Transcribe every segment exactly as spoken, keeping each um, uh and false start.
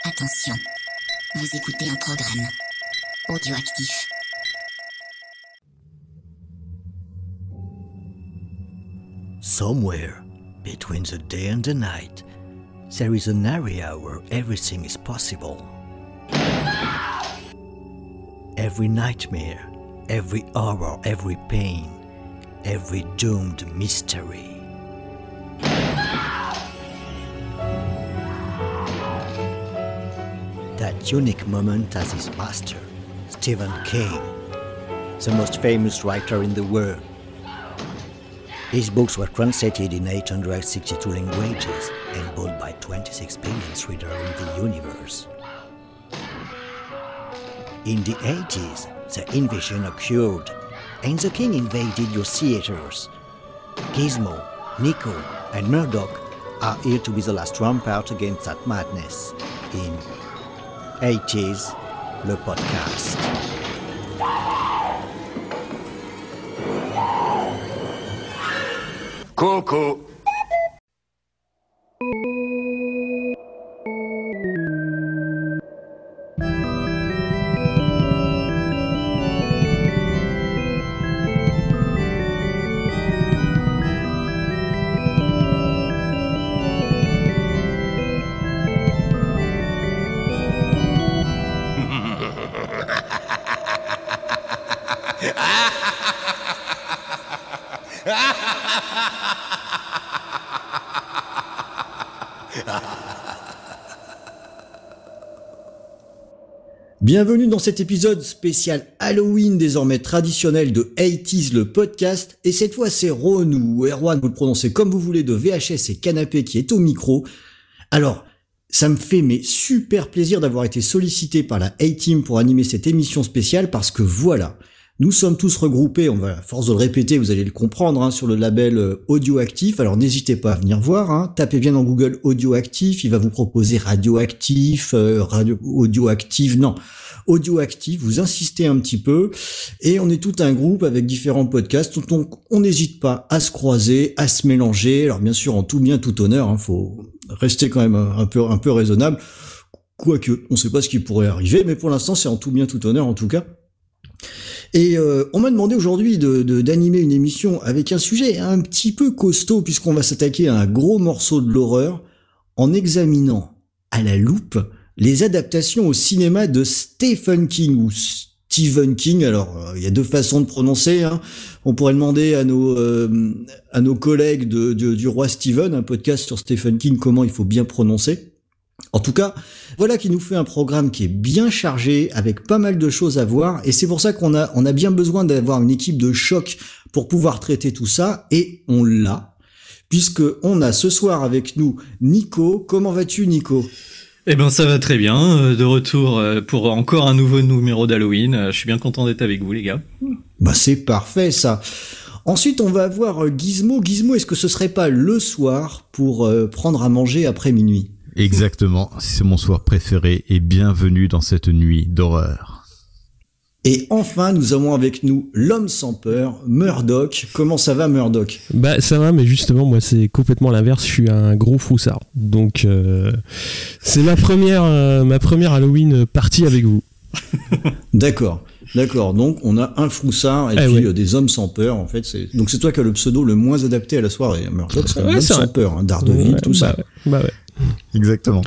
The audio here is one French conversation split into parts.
Attention, vous écoutez un programme audioactif. Somewhere between the day and the night, there is an area where everything is possible. Every nightmare, every horror, every pain, every doomed mystery. That unique moment as his master, Stephen King, the most famous writer in the world. His books were translated in eight hundred sixty-two languages and bought by twenty-six billion readers in the universe. In the eighties, the invasion occurred, and the King invaded your theaters. Gizmo, Nico, and Murdoch are here to be the last rampart against that madness in eighties, le podcast. Coco. Bienvenue dans cet épisode spécial Halloween, désormais traditionnel de eighties le podcast, et cette fois c'est Ron ou Erwan, vous le prononcez comme vous voulez, de V H S et Canapé qui est au micro. Alors, ça me fait mais super plaisir d'avoir été sollicité par la A-Team pour animer cette émission spéciale parce que voilà, nous sommes tous regroupés, on va, à force de le répéter, vous allez le comprendre, hein, sur le label euh, Audioactif. Alors n'hésitez pas à venir voir, hein, tapez bien dans Google Audioactif, il va vous proposer Radioactif, euh, Radio Audioactif, non, Audioactif, vous insistez un petit peu, et on est tout un groupe avec différents podcasts, donc on n'hésite pas à se croiser, à se mélanger, alors bien sûr en tout bien, tout honneur, hein, faut rester quand même un peu, un peu raisonnable, quoique, on sait pas ce qui pourrait arriver, mais pour l'instant c'est en tout bien, tout honneur en tout cas. Et euh, on m'a demandé aujourd'hui de, de d'animer une émission avec un sujet un petit peu costaud puisqu'on va s'attaquer à un gros morceau de l'horreur en examinant à la loupe les adaptations au cinéma de Stephen King ou Stephen King. Alors euh, il y a deux façons de prononcer, hein. On pourrait demander à nos euh, à nos collègues de, de du roi Stephen, un podcast sur Stephen King, comment il faut bien prononcer. En tout cas, voilà qui nous fait un programme qui est bien chargé, avec pas mal de choses à voir, et c'est pour ça qu'on a on a bien besoin d'avoir une équipe de choc pour pouvoir traiter tout ça, et on l'a, puisque on a ce soir avec nous Nico. Comment vas-tu, Nico ? Eh ben ça va très bien, de retour pour encore un nouveau numéro d'Halloween. Je suis bien content d'être avec vous, les gars. Bah c'est parfait ça. Ensuite, on va avoir Gizmo. Gizmo, est-ce que ce serait pas le soir pour euh, prendre à manger après minuit ? Exactement, c'est mon soir préféré et bienvenue dans cette nuit d'horreur. Et enfin, nous avons avec nous l'homme sans peur, Murdoch. Comment ça va, Murdoch ? Bah ça va, mais justement, moi c'est complètement l'inverse, je suis un gros froussard. Donc euh, c'est ma première, euh, ma première Halloween partie avec vous. D'accord. D'accord, donc on a un froussard et eh puis ouais. euh, des hommes sans peur, en fait. C'est... Donc c'est toi qui as le pseudo le moins adapté à la soirée, Murdoch, c'est un ouais, homme sans peur, hein, Daredevil, ouais, tout bah ça. Ouais, bah ouais. Exactement.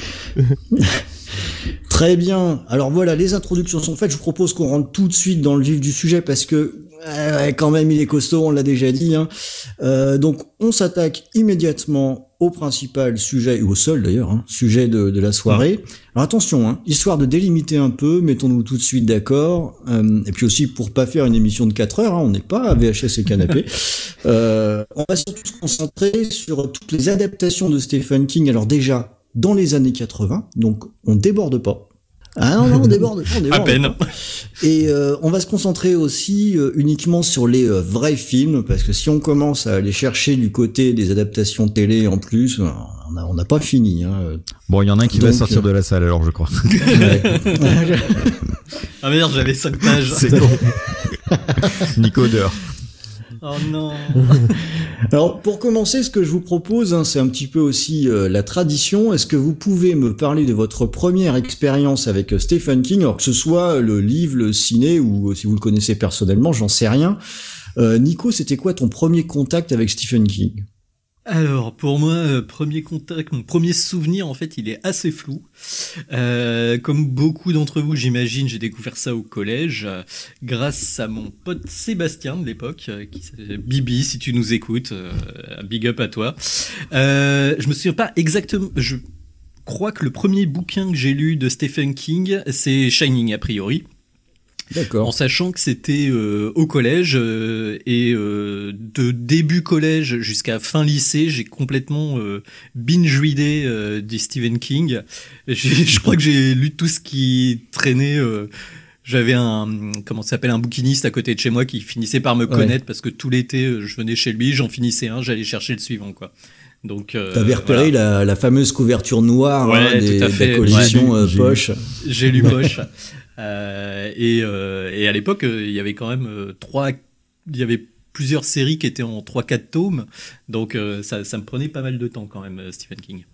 Très bien, alors voilà, les introductions sont faites, je vous propose qu'on rentre tout de suite dans le vif du sujet parce que euh, quand même il est costaud, on l'a déjà dit, hein. Euh, donc on s'attaque immédiatement au principal sujet, ou au seul d'ailleurs, hein, sujet de, de la soirée. Alors attention, hein, histoire de délimiter un peu, mettons-nous tout de suite d'accord, euh, et puis aussi pour pas faire une émission de quatre heures, hein, on n'est pas à V H S et Canapé, euh, on va surtout se concentrer sur toutes les adaptations de Stephen King, alors déjà dans les années quatre-vingts, donc on déborde pas. Ah non, non, on déborde, on déborde. À peine. Et euh, on va se concentrer aussi euh, uniquement sur les euh, vrais films, parce que si on commence à aller chercher du côté des adaptations télé en plus, on n'a on a pas fini. Hein. Bon, il y en a un qui Donc, va sortir euh... de la salle alors, je crois. Ouais. Ah merde, j'avais cinq pages. C'est bon. Nico dehors. Oh non. Alors, pour commencer, ce que je vous propose, hein, c'est un petit peu aussi euh, la tradition. Est-ce que vous pouvez me parler de votre première expérience avec euh, Stephen King, alors que ce soit le livre, le ciné, ou euh, si vous le connaissez personnellement, j'en sais rien. Euh, Nico, c'était quoi ton premier contact avec Stephen King ? Alors, pour moi, euh, premier contact, mon premier souvenir, en fait, il est assez flou. Euh, comme beaucoup d'entre vous, j'imagine, j'ai découvert ça au collège, euh, grâce à mon pote Sébastien de l'époque, euh, qui s'appelait Bibi, si tu nous écoutes, euh, un big up à toi. Euh, je me souviens pas exactement, je crois que le premier bouquin que j'ai lu de Stephen King, c'est Shining, a priori. D'accord. En sachant que c'était euh, au collège euh, et euh, de début collège jusqu'à fin lycée, j'ai complètement euh, binge-readé euh, du Stephen King. J'ai, je crois que j'ai lu tout ce qui traînait. Euh, j'avais un comment ça s'appelle un bouquiniste à côté de chez moi qui finissait par me connaître, ouais. Parce que tout l'été euh, je venais chez lui, j'en finissais un, j'allais chercher le suivant, quoi. Donc, euh, t'avais repéré voilà. la, la fameuse couverture noire, ouais, hein, des, de la collection ouais, euh, Poche. J'ai lu Poche. Euh, et, euh, et à l'époque, euh, il y avait quand même euh, trois, il y avait plusieurs séries qui étaient en trois quatre tomes, donc euh, ça, ça me prenait pas mal de temps quand même, euh, Stephen King.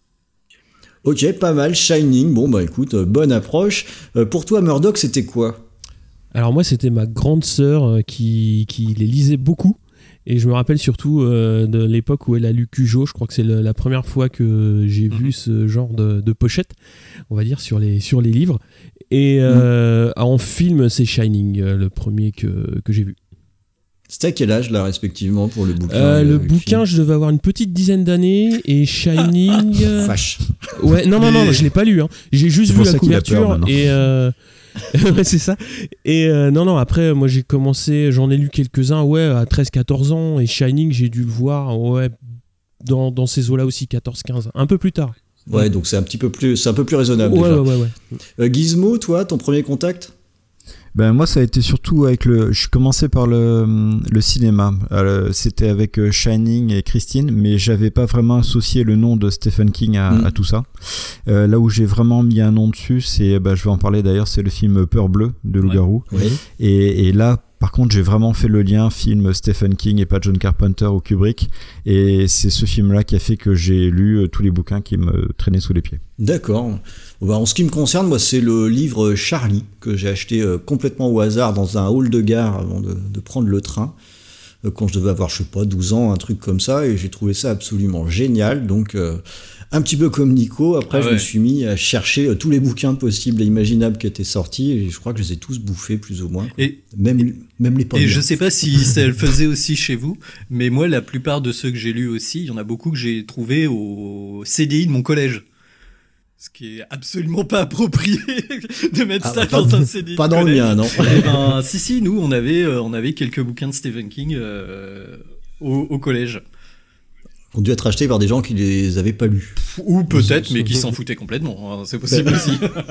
Ok, pas mal. Shining, bon bah écoute, euh, bonne approche. Euh, pour toi, Murdoch, c'était quoi ? Alors moi, c'était ma grande sœur euh, qui, qui les lisait beaucoup. Et je me rappelle surtout euh, de l'époque où elle a lu Cujo. Je crois que c'est le, la première fois que j'ai mmh. vu ce genre de, de pochette, on va dire, sur les, sur les livres. Et euh, mmh. en film, c'est Shining, euh, le premier que, que j'ai vu. C'était à quel âge, là, respectivement, pour le bouquin euh, Le bouquin, film. Je devais avoir une petite dizaine d'années. Et Shining... euh... Fâche. Ouais, non, non, non, je l'ai pas lu. Hein. J'ai juste c'est vu la couverture et... Euh... ouais, c'est ça. Et euh, non, non, après, moi, j'ai commencé... J'en ai lu quelques-uns, ouais, à treize quatorze ans. Et Shining, j'ai dû le voir, ouais, dans, dans ces eaux-là aussi, quatorze quinze. Un peu plus tard. Ouais, donc c'est un petit peu plus, c'est un peu plus raisonnable. Ouais, déjà. ouais, ouais. ouais. Euh, Gizmo, toi, ton premier contact ? Ben moi, ça a été surtout avec le. Je commençais par le le cinéma. Alors, c'était avec Shining et Christine, mais j'avais pas vraiment associé le nom de Stephen King à, mmh. à tout ça. Euh, là où j'ai vraiment mis un nom dessus, c'est, ben, je vais en parler d'ailleurs, c'est le film Peur bleue de Loup-garou. Ouais. Oui. Et, et là. Par contre, j'ai vraiment fait le lien film Stephen King et pas John Carpenter ou Kubrick. Et c'est ce film-là qui a fait que j'ai lu tous les bouquins qui me traînaient sous les pieds. D'accord. Bon, bah, en ce qui me concerne, moi, c'est le livre Charlie que j'ai acheté euh, complètement au hasard dans un hall de gare avant de, de prendre le train. Euh, quand je devais avoir, je sais pas, douze ans, un truc comme ça. Et j'ai trouvé ça absolument génial. Donc... Euh, un petit peu comme Nico, après ah ouais. je me suis mis à chercher tous les bouquins possibles et imaginables qui étaient sortis et je crois que je les ai tous bouffés plus ou moins. Et, même, et, même les pas Et je sais pas si ça le faisait aussi chez vous, mais moi la plupart de ceux que j'ai lus aussi, il y en a beaucoup que j'ai trouvés au C D I de mon collège. Ce qui est absolument pas approprié de mettre ah, ça dans de, un C D I. Pas dans collège. Le mien, non. Eh ben, si, si, nous on avait, euh, on avait quelques bouquins de Stephen King euh, au, au collège. Ont dû être achetés par des gens qui les avaient pas lus. Ou peut-être, mais qui s'en foutaient complètement. C'est possible aussi.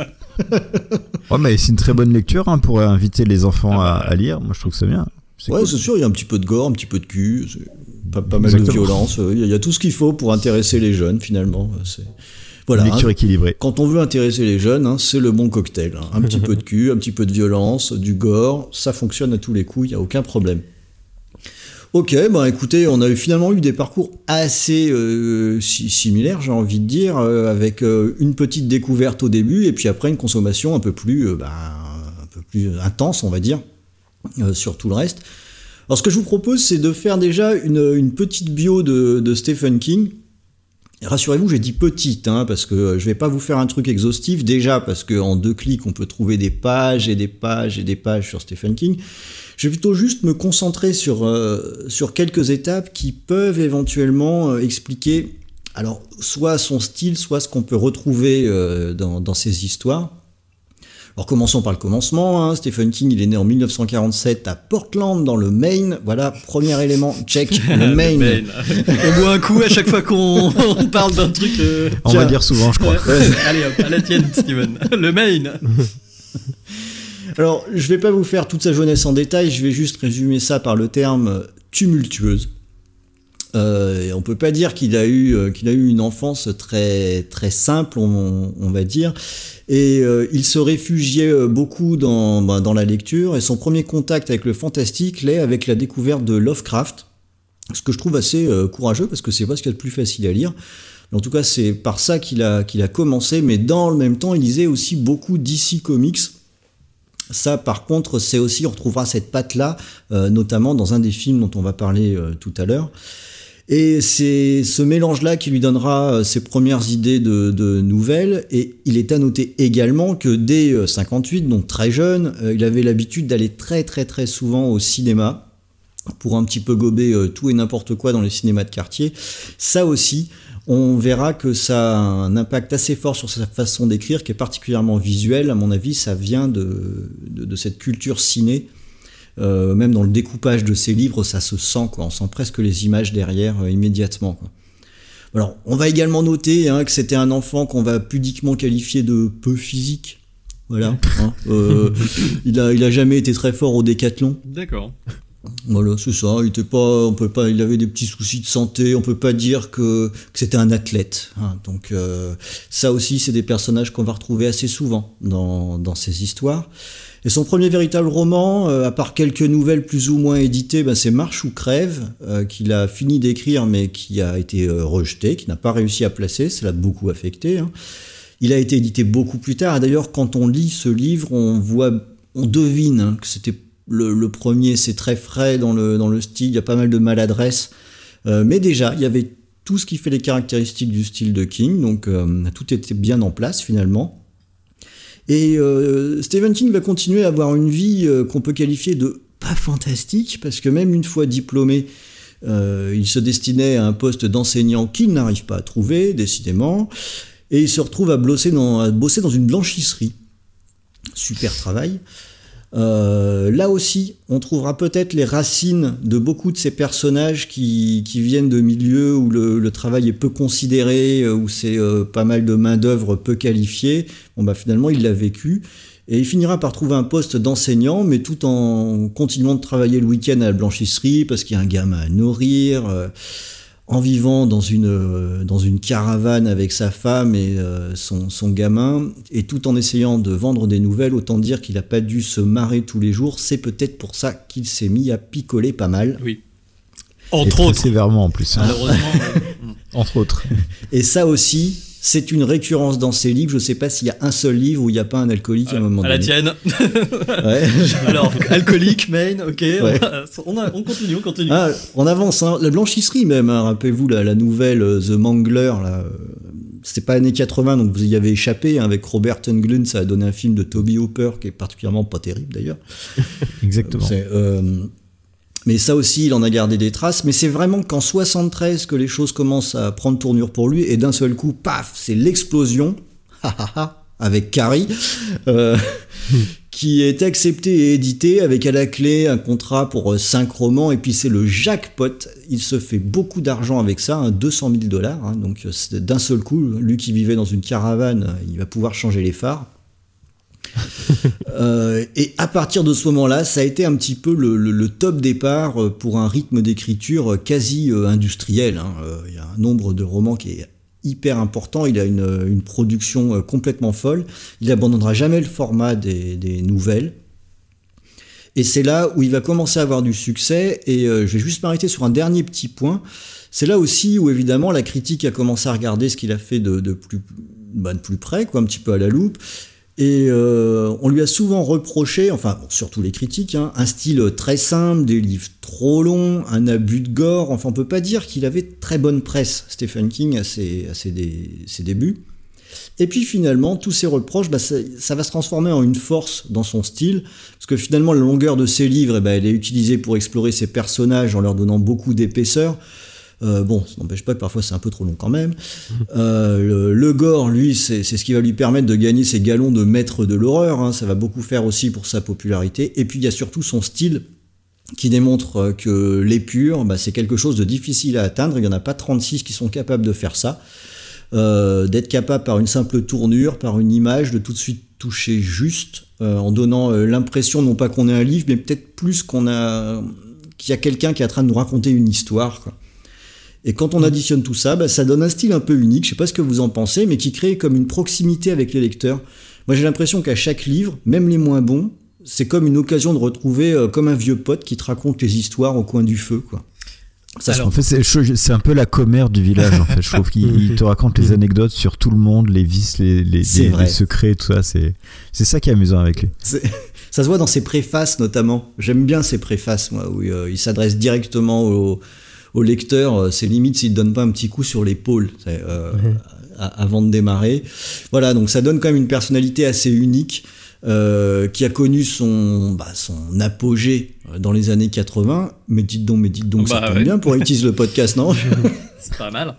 Ouais, mais c'est une très bonne lecture hein, pour inviter les enfants à, à lire. Moi, je trouve que c'est bien. C'est ouais, cool. C'est sûr, il y a un petit peu de gore, un petit peu de cul, pas, pas mal Exactement. de violence. Il y a tout ce qu'il faut pour intéresser les jeunes, finalement. C'est... Voilà, une lecture hein, équilibrée. Quand on veut intéresser les jeunes, hein, c'est le bon cocktail. Hein. Un petit peu de cul, un petit peu de violence, du gore, ça fonctionne à tous les coups, il n'y a aucun problème. Ok, bah écoutez, on a eu, finalement eu des parcours assez euh, si, similaires, j'ai envie de dire, euh, avec euh, une petite découverte au début et puis après une consommation un peu plus, euh, bah, un peu plus intense, on va dire, euh, sur tout le reste. Alors ce que je vous propose, c'est de faire déjà une, une petite bio de, de Stephen King. Rassurez-vous, j'ai dit petite, hein, parce que je vais pas vous faire un truc exhaustif, déjà parce qu'en deux clics, on peut trouver des pages et des pages et des pages sur Stephen King. Je vais plutôt juste me concentrer sur, euh, sur quelques étapes qui peuvent éventuellement euh, expliquer alors, soit son style, soit ce qu'on peut retrouver euh, dans, dans ses histoires. Alors commençons par le commencement, hein. Stephen King, il est né en dix-neuf cent quarante-sept à Portland dans le Maine. Voilà, premier élément, check, le Maine. le Maine. On boit un coup à chaque fois qu'on on parle d'un truc. Euh... On Tiens. va dire souvent, je crois. Ouais. Allez hop, à la tienne, Steven. Le Maine. Alors, je vais pas vous faire toute sa jeunesse en détail, je vais juste résumer ça par le terme tumultueuse. Euh, on peut pas dire qu'il a eu euh, qu'il a eu une enfance très très simple, on, on va dire. Et euh, il se réfugiait beaucoup dans bah, dans la lecture. Et son premier contact avec le fantastique l'est avec la découverte de Lovecraft, ce que je trouve assez euh, courageux parce que c'est pas ce qu'il y a de plus facile à lire. Mais en tout cas, c'est par ça qu'il a qu'il a commencé. Mais dans le même temps, il lisait aussi beaucoup D C Comics. Ça, par contre, c'est aussi, on retrouvera cette patte-là, euh, notamment dans un des films dont on va parler euh, tout à l'heure. Et c'est ce mélange-là qui lui donnera ses premières idées de, de nouvelles. Et il est à noter également que dès cinquante-huit, donc très jeune, il avait l'habitude d'aller très très très souvent au cinéma pour un petit peu gober tout et n'importe quoi dans les cinémas de quartier. Ça aussi, on verra que ça a un impact assez fort sur sa façon d'écrire, qui est particulièrement visuelle. À mon avis, ça vient de, de, de cette culture ciné. Euh, même dans le découpage de ses livres, ça se sent, quoi. On sent presque les images derrière euh, immédiatement, quoi. Alors, on va également noter hein, que c'était un enfant qu'on va pudiquement qualifier de peu physique. Voilà. Hein. Euh, il a, il a jamais été très fort au décathlon. D'accord. Voilà, c'est ça. Il était pas, on peut pas, il avait des petits soucis de santé. On peut pas dire que, que c'était un athlète. Hein. Donc, euh, ça aussi, c'est des personnages qu'on va retrouver assez souvent dans, dans ces histoires. Et son premier véritable roman, euh, à part quelques nouvelles plus ou moins éditées, ben c'est Marche ou crève, euh, qu'il a fini d'écrire mais qui a été euh, rejeté, qui n'a pas réussi à placer, ça l'a beaucoup affecté. Hein. Il a été édité beaucoup plus tard, et d'ailleurs quand on lit ce livre, on voit, on devine hein, que c'était le, le premier, c'est très frais dans le, dans le style, il y a pas mal de maladresse, euh, mais déjà, il y avait tout ce qui fait les caractéristiques du style de King, donc euh, tout était bien en place finalement. Et euh, Stephen King va continuer à avoir une vie euh, qu'on peut qualifier de pas fantastique, parce que même une fois diplômé, euh, il se destinait à un poste d'enseignant qu'il n'arrive pas à trouver, décidément, et il se retrouve à bosser dans, à bosser dans une blanchisserie. Super travail. Euh, là aussi, on trouvera peut-être les racines de beaucoup de ces personnages qui, qui viennent de milieux où le, le travail est peu considéré, où c'est euh, pas mal de main-d'œuvre peu qualifiée. Bon, bah, finalement, il l'a vécu. Et il finira par trouver un poste d'enseignant, mais tout en continuant de travailler le week-end à la blanchisserie, parce qu'il y a un gamin à nourrir, euh, en vivant dans une, euh, dans une caravane avec sa femme et euh, son, son gamin, et tout en essayant de vendre des nouvelles. Autant dire qu'il n'a pas dû se marrer tous les jours. C'est peut-être pour ça qu'il s'est mis à picoler pas mal. Oui. Entre et autres. Très sévèrement en plus. Hein. Malheureusement. Entre autres. Et ça aussi, c'est une récurrence dans ses livres. Je ne sais pas s'il y a un seul livre où il n'y a pas un alcoolique à un moment à donné. la tienne. Ouais. Alors, alcoolique, main, ok. Ouais. On, a, on continue, on continue. Ah, on avance, hein. La blanchisserie même, hein. Rappelez-vous la, la nouvelle euh, The Mangler, là. C'était pas années quatre-vingts, donc vous y avez échappé, hein. Avec Robert Englund, ça a donné un film de Toby Hooper qui est particulièrement pas terrible d'ailleurs. Exactement. C'est, euh, mais ça aussi, il en a gardé des traces. Mais c'est vraiment qu'en soixante-treize que les choses commencent à prendre tournure pour lui, et d'un seul coup, paf, c'est l'explosion, avec Carrie, euh, qui est accepté et édité avec à la clé un contrat pour cinq romans, et puis c'est le jackpot. Il se fait beaucoup d'argent avec ça, hein, deux cent mille dollars, hein, donc c'est d'un seul coup, lui qui vivait dans une caravane, il va pouvoir changer les phares. euh, et à partir de ce moment-là, ça a été un petit peu le, le, le top départ pour un rythme d'écriture quasi euh, industriel. Hein. Euh, il y a un nombre de romans qui est hyper important, il a une, une production complètement folle, il abandonnera jamais le format des, des nouvelles. Et c'est là où il va commencer à avoir du succès, et euh, je vais juste m'arrêter sur un dernier petit point. C'est là aussi où évidemment la critique a commencé à regarder ce qu'il a fait de, de, plus, bah, de plus près, quoi, un petit peu à la loupe. Et euh, on lui a souvent reproché, enfin bon, surtout les critiques, hein, un style très simple, des livres trop longs, un abus de gore. Enfin, on peut pas dire qu'il avait très bonne presse, Stephen King, à ses, à ses, dé, ses débuts. Et puis finalement, tous ces reproches, bah, ça, ça va se transformer en une force dans son style, parce que finalement la longueur de ses livres, eh ben, elle est utilisée pour explorer ses personnages en leur donnant beaucoup d'épaisseur. Euh, bon, ça n'empêche pas que parfois c'est un peu trop long quand même. Euh, le, le gore, lui, c'est, c'est ce qui va lui permettre de gagner ses galons de maître de l'horreur, hein. Ça va beaucoup faire aussi pour sa popularité. Et puis il y a surtout son style qui démontre que l'épure, bah, c'est quelque chose de difficile à atteindre. Il n'y en a pas trente-six qui sont capables de faire ça. Euh, d'être capable par une simple tournure, par une image, de tout de suite toucher juste, euh, en donnant euh, l'impression non pas qu'on est un livre, mais peut-être plus qu'on a, qu'il y a quelqu'un qui est en train de nous raconter une histoire, quoi. Et quand on additionne tout ça, bah, ça donne un style un peu unique, je sais pas ce que vous en pensez, mais qui crée comme une proximité avec les lecteurs. Moi j'ai l'impression qu'à chaque livre, même les moins bons, c'est comme une occasion de retrouver euh, comme un vieux pote qui te raconte les histoires au coin du feu, quoi. Ça, Alors, en fait, c'est, c'est un peu la commère du village, en fait. Je trouve qu'il te raconte les anecdotes sur tout le monde, les vices, les, les, les, les secrets, tout ça. C'est, c'est ça qui est amusant avec lui. C'est... Ça se voit dans ses préfaces, notamment. J'aime bien ses préfaces, moi, où euh, il s'adresse directement au, au lecteur. C'est limite s'il ne donne pas un petit coup sur l'épaule euh, mmh. à, avant de démarrer. Voilà, donc ça donne quand même une personnalité assez unique. Euh, qui a connu son, bah, son apogée dans les années quatre-vingts. Mais dites donc, mais dites donc, bah, ça tombe ouais. bien pour utiliser le podcast, non? C'est pas mal.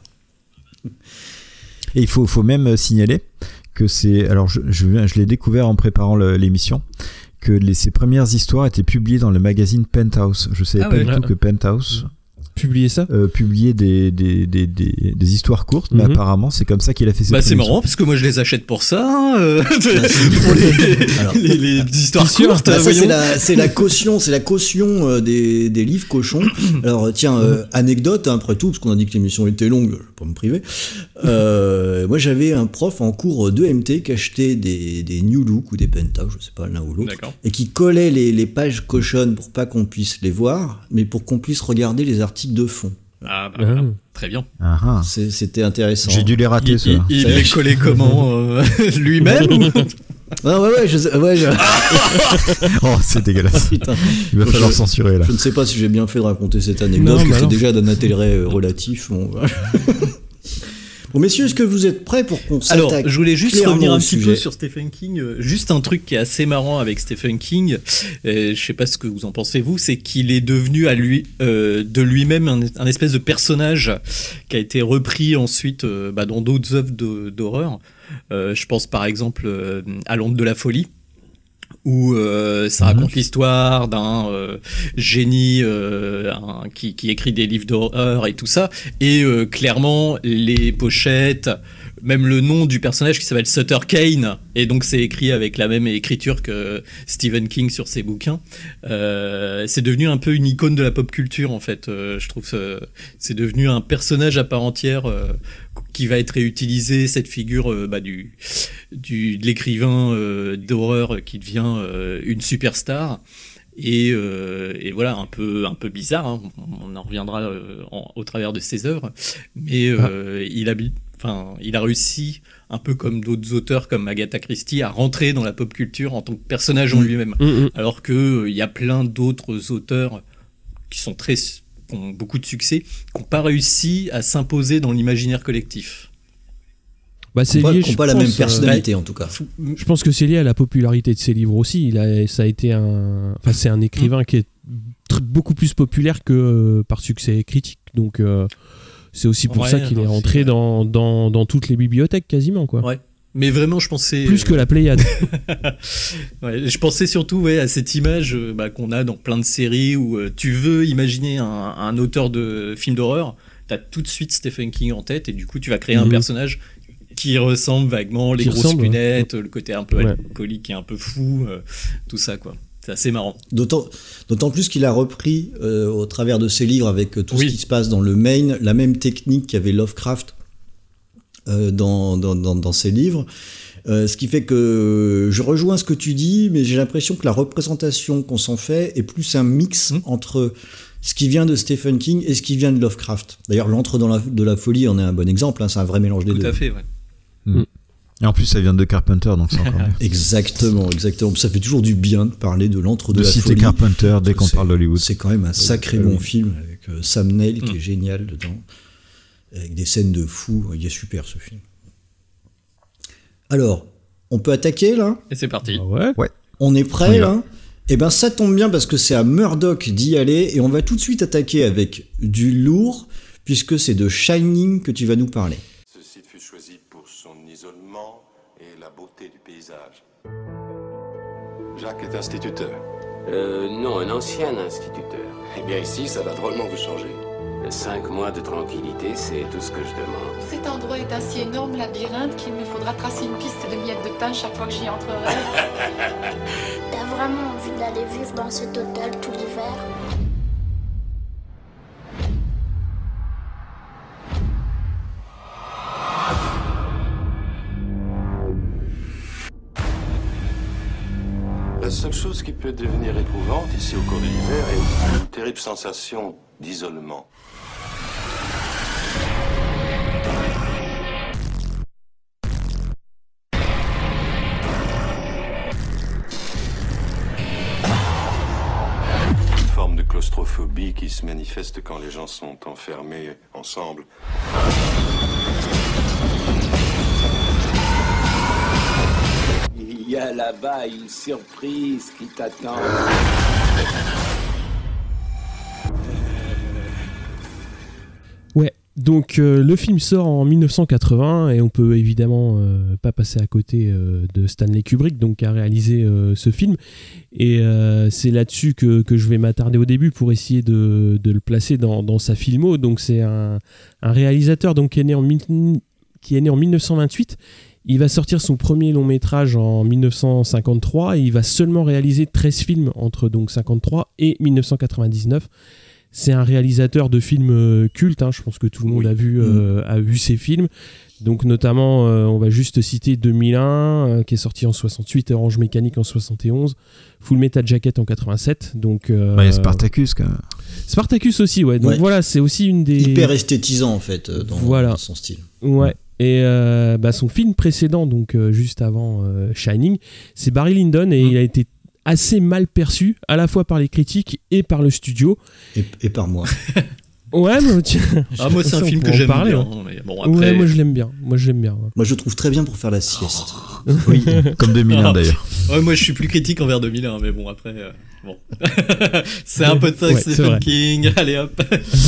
Et il faut, faut même signaler que c'est... Alors, je, je, je l'ai découvert en préparant le, l'émission, que les, ses premières histoires étaient publiées dans le magazine Penthouse. Je savais ah pas ouais, du ouais. tout que Penthouse... Publier ça euh, Publier des, des, des, des, des histoires courtes, mm-hmm. mais apparemment c'est comme ça qu'il a fait ses Bah productions. c'est marrant parce que moi je les achète pour ça, hein, euh, pour les, Alors, les, les histoires courtes. Bah, ça, c'est, la, c'est la caution, c'est la caution euh, des, des livres cochons. Alors tiens, euh, anecdote hein, après tout, parce qu'on a dit que l'émission était longue, je vais pas me priver. Euh, moi j'avais un prof en cours de M T qui achetait des, des New Look ou des Penthouse, je sais pas l'un ou l'autre, D'accord. et qui collait les, les pages cochonnes pour pas qu'on puisse les voir, mais pour qu'on puisse regarder les articles de fond. Ah bah voilà, mmh. très bien. Ah, C'est, c'était intéressant. J'ai dû les rater, il, ça. Il, il les collait comment euh, lui-même ou... Ah ouais ouais, je, ouais je... Oh c'est dégueulasse. Putain. Il va falloir je, censurer là. Je ne sais pas si j'ai bien fait de raconter cette anecdote, non, que c'est déjà d'un intérêt relatif. Bon, voilà. Bon, messieurs, est-ce que vous êtes prêts pour qu'on s'attaque? Alors, je voulais juste revenir un petit sujet. peu sur Stephen King. Juste un truc qui est assez marrant avec Stephen King. Euh, je sais pas ce que vous en pensez vous, c'est qu'il est devenu à lui, euh, de lui-même un, un espèce de personnage qui a été repris ensuite euh, bah, dans d'autres œuvres de, d'horreur. Euh, je pense par exemple euh, à L'Onde de la folie, où euh, ça raconte mmh. l'histoire d'un euh, génie euh, un, qui, qui écrit des livres d'horreur et tout ça, et euh, clairement les pochettes, même le nom du personnage qui s'appelle Sutter Kane, et donc c'est écrit avec la même écriture que Stephen King sur ses bouquins. Euh, c'est devenu un peu une icône de la pop culture en fait. Euh, je trouve que c'est devenu un personnage à part entière euh, qui va être réutilisé, cette figure euh, bah, du, du de l'écrivain euh, d'horreur qui devient euh, une superstar. Et, euh, et voilà, un peu, un peu bizarre, hein. On en reviendra euh, en, au travers de ses œuvres, mais euh, ah. il, a, enfin, il a réussi, un peu comme d'autres auteurs comme Agatha Christie, à rentrer dans la pop culture en tant que personnage en lui-même, mmh. alors qu'il euh, y a plein d'autres auteurs qui sont très, qui ont beaucoup de succès, qui n'ont pas réussi à s'imposer dans l'imaginaire collectif. Bah, c'est lié, qui n'ont pas la même personnalité euh, en tout cas. Je pense que c'est lié à la popularité de ses livres aussi. Il a, ça a été un, enfin c'est un écrivain mmh. qui est tr- beaucoup plus populaire que euh, par succès critique. Donc euh, c'est aussi pour ouais, ça qu'il non, est rentré c'est... dans, dans dans toutes les bibliothèques quasiment quoi. Ouais. Mais vraiment, je pensais plus euh... que la Pléiade. ouais, je pensais surtout ouais, à cette image euh, bah, qu'on a dans plein de séries où euh, tu veux imaginer un, un auteur de film d'horreur, t'as tout de suite Stephen King en tête et du coup tu vas créer mmh. un personnage qui ressemble vaguement, les qui grosses ressemble, lunettes, ouais. le côté un peu ouais. alcoolique et un peu fou, euh, tout ça quoi. C'est assez marrant. D'autant, d'autant plus qu'il a repris euh, au travers de ses livres avec tout oui. ce qui se passe dans le Maine, la même technique qu'avait Lovecraft euh, dans, dans, dans, dans ses livres. Euh, ce qui fait que je rejoins ce que tu dis, mais j'ai l'impression que la représentation qu'on s'en fait est plus un mix mmh. entre ce qui vient de Stephen King et ce qui vient de Lovecraft. D'ailleurs, L'Antre dans la, de la folie en est un bon exemple, hein, c'est un vrai mélange des tout deux. Tout à fait, ouais. Mmh. Et en plus, ça vient de Carpenter, donc c'est encore mieux. Exactement, exactement. Ça fait toujours du bien de parler de L'Antre de, de la citer folie. Carpenter dès qu'on c'est, parle d'Hollywood. C'est quand même un sacré ouais, bon oui. film avec euh, Sam Neill qui mmh. est génial dedans, avec des scènes de fou. Il est super ce film. Alors, on peut attaquer là ? Et c'est parti. Ah ouais. ouais. On est prêt là ? Eh ben ça tombe bien parce que c'est à Murdoch d'y aller et on va tout de suite attaquer avec du lourd puisque c'est de Shining que tu vas nous parler. Ce site fut choisi pour son isolement et la beauté du paysage. Jacques est instituteur. Euh, non, un ancien instituteur. Eh bien ici, ça va drôlement vous changer. Cinq mois de tranquillité, c'est tout ce que je demande. Cet endroit est un si énorme labyrinthe qu'il me faudra tracer une piste de miettes de pain chaque fois que j'y entrerai. T'as vraiment envie d'aller vivre dans cet hôtel tout l'hiver ? La seule chose qui peut devenir éprouvante ici au cours de l'hiver est une terrible sensation d'isolement. Une forme de claustrophobie qui se manifeste quand les gens sont enfermés ensemble. Il y a là-bas une surprise qui t'attend. Ouais, donc euh, le film sort en dix-neuf cent quatre-vingts et on peut évidemment euh, pas passer à côté euh, de Stanley Kubrick, donc qui a réalisé euh, ce film. Et euh, c'est là-dessus que, que je vais m'attarder au début pour essayer de, de le placer dans, dans sa filmo. Donc c'est un, un réalisateur donc, qui, est né en, qui est né en dix-neuf cent vingt-huit. Il va sortir son premier long métrage en dix-neuf cent cinquante-trois et il va seulement réaliser treize films entre donc cinquante-trois et dix-neuf cent quatre-vingt-dix-neuf. C'est un réalisateur de films euh, cultes, hein, je pense que tout le monde oui. a, vu, euh, a vu ses films. Donc notamment, euh, on va juste citer deux mille un, euh, qui est sorti en soixante-huit, Orange Mécanique en soixante et onze, Full Metal Jacket en quatre-vingt-sept. Donc, euh, bah, il y a Spartacus quand même. Spartacus aussi, ouais. Donc ouais. voilà, c'est aussi une des... Hyper esthétisant en fait, dans, voilà. dans son style. Ouais. Et euh, bah, son film précédent, donc euh, juste avant euh, Shining, c'est Barry Lyndon et mmh. il a été assez mal perçu à la fois par les critiques et par le studio. Et, et par moi. Ouais, mais tiens, ah, moi c'est un film que j'aime parler, bien. Hein. Mais bon, après... Ouais, moi je l'aime bien. Moi je l'aime bien. Ouais. Moi je le trouve très bien pour faire la sieste. Oh. Oui, comme deux mille un d'ailleurs. Ouais, moi je suis plus critique envers deux mille un, mais bon après, euh, bon, c'est un peu de ouais, Stephen King. Allez hop.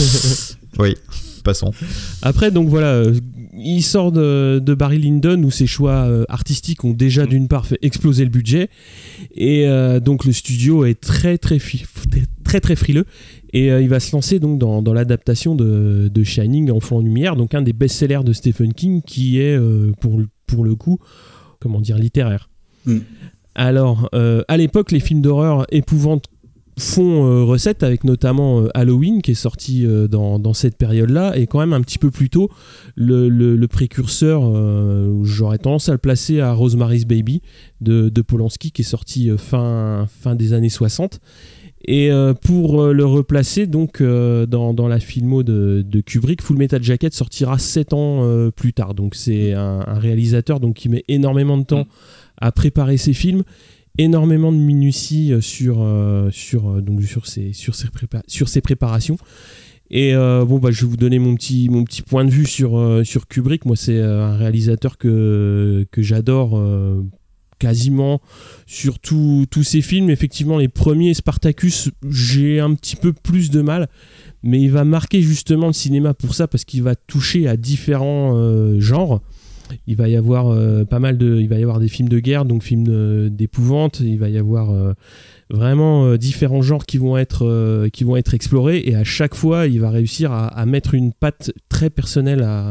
Oui. Passons. Après, donc voilà, euh, il sort de, de Barry Lyndon où ses choix euh, artistiques ont déjà mmh. d'une part fait exploser le budget et euh, donc le studio est très très fi- très très frileux et euh, il va se lancer donc dans, dans l'adaptation de, de Shining en fond en lumière, donc un des best-sellers de Stephen King qui est euh, pour pour le coup, comment dire, littéraire. Mmh. Alors euh, à l'époque, les films d'horreur épouvantes font euh, recette avec notamment euh, Halloween qui est sorti euh, dans, dans cette période-là et quand même un petit peu plus tôt le, le, le précurseur, euh, j'aurais tendance à le placer à Rosemary's Baby de, de Polanski qui est sorti euh, fin, fin des années soixante et euh, pour euh, le replacer donc euh, dans, dans la filmo de, de Kubrick, Full Metal Jacket sortira sept ans euh, plus tard, donc c'est un, un réalisateur donc, qui met énormément de temps à préparer ses films, énormément de minutie sur, euh, sur, euh, donc sur, ses, sur, ses prépa- sur ses préparations. Et euh, bon, bah, je vais vous donner mon petit, mon petit point de vue sur, euh, sur Kubrick. Moi, c'est euh, un réalisateur que, que j'adore euh, quasiment sur tous ses films. Effectivement, les premiers, Spartacus, j'ai un petit peu plus de mal. Mais il va marquer justement le cinéma pour ça, parce qu'il va toucher à différents euh, genres. Il va y avoir euh, pas mal de, il va y avoir des films de guerre, donc films de, d'épouvante. Il va y avoir euh, vraiment euh, différents genres qui vont être, euh, qui vont être explorés. Et à chaque fois, il va réussir à, à mettre une patte très personnelle à,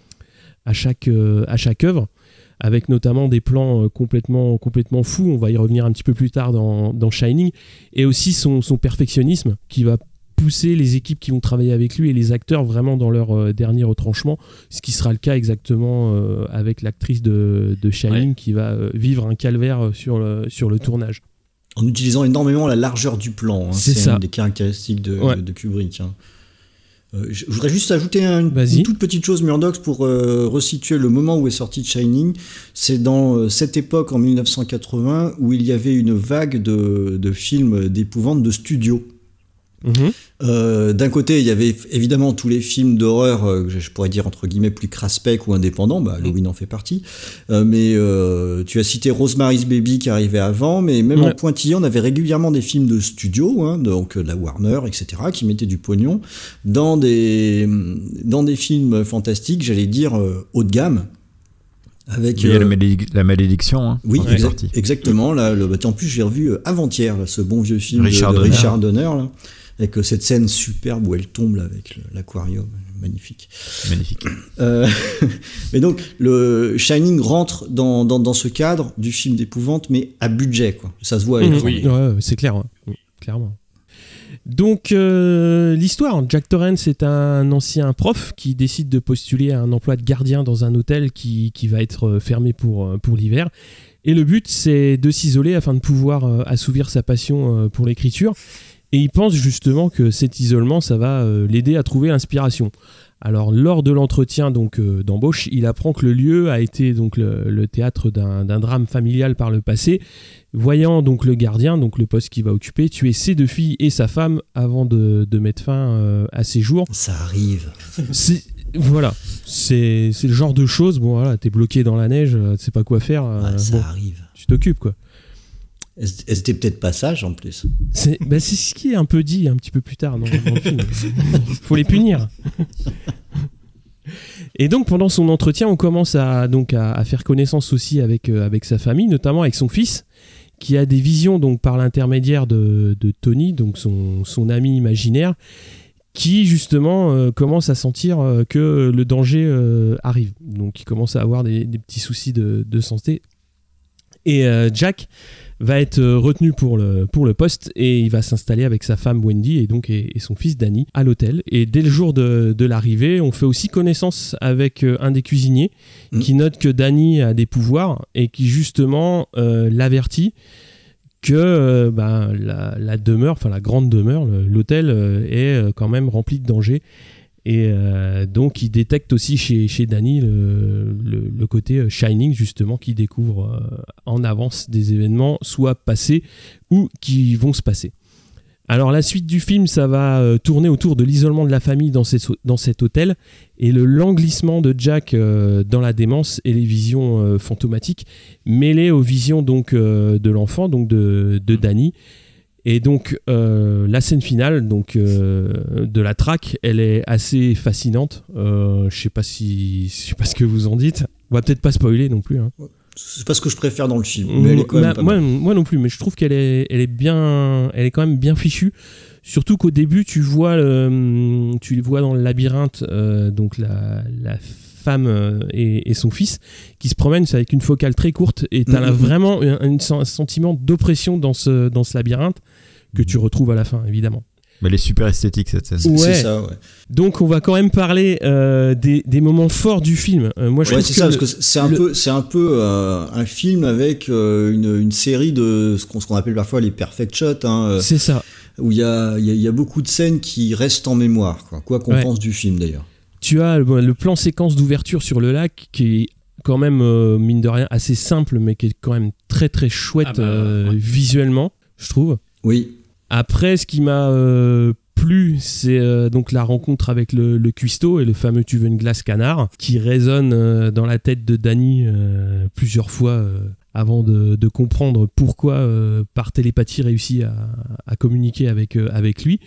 à chaque, euh, à chaque œuvre, avec notamment des plans euh, complètement, complètement fous. On va y revenir un petit peu plus tard dans, dans Shining, et aussi son, son perfectionnisme qui va pousser les équipes qui vont travailler avec lui et les acteurs vraiment dans leur euh, dernier retranchement, ce qui sera le cas exactement euh, avec l'actrice de, de Shining ouais. qui va euh, vivre un calvaire sur le, sur le tournage. En utilisant énormément la largeur du plan, hein. c'est, c'est ça. une des caractéristiques de, ouais. de, de Kubrick. Hein. Euh, je, je voudrais juste ajouter un, une toute petite chose, Murdoch, pour euh, resituer le moment où est sorti Shining. C'est dans euh, cette époque, en dix-neuf cent quatre-vingts, où il y avait une vague de, de films d'épouvante de studio. Mmh. Euh, d'un côté, il y avait évidemment tous les films d'horreur, euh, je pourrais dire entre guillemets plus craspec ou indépendants, bah, Halloween mmh. en fait partie. Euh, mais euh, tu as cité Rosemary's Baby qui arrivait avant, mais même ouais. en pointillé, on avait régulièrement des films de studio, hein, donc de la Warner, et cetera, qui mettaient du pognon dans des dans des films fantastiques, j'allais dire euh, haut de gamme. Avec, il y a euh, la, malédic- la malédiction. Hein, oui, exa- exactement. Là, le, bah, en plus, j'ai revu euh, avant-hier là, ce bon vieux film Richard de, de Donner. Richard Donner, là, avec euh, cette scène superbe où elle tombe là, avec le, l'aquarium. Magnifique. Magnifique. Euh, mais donc, le Shining rentre dans, dans, dans ce cadre du film d'épouvante, mais à budget, quoi. Ça se voit. Mmh, oui, ouais, c'est clair, ouais. oui, clairement. Donc euh, l'histoire, Jack Torrance est un ancien prof qui décide de postuler à un emploi de gardien dans un hôtel qui, qui va être fermé pour, pour l'hiver. Et le but, c'est de s'isoler afin de pouvoir euh, assouvir sa passion euh, pour l'écriture. Et il pense justement que cet isolement, ça va euh, l'aider à trouver l'inspiration. Alors, lors de l'entretien donc, euh, d'embauche, il apprend que le lieu a été donc, le, le théâtre d'un, d'un drame familial par le passé. Voyant donc le gardien, donc le poste qu'il va occuper, tuer ses deux filles et sa femme avant de, de mettre fin euh, à ses jours. Ça arrive. C'est, voilà, c'est, c'est le genre de choses. Bon, voilà, t'es bloqué dans la neige, tu sais pas quoi faire. Ah, euh, ça bon, arrive. Tu t'occupes, quoi. Elles étaient peut-être pas sages en plus. C'est, bah, c'est ce qui est un peu dit un petit peu plus tard dans, dans le film. Faut les punir. Et donc pendant son entretien, on commence à, donc, à, à faire connaissance aussi avec, euh, avec sa famille, notamment avec son fils, qui a des visions donc, par l'intermédiaire de, de Tony, donc son, son ami imaginaire, qui justement euh, commence à sentir euh, que le danger euh, arrive. Donc il commence à avoir des, des petits soucis de, de santé. Et euh, Jack va être retenu pour le, pour le poste et il va s'installer avec sa femme Wendy et, donc, et, et son fils Danny à l'hôtel. Et dès le jour de, de l'arrivée, on fait aussi connaissance avec un des cuisiniers mmh. qui note que Danny a des pouvoirs et qui justement euh, l'avertit que euh, bah, la, la demeure, enfin la grande demeure, le, l'hôtel euh, est quand même rempli de dangers. Et euh, donc il détecte aussi chez, chez Danny le, le, le côté Shining justement qui découvre euh, en avance des événements soit passés ou qui vont se passer. Alors la suite du film, ça va euh, tourner autour de l'isolement de la famille dans, ces, dans cet hôtel et le languissement de Jack euh, dans la démence et les visions euh, fantomatiques mêlées aux visions donc, euh, de l'enfant, donc de, de Danny. Et donc euh, la scène finale donc, euh, de la traque, elle est assez fascinante. Euh, je sais pas si, je sais pas ce que vous en dites. On va peut-être pas spoiler non plus. Hein. C'est pas ce que je préfère dans le film, mais elle est quand Ma, même pas moi, mal. moi non plus, mais je trouve qu'elle est, elle est bien, elle est quand même bien fichue. Surtout qu'au début, tu vois, le, tu vois dans le labyrinthe, euh, donc la, la femme et, et son fils qui se promènent avec une focale très courte et t'as mmh, là mmh. vraiment un, un sentiment d'oppression dans ce, dans ce labyrinthe que tu retrouves à la fin, évidemment. Mais elle est super esthétique cette scène. Ouais. C'est ça, ouais. Donc on va quand même parler euh, des, des moments forts du film. Euh, moi, je ouais, trouve c'est que ça, le, parce que c'est un le... peu, c'est un peu euh, un film avec euh, une, une série de ce qu'on, ce qu'on appelle parfois les perfect shots. Hein, euh, c'est ça. Où il y a, y, a, y a beaucoup de scènes qui restent en mémoire, quoi, quoi qu'on ouais. pense du film d'ailleurs. Tu as le, le plan séquence d'ouverture sur le lac qui est quand même, euh, mine de rien, assez simple, mais qui est quand même très très chouette ah bah, euh, ouais. visuellement, je trouve. Oui. Après, ce qui m'a euh, plu, c'est euh, donc la rencontre avec le, le cuistot et le fameux tu veux une glace canard, qui résonne euh, dans la tête de Danny euh, plusieurs fois euh, avant de, de comprendre pourquoi, euh, par télépathie, réussit à, à communiquer avec, euh, avec lui.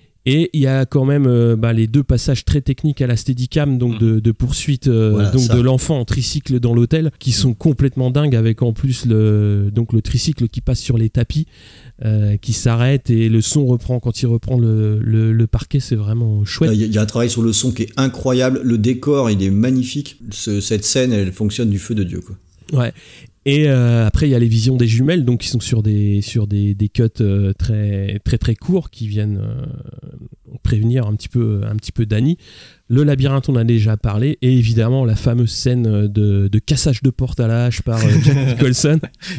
Et il y a quand même euh, bah, les deux passages très techniques à la Steadicam, donc de, de poursuite euh, voilà, donc de l'enfant en tricycle dans l'hôtel, qui sont complètement dingues, avec en plus le, donc le tricycle qui passe sur les tapis, euh, qui s'arrête et le son reprend quand il reprend le, le, le parquet, c'est vraiment chouette. Il y, y a un travail sur le son qui est incroyable, le décor il est magnifique, Ce, cette scène elle fonctionne du feu de Dieu, quoi. Ouais. Et euh, après il y a les visions des jumelles, donc qui sont sur des sur des des cuts euh, très très très courts qui viennent euh, prévenir un petit peu un petit peu Danny. Le labyrinthe, on a déjà parlé, et évidemment la fameuse scène de, de cassage de porte à la hache par euh, Jack Nicholson,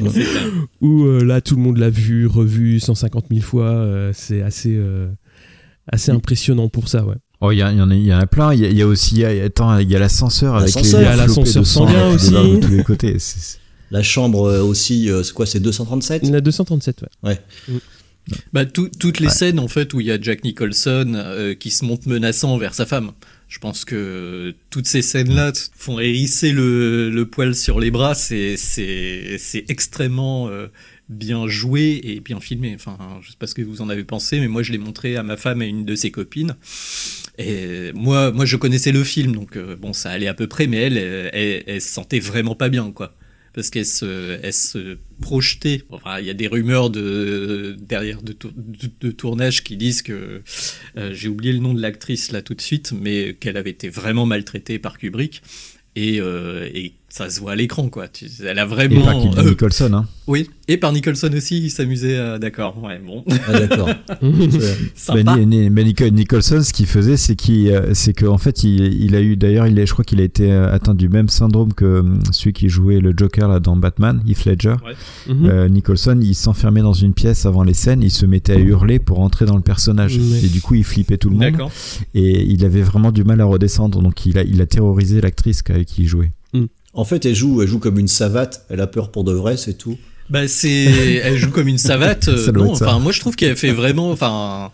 où euh, là tout le monde l'a vu, revu cent cinquante mille fois. Euh, c'est assez euh, assez impressionnant pour ça, ouais. Oh, il y, y en a, il y en a plein. Il y, y a aussi, y a, attends, il y a l'ascenseur avec l'ascenseur. les, il y a l'ascenseur sanguin aussi. De tous les côtés. C'est... La chambre aussi, euh, c'est quoi, c'est deux cent trente-sept ? La deux cent trente-sept, ouais. Ouais. Mm. Bah, tout, toutes les ouais. scènes en fait où il y a Jack Nicholson euh, qui se montre menaçant vers sa femme. Je pense que toutes ces scènes-là font hérisser le, le poil sur les bras. C'est, c'est, c'est extrêmement euh, bien joué et bien filmé. Enfin, je sais pas ce que vous en avez pensé, mais moi je l'ai montré à ma femme et une de ses copines. Et moi, moi je connaissais le film, donc euh, bon, ça allait à peu près, mais elle, elle, elle, elle se sentait vraiment pas bien, quoi. Parce qu'elle se, elle se projetait. Enfin, il y a des rumeurs de derrière de, de, de tournage qui disent que euh, j'ai oublié le nom de l'actrice là tout de suite, mais qu'elle avait été vraiment maltraitée par Kubrick et, euh, et ça se voit à l'écran, quoi. Tu, elle a vraiment. Et par Kid euh, Nicholson, hein. Oui, et par Nicholson aussi, il s'amusait. À... D'accord, ouais, bon. Ah, d'accord. Sympa. Mais, mais Nicholson, ce qu'il faisait, c'est qu'il, c'est qu'en fait, il, il a eu, d'ailleurs, il est, je crois qu'il a été atteint du même syndrome que celui qui jouait le Joker là dans Batman, Heath Ledger. Ouais. Mm-hmm. Euh, Nicholson, il s'enfermait dans une pièce avant les scènes, il se mettait à hurler pour entrer dans le personnage, mmh. et du coup, il flippait tout le monde. D'accord. Et il avait vraiment du mal à redescendre, donc il a, il a terrorisé l'actrice avec qui il jouait. Mmh. En fait, elle joue, elle joue comme une savate. Elle a peur pour de vrai, c'est tout. Bah c'est, elle joue comme une savate. Euh, non, enfin moi je trouve qu'elle fait vraiment, enfin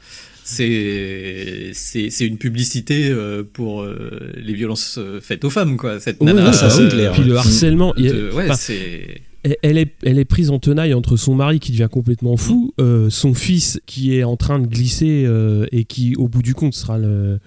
c'est c'est c'est une publicité euh, pour euh, les violences faites aux femmes, quoi. Cette nana. Oui, ça euh, c'est clair. Puis le harcèlement. De, il, ouais, enfin, c'est. Elle est, elle est prise en tenaille entre son mari qui devient complètement fou, euh, son fils qui est en train de glisser euh, et qui, au bout du compte, sera le.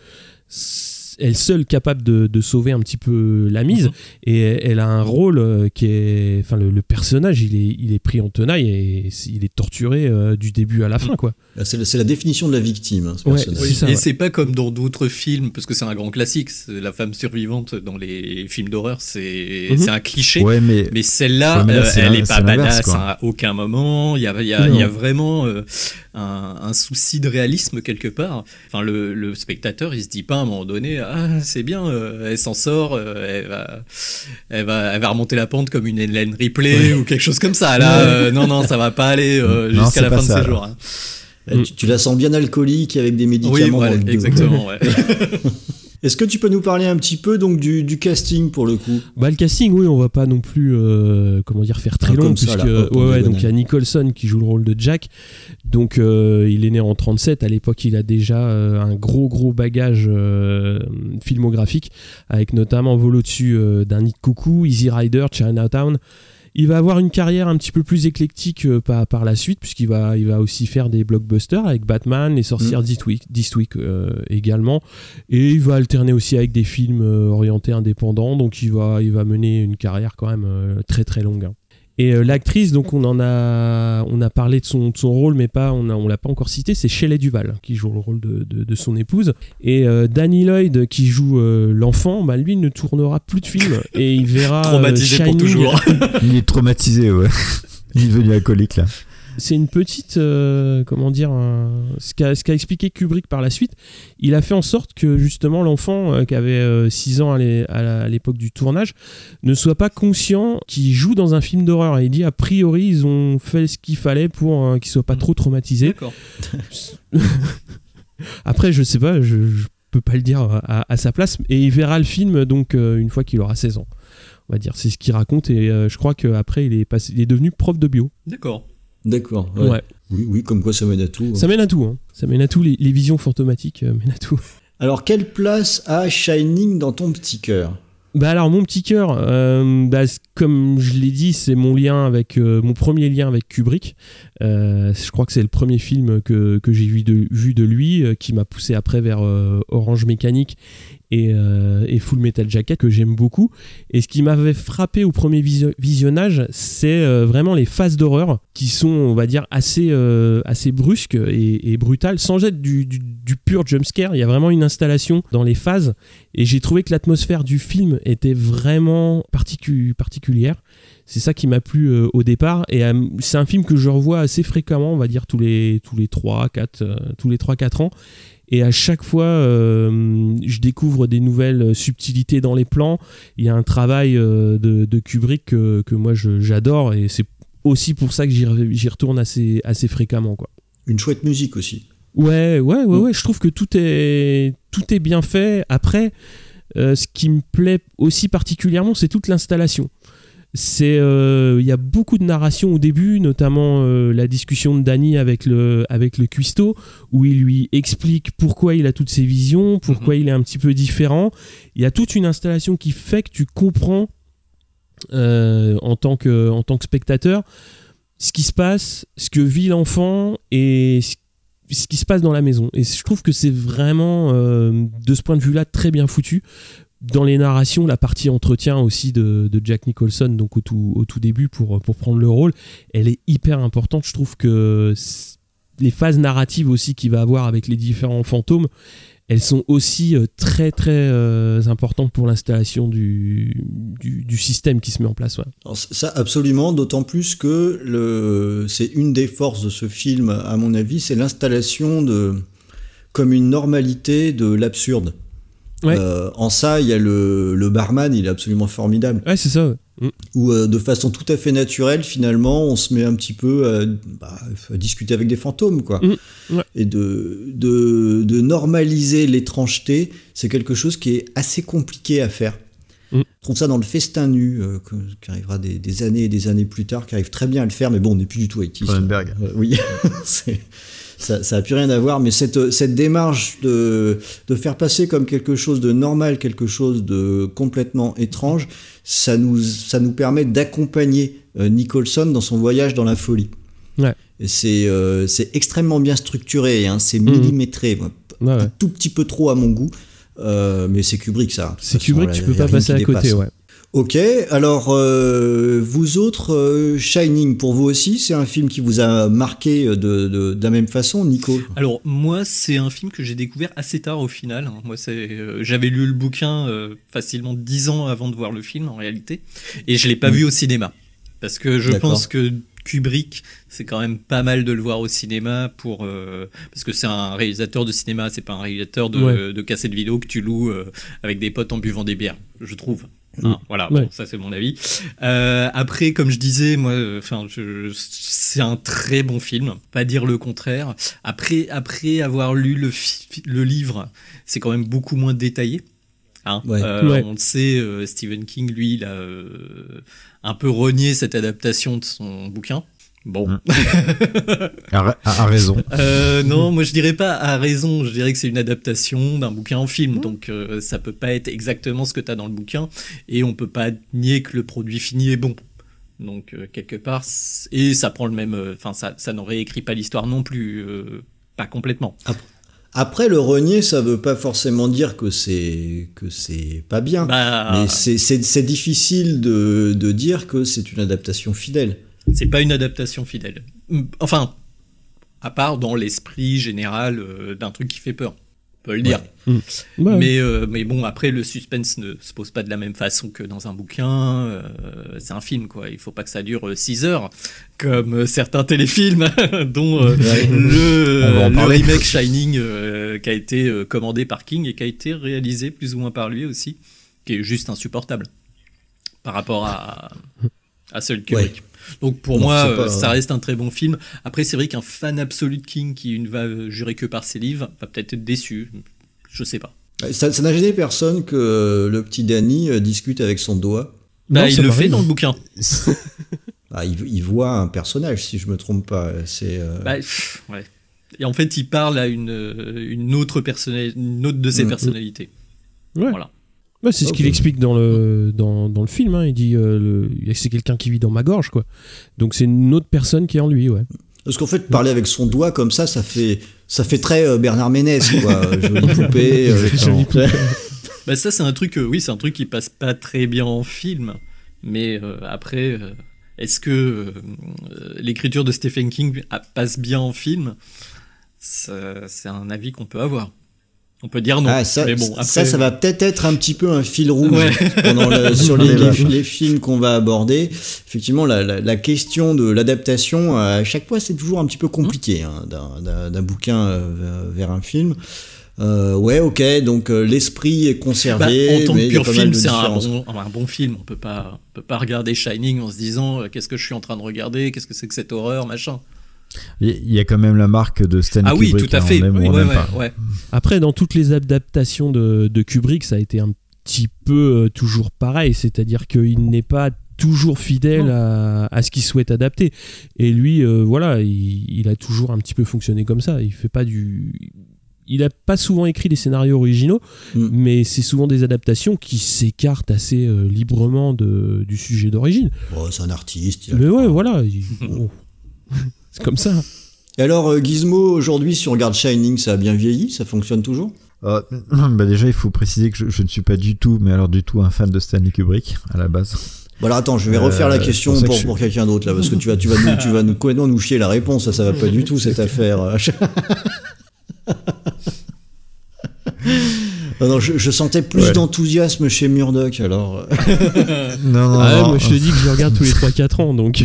Elle seule capable de, de sauver un petit peu la mise, mmh. et elle a un rôle euh, qui est, enfin le, le personnage il est, il est pris en tenaille et il est torturé euh, du début à la fin, quoi. C'est la, c'est la définition de la victime, hein, ce ouais, personnage. Oui, ça, et ouais. c'est pas comme dans d'autres films, parce que c'est un grand classique, c'est la femme survivante dans les films d'horreur, c'est, mmh. c'est un cliché, ouais, mais, mais celle-là, ouais, mais là euh, elle est pas badass quoi. à aucun moment, il y a, il y a, il y a vraiment euh, un, un souci de réalisme quelque part. Enfin, le, le spectateur, il se dit pas à un moment donné, ah c'est bien, euh, elle s'en sort, euh, elle va, elle va, elle va remonter la pente comme une Ellen Ripley ouais. ou quelque chose comme ça. Là, euh, non, non, ça va pas aller euh, non, jusqu'à la fin ça, de ses jours. Hein. Là, tu, tu la sens bien alcoolique avec des médicaments. Oui, voilà, dans le exactement. Ouais. Est-ce que tu peux nous parler un petit peu donc du, du casting pour le coup ? Bah le casting, oui, on va pas non plus euh, comment dire faire très ah, long, puisque ça, là, ouais, ouais, donc il y a Nicholson qui joue le rôle de Jack. Donc euh, il est né en trente-sept. À l'époque, il a déjà euh, un gros gros bagage euh, filmographique, avec notamment Vol au-dessus euh, d'un nid de coucou, Easy Rider, Chinatown. Il va avoir une carrière un petit peu plus éclectique euh, par, par la suite, puisqu'il va, il va aussi faire des blockbusters avec Batman, Les Sorcières mmh. d'Eastwick, d'Eastwick euh, également, et il va alterner aussi avec des films euh, orientés indépendants, donc il va, il va mener une carrière quand même euh, très très longue. Hein. Et euh, l'actrice, donc on en a, on a parlé de son, de son rôle, mais pas, on a, on l'a pas encore cité, c'est Shelley Duvall qui joue le rôle de, de, de son épouse. Et euh, Danny Lloyd qui joue euh, l'enfant, bah lui ne tournera plus de films et il verra traumatisé euh, pour toujours. Il est traumatisé, ouais. Il est devenu alcoolique là. C'est une petite, euh, comment dire, un... ce, qu'a, ce qu'a expliqué Kubrick par la suite. Il a fait en sorte que justement l'enfant euh, qui avait euh, six ans à, l'é- à l'époque du tournage ne soit pas conscient qu'il joue dans un film d'horreur. Et il dit a priori ils ont fait ce qu'il fallait pour euh, qu'il soit pas trop traumatisé. D'accord. Après je sais pas, je, je peux pas le dire à, à sa place. Et il verra le film donc euh, une fois qu'il aura seize ans. On va dire, c'est ce qu'il raconte et euh, je crois qu'après il est passé, il est devenu prof de bio. D'accord. D'accord. Ouais. ouais. Oui, oui, comme quoi ça mène à tout. Ça mène à tout. Hein. Ça mène à tout. Les, les visions fantomatiques euh, mènent à tout. Alors, quelle place a Shining dans ton petit cœur ? Bah alors mon petit cœur, euh, bah, comme je l'ai dit, c'est mon lien avec euh, mon premier lien avec Kubrick. Euh, je crois que c'est le premier film que que j'ai vu de vu de lui, euh, qui m'a poussé après vers euh, Orange Mécanique et, euh, et Full Metal Jacket que j'aime beaucoup. Et ce qui m'avait frappé au premier visio- visionnage, c'est euh, vraiment les phases d'horreur qui sont, on va dire, assez euh, assez brusques et, et brutales, sans être du, du, du pur jumpscare. Il y a vraiment une installation dans les phases. Et j'ai trouvé que l'atmosphère du film était vraiment particu- particulière. C'est ça qui m'a plu euh, au départ. Et euh, c'est un film que je revois assez fréquemment, on va dire tous les, tous les trois quatre, euh, tous les trois quatre ans. Et à chaque fois, euh, je découvre des nouvelles subtilités dans les plans. Il y a un travail euh, de, de Kubrick que, que moi je, j'adore. Et c'est aussi pour ça que j'y, j'y retourne assez, assez fréquemment, quoi. Une chouette musique aussi. Ouais, ouais, ouais, ouais. Je trouve que tout est, tout est bien fait. Après, euh, ce qui me plaît aussi particulièrement, c'est toute l'installation. C'est, euh, il y a beaucoup de narration au début, notamment euh, la discussion de Danny avec le, avec le cuistot, où il lui explique pourquoi il a toutes ces visions, pourquoi mmh. il est un petit peu différent. Il y a toute une installation qui fait que tu comprends euh, en tant que, en tant que spectateur ce qui se passe, ce que vit l'enfant et ce ce qui se passe dans la maison. Et je trouve que c'est vraiment, euh, de ce point de vue-là, très bien foutu. Dans les narrations, la partie entretien aussi de, de Jack Nicholson, donc au tout, au tout début pour, pour prendre le rôle, elle est hyper importante. Je trouve que les phases narratives aussi qu'il va avoir avec les différents fantômes, elles sont aussi euh, très très euh, importantes pour l'installation du, du, du système qui se met en place. Ouais. Alors, ça, absolument, d'autant plus que le, c'est une des forces de ce film, à mon avis, c'est l'installation de, comme une normalité de l'absurde. Ouais. Euh, en ça, il y a le, le barman, il est absolument formidable. Ouais, c'est ça. Ouais. Mmh. Où euh, de façon tout à fait naturelle, finalement, on se met un petit peu à, bah, à discuter avec des fantômes, quoi. Mmh. Ouais. Et de, de, de normaliser l'étrangeté, c'est quelque chose qui est assez compliqué à faire. Mmh. Je trouve ça dans le Festin nu, euh, que, qui arrivera des, des années et des années plus tard, qui arrive très bien à le faire, mais bon, on n'est plus du tout avec Cronenberg. Euh, oui, c'est... Ça, ça a plus rien à voir, mais cette, cette démarche de, de faire passer comme quelque chose de normal, quelque chose de complètement étrange, ça nous, ça nous permet d'accompagner euh, Nicholson dans son voyage dans la folie. Ouais. Et c'est, euh, c'est extrêmement bien structuré, hein, c'est millimétré, mmh. un ouais, ouais. tout petit peu trop à mon goût, euh, mais c'est Kubrick ça. C'est Kubrick, là, tu peux pas passer à côté, ouais. Ok, alors euh, vous autres, euh, Shining, pour vous aussi, c'est un film qui vous a marqué de, de, de la même façon, Nico ? Alors moi, c'est un film que j'ai découvert assez tard au final. Moi, c'est, euh, j'avais lu le bouquin euh, facilement dix ans avant de voir le film en réalité, et je l'ai pas mmh. vu au cinéma parce que je D'accord. pense que Kubrick, c'est quand même pas mal de le voir au cinéma pour euh, parce que c'est un réalisateur de cinéma, c'est pas un réalisateur de, ouais. de cassette vidéo que tu loues euh, avec des potes en buvant des bières, je trouve. Hein, voilà, ouais. bon, ça c'est mon avis. Euh, après, comme je disais, moi, enfin, c'est un très bon film, pas dire le contraire. Après, après avoir lu le, fi- le livre, c'est quand même beaucoup moins détaillé. Hein ouais. Euh, ouais. On le sait, euh, Stephen King, lui, il a euh, un peu renié cette adaptation de son bouquin. Bon. Mmh. a, a raison. Euh, non, moi je dirais pas à raison, je dirais que c'est une adaptation d'un bouquin en film, mmh. donc euh, ça peut pas être exactement ce que t'as dans le bouquin, et on peut pas nier que le produit fini est bon. Donc euh, quelque part, et ça prend le même, enfin euh, ça, ça n'en réécrit pas l'histoire non plus, euh, pas complètement. Après, après le renier, ça veut pas forcément dire que c'est que c'est pas bien, bah, mais c'est, c'est, c'est difficile de, de dire que c'est une adaptation fidèle. C'est pas une adaptation fidèle. Enfin, à part dans l'esprit général euh, d'un truc qui fait peur, on peut le dire. Ouais. Mmh. Ouais. Mais, euh, mais bon, après, le suspense ne se pose pas de la même façon que dans un bouquin. Euh, c'est un film, quoi. Il faut pas que ça dure six heures, comme euh, certains téléfilms, dont euh, ouais. le, le remake Shining, euh, qui a été euh, commandé par King et qui a été réalisé plus ou moins par lui aussi, qui est juste insupportable par rapport à, à celui de Kubrick. Ouais. Donc pour non, moi, pas, ça reste un très bon film. Après, c'est vrai qu'un fan absolu de King qui ne va jurer que par ses livres va peut-être être déçu. Je sais pas. Ça, ça n'a gêné personne que le petit Danny discute avec son doigt. Bah, non, il le fait dans le bouquin. bah, il, il voit un personnage, si je me trompe pas. C'est. Euh... Bah, pff, ouais. Et en fait, il parle à une une autre personnalité, une autre de ses mmh. personnalités. Ouais. Voilà. Ouais, c'est okay. ce qu'il explique dans le, dans, dans le film. Hein. Il dit euh, le, c'est quelqu'un qui vit dans ma gorge, quoi. Donc c'est une autre personne qui est en lui, ouais. Parce qu'en fait, parler avec son doigt comme ça, ça fait, ça fait très euh, Bernard Ménez, quoi. Jolie poupée. Euh, Jolie poupée. Bah ça, c'est un truc, euh, oui, c'est un truc qui passe pas très bien en film. Mais euh, après, euh, est-ce que euh, l'écriture de Stephen King passe bien en film ? ça, C'est un avis qu'on peut avoir. On peut dire non, ah, ça, mais bon, après... ça, ça va peut-être être un petit peu un fil rouge ouais. pendant le, sur les, les, les films qu'on va aborder. Effectivement, la, la, la question de l'adaptation, à chaque fois, c'est toujours un petit peu compliqué hein, d'un, d'un, d'un bouquin euh, vers un film. Euh, ouais, ok, donc euh, l'esprit est conservé. Bah, en tant que pur film, c'est un bon, un bon film. On peut pas, on peut pas regarder Shining en se disant euh, qu'est-ce que je suis en train de regarder, qu'est-ce que c'est que cette horreur, machin. Il y a quand même la marque de Stanley ah Kubrick. Ah oui, tout à fait. Aime, oui, ouais, ouais, ouais. Après, dans toutes les adaptations de, de Kubrick, ça a été un petit peu euh, toujours pareil. C'est-à-dire qu'il n'est pas toujours fidèle à, à ce qu'il souhaite adapter. Et lui, euh, voilà, il, il a toujours un petit peu fonctionné comme ça. Il fait pas du... Il a pas souvent écrit des scénarios originaux, mm. mais c'est souvent des adaptations qui s'écartent assez euh, librement de, du sujet d'origine. Oh, c'est un artiste. Mais ouais, voilà. Il, oh. C'est comme ça. Et alors, Gizmo, aujourd'hui, si on regarde Shining, ça a bien vieilli ? Ça fonctionne toujours ? euh, bah Déjà, il faut préciser que je, je ne suis pas du tout, mais alors du tout un fan de Stanley Kubrick, à la base. Bon alors attends, je vais refaire euh, la question pour, pour, je... pour quelqu'un d'autre, là, parce que tu vas, tu vas, nous, tu vas nous, complètement nous chier la réponse, ça, ça va pas du tout, cette affaire. Non, non, je, je sentais plus Ouais. d'enthousiasme chez Murdoch, alors. Non, non, Ah ouais, non. moi je te dis que je le regarde tous les trois quatre ans, donc.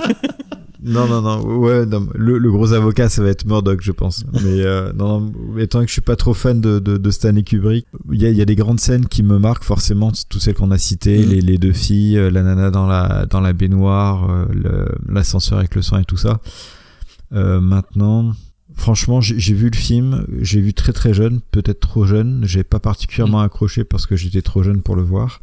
Non, non, non, ouais, non, le, le gros avocat, ça va être Murdoch, je pense. Mais euh, non, non, étant que je suis pas trop fan de, de, de Stanley Kubrick, il y a, il y a des grandes scènes qui me marquent forcément, toutes celles qu'on a citées, Mm. les, les deux filles, euh, la nana dans la, dans la baignoire, euh, le- l'ascenseur avec le sang et tout ça. Euh, maintenant, franchement, j'ai, j'ai vu le film, j'ai vu très très jeune, peut-être trop jeune, j'ai pas particulièrement accroché parce que j'étais trop jeune pour le voir.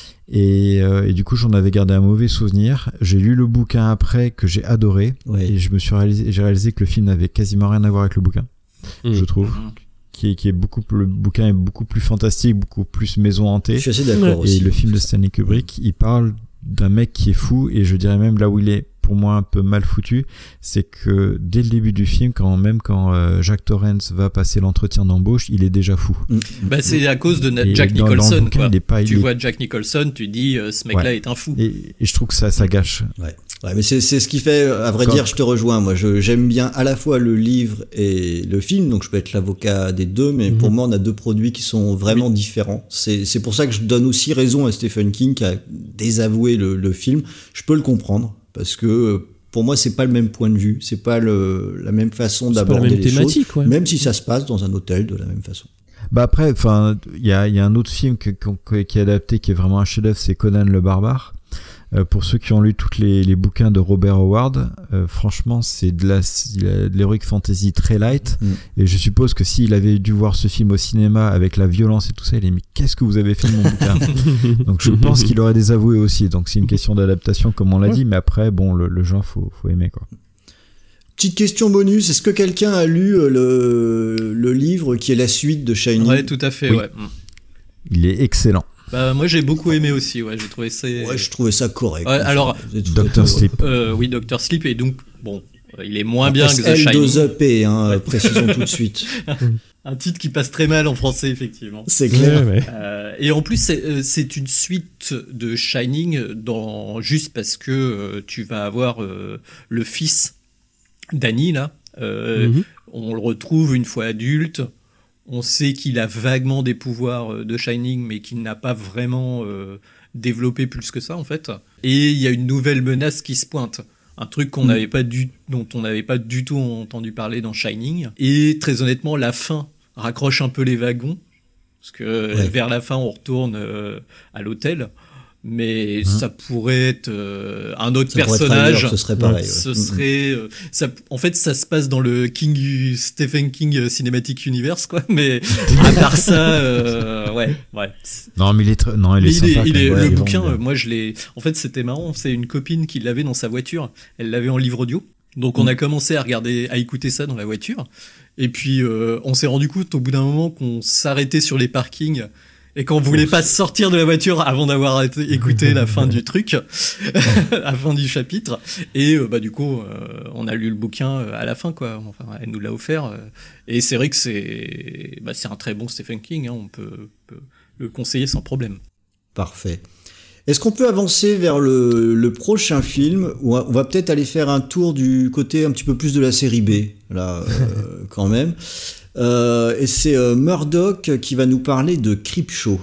Et, euh, et du coup, j'en avais gardé un mauvais souvenir. J'ai lu le bouquin après que j'ai adoré, Ouais. et je me suis réalisé, j'ai réalisé que le film n'avait quasiment rien à voir avec le bouquin, Mm. je trouve. Mhm. Qui est, qui est beaucoup, le bouquin est beaucoup plus fantastique, beaucoup plus maison Je hantée. suis assez d'accord Et aussi. le film de Stanley Kubrick, il parle d'un mec qui est fou, et je dirais même là où il est pour moi un peu mal foutu, c'est que dès le début du film, quand même quand euh, Jack Torrance va passer l'entretien d'embauche, il est déjà fou. Mm. Bah, c'est à cause de na- Et Jack dans- dans le Nicholson, bouquin, quoi. il est pas- il Tu est- vois Jack Nicholson, tu dis, euh, ce mec-là Ouais. est un fou. Et, et je trouve que ça, ça gâche. Ouais. Ouais, mais c'est, c'est ce qui fait, à vrai Quand- dire, je te rejoins. Moi, je, j'aime bien à la fois le livre et le film, donc je peux être l'avocat des deux, mais Mhm. pour moi, on a deux produits qui sont vraiment différents. C'est, c'est pour ça que je donne aussi raison à Stephen King qui a désavoué le, le film. Je peux le comprendre, parce que euh, pour moi, c'est pas le même point de vue, c'est pas le, la même façon C'est pas la d'aborder même les thématique, choses, ouais. même si ça se passe dans un hôtel de la même façon. Bah après, enfin, il y a, il y a un autre film que, que- qui est adapté, qui est vraiment un chef-d'œuvre, c'est Conan le Barbare. Euh, pour ceux qui ont lu tous les, les bouquins de Robert Howard, euh, franchement, c'est de la, de l'heroic fantasy très light. Mm. Et je suppose que s'il avait dû voir ce film au cinéma avec la violence et tout ça, il a dit, mais qu'est-ce que vous avez fait de mon bouquin? Donc je pense qu'il aurait désavoué aussi. Donc c'est une question d'adaptation, comme on l'a dit. Mais après, bon, le, le genre, faut, faut aimer, quoi. Petite question bonus, est-ce que quelqu'un a lu euh, le, le livre qui est la suite de Shining? Ouais, tout à fait, Oui. ouais. Mm. Il est excellent. Bah, moi, j'ai beaucoup aimé aussi, ouais. J'ai trouvé ça. Ouais, je trouvais ça correct. Ouais, alors, Vous êtes tout à Doctor fait- Sleep. Euh, oui, Doctor Sleep, et donc, bon, euh, il est moins bien que The S L deux Shining. E P, hein, précisons tout de suite. Un titre qui passe très mal en français, effectivement. C'est clair. Ouais, ouais. Euh, et en plus, c'est, euh, c'est une suite de Shining dans, juste parce que euh, tu vas avoir euh, le fils d'Annie, là. Euh, Mhm. On le retrouve une fois adulte. On sait qu'il a vaguement des pouvoirs euh, de Shining, mais qu'il n'a pas vraiment euh, développé plus que ça, en fait. Et il y a une nouvelle menace qui se pointe. Un truc qu'on Mm. n'avait pas du, dont on n'avait pas du tout entendu parler dans Shining. Et très honnêtement, la fin raccroche un peu les wagons. Parce que euh, Ouais. vers la fin, on retourne euh, à l'hôtel. Mais Mhm. ça pourrait être euh, un autre Ça pourrait être personnage. ailleurs, ce serait pareil. Ce ouais. serait, euh, ça, en fait, ça se passe dans le King, Stephen King euh, Cinematic Universe, quoi. Mais à part ça, euh, ouais, ouais. Non, mais il est, très- non, il Mais est il est, sympa. il quand est- même. le Ouais, il est bouquin, vraiment euh, moi je l'ai. En fait, c'était marrant. C'est une copine qui l'avait dans sa voiture. Elle l'avait en livre audio. Donc on a commencé à regarder, à écouter ça dans la voiture. Et puis euh, on s'est rendu compte au bout d'un moment qu'on s'arrêtait sur les parkings et qu'on voulait pas sortir de la voiture avant d'avoir été- écouté la fin du truc, la fin du chapitre. Et euh, bah du coup, euh, on a lu le bouquin euh, à la fin, quoi. Enfin, elle nous l'a offert. euh, et c'est vrai que c'est, bah, c'est un très bon Stephen King. Hein, on peut, peut le conseiller sans problème. Parfait. Est-ce qu'on peut avancer vers le, le prochain film, ou on va peut-être aller faire un tour du côté un petit peu plus de la série B, là, euh, quand même. Euh, et c'est euh, Murdoch qui va nous parler de Creepshow.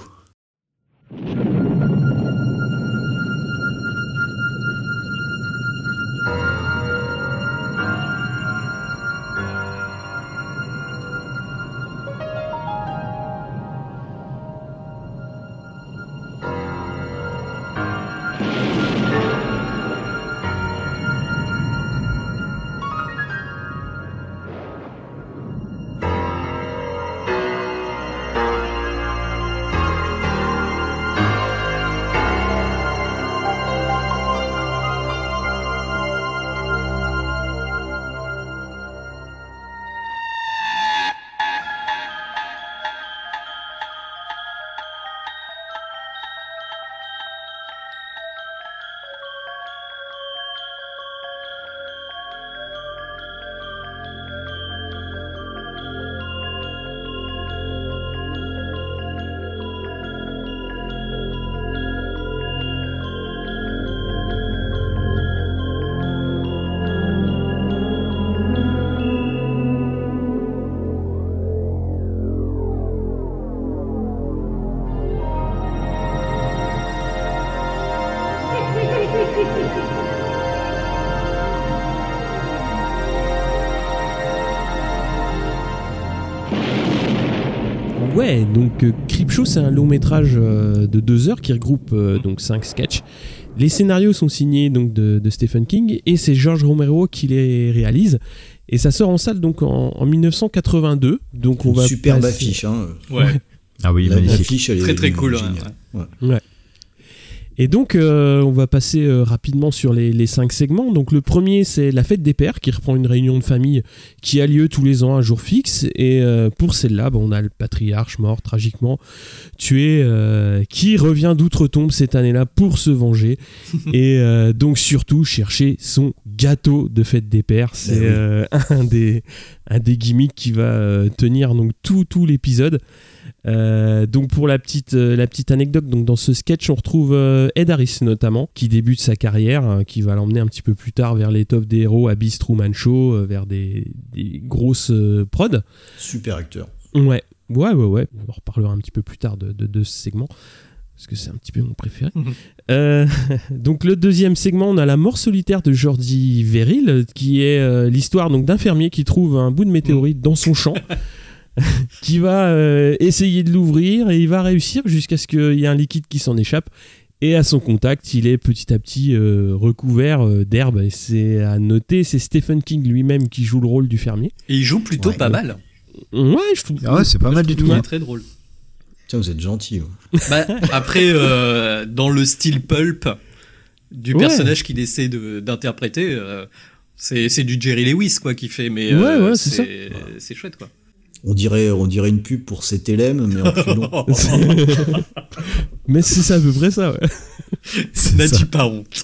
Ouais, donc euh, Creepshow, c'est un long métrage euh, de deux heures qui regroupe euh, donc cinq sketchs. Les scénarios sont signés donc de, de Stephen King et c'est George Romero qui les réalise. Et ça sort en salle donc en, en dix-neuf cent quatre-vingt-deux. Donc on Une va superbe passer... affiche. Hein. Ouais. Ah oui, La- magnifique. l'affiche, elle est Très très cool. géniale. Ouais. Ouais. Ouais. Et donc, euh, on va passer euh, rapidement sur les, les cinq segments. Donc, le premier, c'est la fête des pères, qui reprend une réunion de famille qui a lieu tous les ans à un jour fixe. Et euh, pour celle-là, bah, on a le patriarche mort tragiquement tué, euh, qui revient d'outre-tombe cette année-là pour se venger. Et euh, donc, surtout, chercher son gâteau de fête des pères. C'est Ben oui. euh, un, des, un des gimmicks qui va euh, tenir donc, tout, tout l'épisode. Euh, donc pour la petite, euh, la petite anecdote, donc dans ce sketch on retrouve euh, Ed Harris notamment qui débute sa carrière, hein, qui va l'emmener un petit peu plus tard vers l'étoffe des héros, Abyss, Truman Show, euh, vers des, des grosses euh, prods. Super acteur. Ouais, ouais, ouais, ouais. On en reparlera un petit peu plus tard de, de, de ce segment parce que c'est un petit peu mon préféré. Mhm. Euh, donc le deuxième segment, on a la mort solitaire de Jordi Verrill, qui est euh, l'histoire donc d'un fermier qui trouve un bout de météorite dans son champ. qui va euh, essayer de l'ouvrir et il va réussir jusqu'à ce qu'il y ait un liquide qui s'en échappe et à son contact il est petit à petit euh, recouvert euh, d'herbe et c'est à noter, c'est Stephen King lui-même qui joue le rôle du fermier. Et il joue plutôt Ouais. pas mal. Ouais, je trouve. Ah ouais, c'est pas mal du tout. Il hein. est très drôle. Tiens, vous êtes gentil. Ouais. Bah, après, euh, dans le style pulp du Ouais. personnage qu'il essaie de, d'interpréter, euh, c'est, c'est du Jerry Lewis quoi qu'il fait, mais Ouais, euh, ouais, c'est ça. c'est chouette quoi. On dirait, on dirait une pub pour C T L M, mais en plus long. Mais c'est ça, à peu près ça, ouais. N'as-tu pas honte?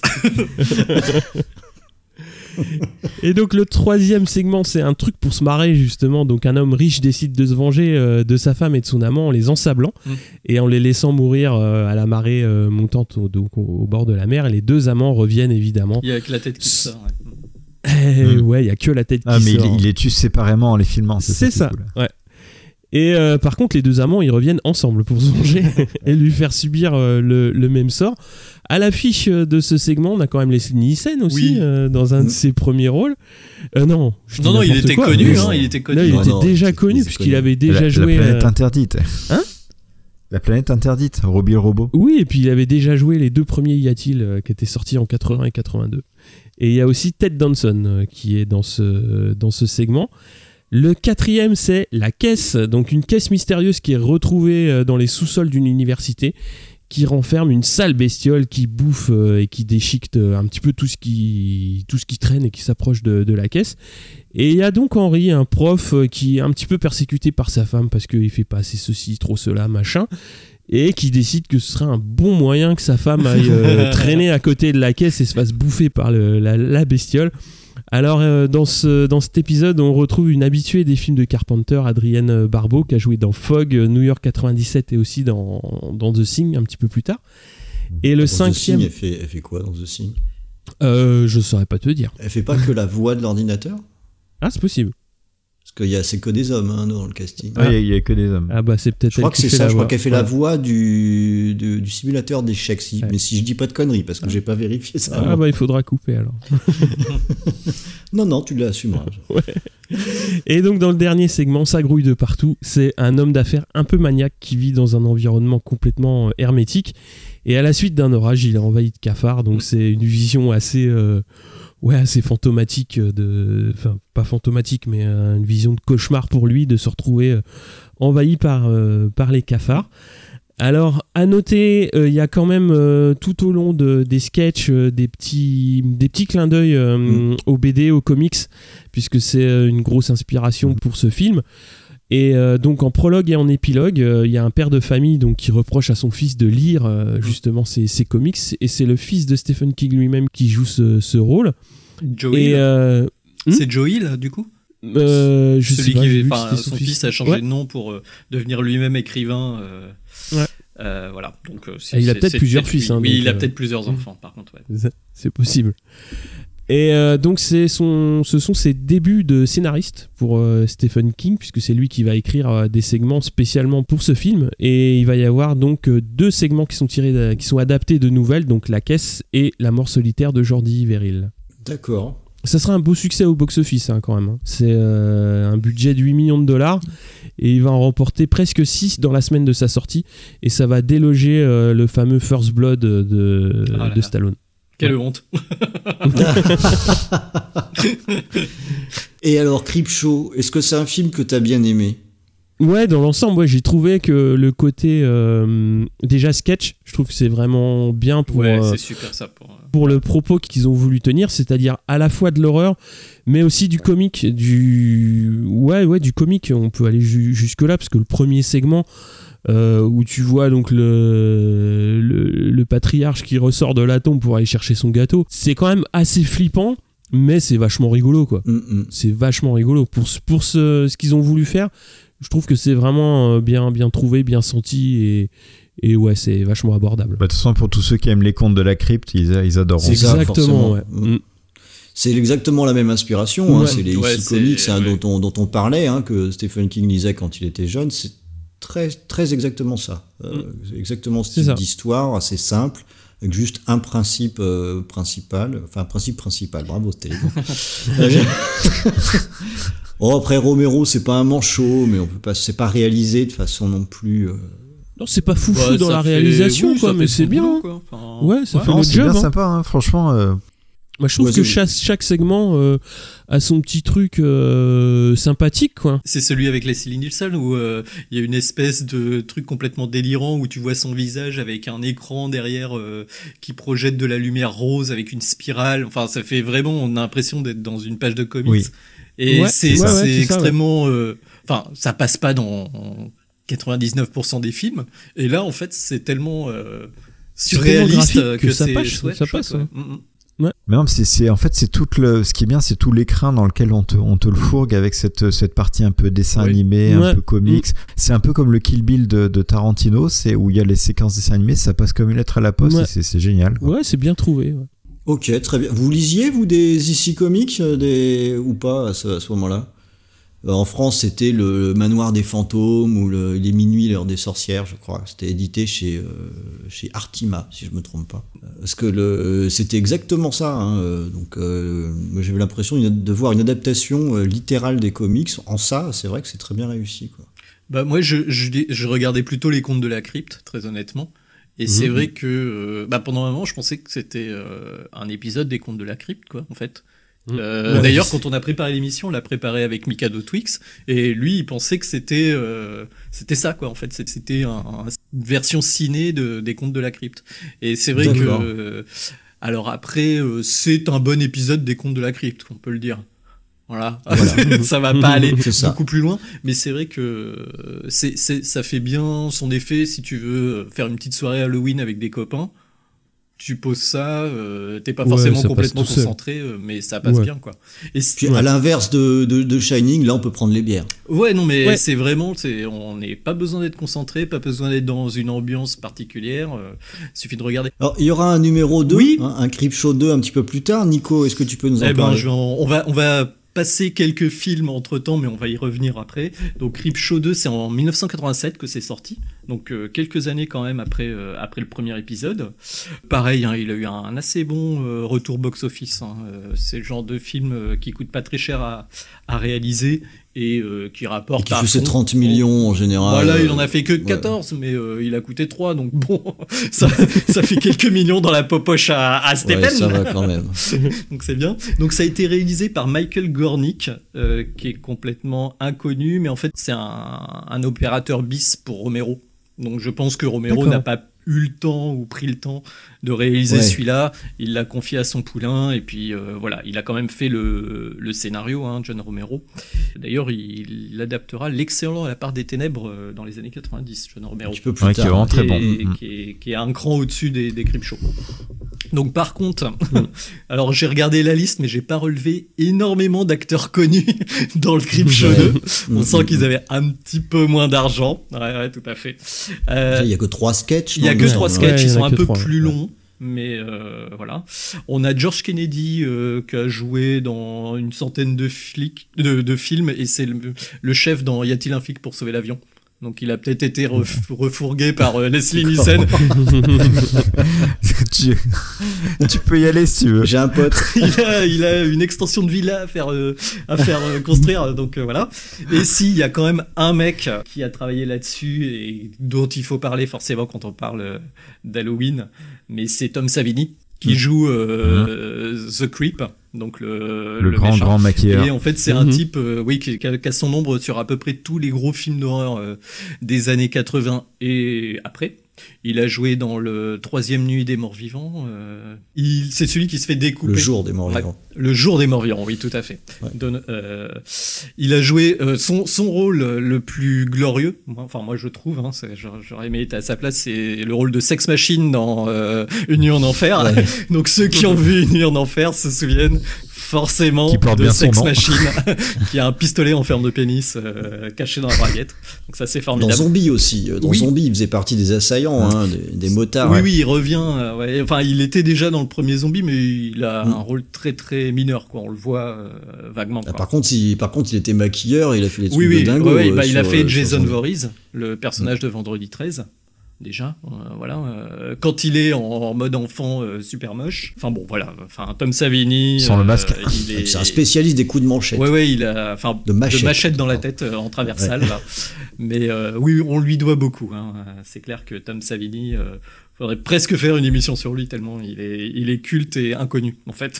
Et donc le troisième segment, c'est un truc pour se marrer justement. Donc un homme riche décide de se venger euh, de sa femme et de son amant en les ensablant Mm. et en les laissant mourir euh, à la marée euh, montante au, donc, au, au bord de la mer. Et les deux amants reviennent évidemment. Il y a que la tête qui sort. Ouais. Eh, Mm. ouais, il y a que la tête Ah, qui mais il, sort. il les tue séparément en les filmant. C'est, C'est ça. ça, qui est cool. ouais. Et euh, par contre, les deux amants, ils reviennent ensemble pour se venger et lui faire subir euh, le, le même sort. À l'affiche de ce segment, on a quand même Leslie Nielsen aussi, Oui. euh, dans un de Mm. ses premiers rôles. Euh, non, je dis Non, non, il n'importe était quoi, connu, mais- hein, il était connu. Là, il Non, était non, déjà il- connu il puisqu'il était avait déjà la, joué. la planète euh, interdite. Hein La planète interdite, Robbie le robot. Oui, et puis il avait déjà joué les deux premiers Y a-t-il euh, qui étaient sortis en quatre-vingts et quatre-vingt-deux. Et il y a aussi Ted Danson euh, qui est dans ce, dans ce segment. Le quatrième, c'est la caisse, donc une caisse mystérieuse qui est retrouvée euh, dans les sous-sols d'une université, qui renferme une sale bestiole qui bouffe euh, et qui déchiquette euh, un petit peu tout ce qui, tout ce qui traîne et qui s'approche de, de la caisse. Et il y a donc Henry, un prof euh, qui est un petit peu persécuté par sa femme parce qu'il fait pas assez ceci, trop cela, machin, et qui décide que ce serait un bon moyen que sa femme aille euh, traîner à côté de la caisse et se fasse bouffer par le- la, la bestiole. Alors euh, dans, ce, dans cet épisode, on retrouve une habituée des films de Carpenter, Adrienne Barbeau, qui a joué dans Fog, New York quatre-vingt-dix-sept et aussi dans, dans The Thing un petit peu plus tard. Et le Dans cinquième, The Thing, elle fait, elle fait quoi dans The Thing? euh, je saurais pas te dire. Elle fait pas que la voix de l'ordinateur? Ah, c'est possible. Parce qu'il y a, c'est que des hommes hein, dans le casting. Ouais, il y, a que des hommes. Ah bah c'est peut-être Je crois elle que qui c'est fait ça, la je crois voix. qu'elle fait Ouais. la voix du, du, du simulateur d'échecs, si, Ouais. mais si je dis pas de conneries, parce que j'ai pas vérifié ça. Ah bah il faudra couper alors. Non, non, tu l'assumeras. Et donc dans le dernier segment, ça grouille de partout. C'est un homme d'affaires un peu maniaque qui vit dans un environnement complètement euh, hermétique. Et à la suite d'un orage, il est envahi de cafards. Donc c'est une vision assez, euh, ouais, assez fantomatique. De, enfin, pas fantomatique, mais euh, une vision de cauchemar pour lui de se retrouver euh, envahi par, euh, par les cafards. Alors, à noter, il euh, y a quand même euh, tout au long de, des sketchs euh, des, petits, des petits clins d'œil euh, Mm. aux B D, aux comics, puisque c'est euh, une grosse inspiration pour ce film. Et euh, donc, en prologue et en épilogue, il euh, y a un père de famille donc, qui reproche à son fils de lire euh, justement ses, ses comics. Et c'est le fils de Stephen King lui-même qui joue ce, ce rôle. Joey, Et, euh, c'est Joey là, du coup euh, je Celui sais pas, qui, j'ai vu que enfin, c'était son fils a changé Ouais. de nom pour euh, devenir lui-même écrivain. Euh, Ouais. euh, voilà. Donc, euh, Et il a c'est- peut-être c'est plusieurs fils, lui. hein, oui, donc, il a euh, peut-être plusieurs enfants, par contre. Ouais. C'est- C'est possible. Et euh, donc c'est son, ce sont ses débuts de scénariste pour euh, Stephen King, puisque c'est lui qui va écrire euh, des segments spécialement pour ce film. Et il va y avoir donc euh, deux segments qui sont tirés, de, qui sont adaptés de nouvelles, donc La Caisse et La Mort solitaire de Jordi Verrill. D'accord. Ça sera un beau succès au box-office hein, quand même. Hein. C'est euh, un budget de huit millions de dollars et il va en remporter presque six dans la semaine de sa sortie. Et ça va déloger euh, le fameux First Blood de, ah de Stallone. Quelle ouais. honte. Et alors, Creepshow, est-ce que c'est un film que t'as bien aimé ? Ouais, dans l'ensemble, ouais, j'ai trouvé que le côté euh, déjà sketch, je trouve que c'est vraiment bien pour, ouais, euh, c'est super ça pour, euh... pour le propos qu'ils ont voulu tenir, c'est-à-dire à la fois de l'horreur, mais aussi du comique, du ouais, ouais, du comique. On peut aller ju- jusque là parce que le premier segment. Euh, où tu vois donc le, le, le patriarche qui ressort de la tombe pour aller chercher son gâteau, c'est quand même assez flippant, mais c'est vachement rigolo quoi. Mm-hmm. C'est vachement rigolo pour, pour ce, ce qu'ils ont voulu faire. Je trouve que c'est vraiment bien, bien trouvé, bien senti et, et ouais, c'est vachement abordable. Bah, de toute façon, pour tous ceux qui aiment les contes de la crypte, ils, ils adoreront. C'est exactement, ouais. Mm. C'est exactement la même inspiration. Ouais. Hein. C'est les ouais, ici comics c'est... hein, ouais. dont, on, dont on parlait, hein, que Stephen King lisait quand il était jeune. C'est très, très exactement ça. Euh, mm. C'est exactement ce type d'histoire, assez simple, avec juste un principe euh, principal. Enfin, un principe principal. Bravo, c'était élégant. Oh, après Romero, c'est pas un manchot, mais on peut pas, c'est pas réalisé de façon non plus. Euh... Non, c'est pas foufou bah, dans la fait... réalisation, oui, quoi, mais c'est bien. Boulot, quoi. Enfin, ouais, ça ouais, fait non, le c'est job. bien hein. sympa, hein, franchement. Euh... Moi, je trouve ouais, que chaque, chaque segment euh, a son petit truc euh, sympathique, quoi. C'est celui avec Leslie Nielsen où il euh, y a une espèce de truc complètement délirant où tu vois son visage avec un écran derrière euh, qui projette de la lumière rose avec une spirale. Enfin, ça fait vraiment, on a l'impression d'être dans une page de comics. Oui. Et ouais, c'est, ouais, c'est ouais, extrêmement... Enfin, euh, ça passe pas dans quatre-vingt-dix-neuf pour cent des films. Et là, en fait, c'est tellement euh, surréaliste que, que ça c'est passe. chouette, ça chouette, passe ouais. ouais. Mm-hmm. Ouais. Mais non, c'est, c'est en fait c'est tout le ce qui est bien, c'est tout l'écran dans lequel on te on te le fourgue avec cette cette partie un peu dessin oui. animé, un ouais. peu comics. Mmh. C'est un peu comme le Kill Bill de, de Tarantino, c'est où il y a les séquences dessin animé, ça passe comme une lettre à la poste, ouais. et c'est c'est génial. Quoi. Ouais, c'est bien trouvé. Ouais. Ok, très bien. Vous lisiez vous des ici comics des ou pas à ce, à ce moment-là? En France, c'était le Manoir des fantômes ou le, les Minuit, l'heure des sorcières, je crois. C'était édité chez, euh, chez Artima, si je me trompe pas. Parce que le, c'était exactement ça. Hein. Donc, euh, j'avais l'impression de voir une adaptation euh, littérale des comics. En ça, c'est vrai que c'est très bien réussi, quoi. Bah moi, je, je, je regardais plutôt les contes de la crypte, très honnêtement. Et mmh. c'est vrai que euh, bah pendant un moment, je pensais que c'était euh, un épisode des contes de la crypte, quoi, en fait. Euh, ouais, d'ailleurs, quand on a préparé l'émission, on l'a préparé avec Mikado Twix, et lui, il pensait que c'était euh, c'était ça, quoi. En fait, c'était un, un, une version ciné de, des contes de la crypte. Et c'est vrai D'accord. que, euh, alors après, euh, c'est un bon épisode des contes de la crypte, on peut le dire. Voilà, voilà. Ça va pas aller beaucoup plus loin, mais c'est vrai que c'est, c'est, ça fait bien son effet si tu veux faire une petite soirée Halloween avec des copains. Tu poses ça, euh, t'es pas ouais, forcément complètement concentré, euh, mais ça passe ouais. bien, quoi. Et puis, ouais. à l'inverse de, de, de Shining, là, on peut prendre les bières. Ouais, non, mais ouais. c'est vraiment, c'est, on n'est pas besoin d'être concentré, pas besoin d'être dans une ambiance particulière, il euh, suffit de regarder. Alors, il y aura un numéro deux, oui. hein, un Creepshow deux un petit peu plus tard. Nico, est-ce que tu peux nous en eh parler? ben, je, on, va, on va passer quelques films entre temps, mais on va y revenir après. Donc Creepshow deux, c'est en dix-neuf cent quatre-vingt-sept que c'est sorti, donc euh, quelques années quand même après, euh, après le premier épisode. Pareil, hein, il a eu un assez bon euh, retour box-office. Hein. Euh, c'est le genre de film euh, qui coûte pas très cher à, à réaliser et euh, qui rapporte. Et qui fait ses trente millions en général. Voilà, il en a fait que quatorze, ouais. mais euh, il a coûté trois, donc bon, ça, ça fait quelques millions dans la popoche à, à Stephen. Ouais, ça va quand même. Donc c'est bien. Donc ça a été réalisé par Michael Gornick, euh, qui est complètement inconnu, mais en fait c'est un, un opérateur bis pour Romero. Donc je pense que Romero D'accord. n'a pas eu le temps ou pris le temps de réaliser ouais. celui-là, il l'a confié à son poulain et puis euh, voilà, il a quand même fait le, le scénario, hein, John Romero. D'ailleurs, il, il adaptera l'excellent À la part des ténèbres euh, dans les années quatre-vingt-dix, John Romero. Un petit peu plus ouais, tard, qui est vraiment très bon. Et, qui, est, qui est un cran au-dessus des, des Creepshow. Donc par contre, alors j'ai regardé la liste, mais j'ai pas relevé énormément d'acteurs connus dans le Creepshow deux. On sent qu'ils avaient un petit peu moins d'argent. Ouais, ouais, tout à fait. Euh, il y a que trois sketchs. Il y a que trois sketchs, ouais, ils sont un peu trois, plus longs. Mais euh, voilà. On a George Kennedy euh, qui a joué dans une centaine de, flics, de, de films et c'est le, le chef dans Y a-t-il un flic pour sauver l'avion ? Donc il a peut-être été ref- refourgué par euh, Leslie Nielsen. tu, tu peux y aller si tu veux. J'ai un pote. il, a, il a une extension de villa à faire, euh, à faire euh, construire, donc euh, voilà. Et si, il y a quand même un mec qui a travaillé là-dessus et dont il faut parler forcément quand on parle euh, d'Halloween, mais c'est Tom Savini qui mmh. joue euh, mmh. The Creep, donc le, le, le grand méchant. grand maquilleur. Et en fait, c'est mmh. un type, euh, oui, qui, qui, a, qui a son ombre sur à peu près tous les gros films d'horreur euh, des années quatre-vingts et après. Il a joué dans le troisième Nuit des Morts Vivants. Euh, il, c'est celui qui se fait découper. Le Jour des Morts Vivants. Ouais, le Jour des Morts Vivants, oui, tout à fait. Ouais. Donne, euh, il a joué euh, son, son rôle le plus glorieux. Enfin, moi, je trouve. Hein, c'est, j'aurais aimé être à sa place. C'est le rôle de Sex Machine dans euh, Une Nuit en Enfer. Ouais. Donc, ceux qui ont vu Une Nuit en Enfer se souviennent forcément de Sex Machine, qui a un pistolet en forme de pénis euh, caché dans la braguette. Donc ça, c'est formidable. Dans Zombie aussi. Dans oui. Zombie, il faisait partie des assaillants, hein, des, des motards. Oui, ouais. oui, il revient. Euh, ouais. Enfin, il était déjà dans le premier Zombie, mais il a mm. un rôle très, très mineur, quoi. On le voit euh, vaguement. Quoi. Ah, par contre, il, par contre, il était maquilleur, il a fait des trucs oui, oui, de dingo. Oui, oui, bah, euh, il a sur, fait euh, Jason Voorhees, le personnage mm. de Vendredi treize. Déjà, euh, voilà. Euh, quand il est en, en mode enfant euh, super moche. Enfin bon, voilà. Enfin, Tom Savini. Sans euh, le masque. Il est... C'est un spécialiste des coups de manchette. Ouais, ouais, il a, enfin, de machette, de machette dans la tête euh, en traversale. Ouais. Là. Mais euh, oui, on lui doit beaucoup. Hein. C'est clair que Tom Savini, euh, faudrait presque faire une émission sur lui tellement il est, il est culte et inconnu en fait.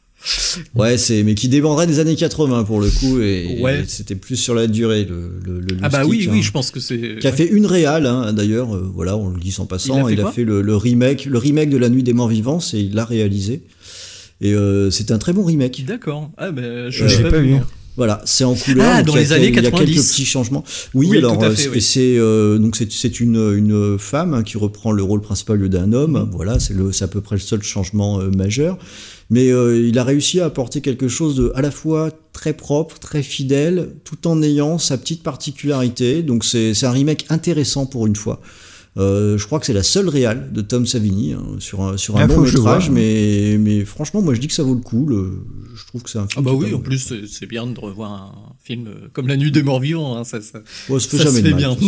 Ouais, c'est mais qui débandrait des années quatre-vingts pour le coup et, ouais. et c'était plus sur la durée le, le, le ah bah stick, oui hein, oui je pense que c'est qui a ouais. fait une réal hein, d'ailleurs euh, voilà on le dit sans passant il a fait, il a fait le, le remake le remake de La Nuit des Morts Vivants et il l'a réalisé et euh, c'est un très bon remake. D'accord. Ah bah je euh, l'ai pas vu. Voilà, c'est en couleur. Ah, dans les années quatre-vingt-dix. Il y a quelques petits changements. Oui, oui alors fait, et oui. c'est euh, donc c'est c'est une une femme hein, qui reprend le rôle principal d'un homme. Mmh. Voilà, c'est le c'est à peu près le seul changement euh, majeur. Mais euh, il a réussi à apporter quelque chose de à la fois très propre, très fidèle, tout en ayant sa petite particularité. Donc c'est c'est un remake intéressant pour une fois. Euh, je crois que c'est la seule réale de Tom Savini hein, sur un sur un long métrage, mais mais franchement moi je dis que ça vaut le coup. Le, je trouve que c'est un film. Ah bah oui, en plus c'est, c'est bien de revoir un film comme La Nuit des Morts Vivants. Hein, ça ça, ouais, ça, fait, ça jamais se fait de bien.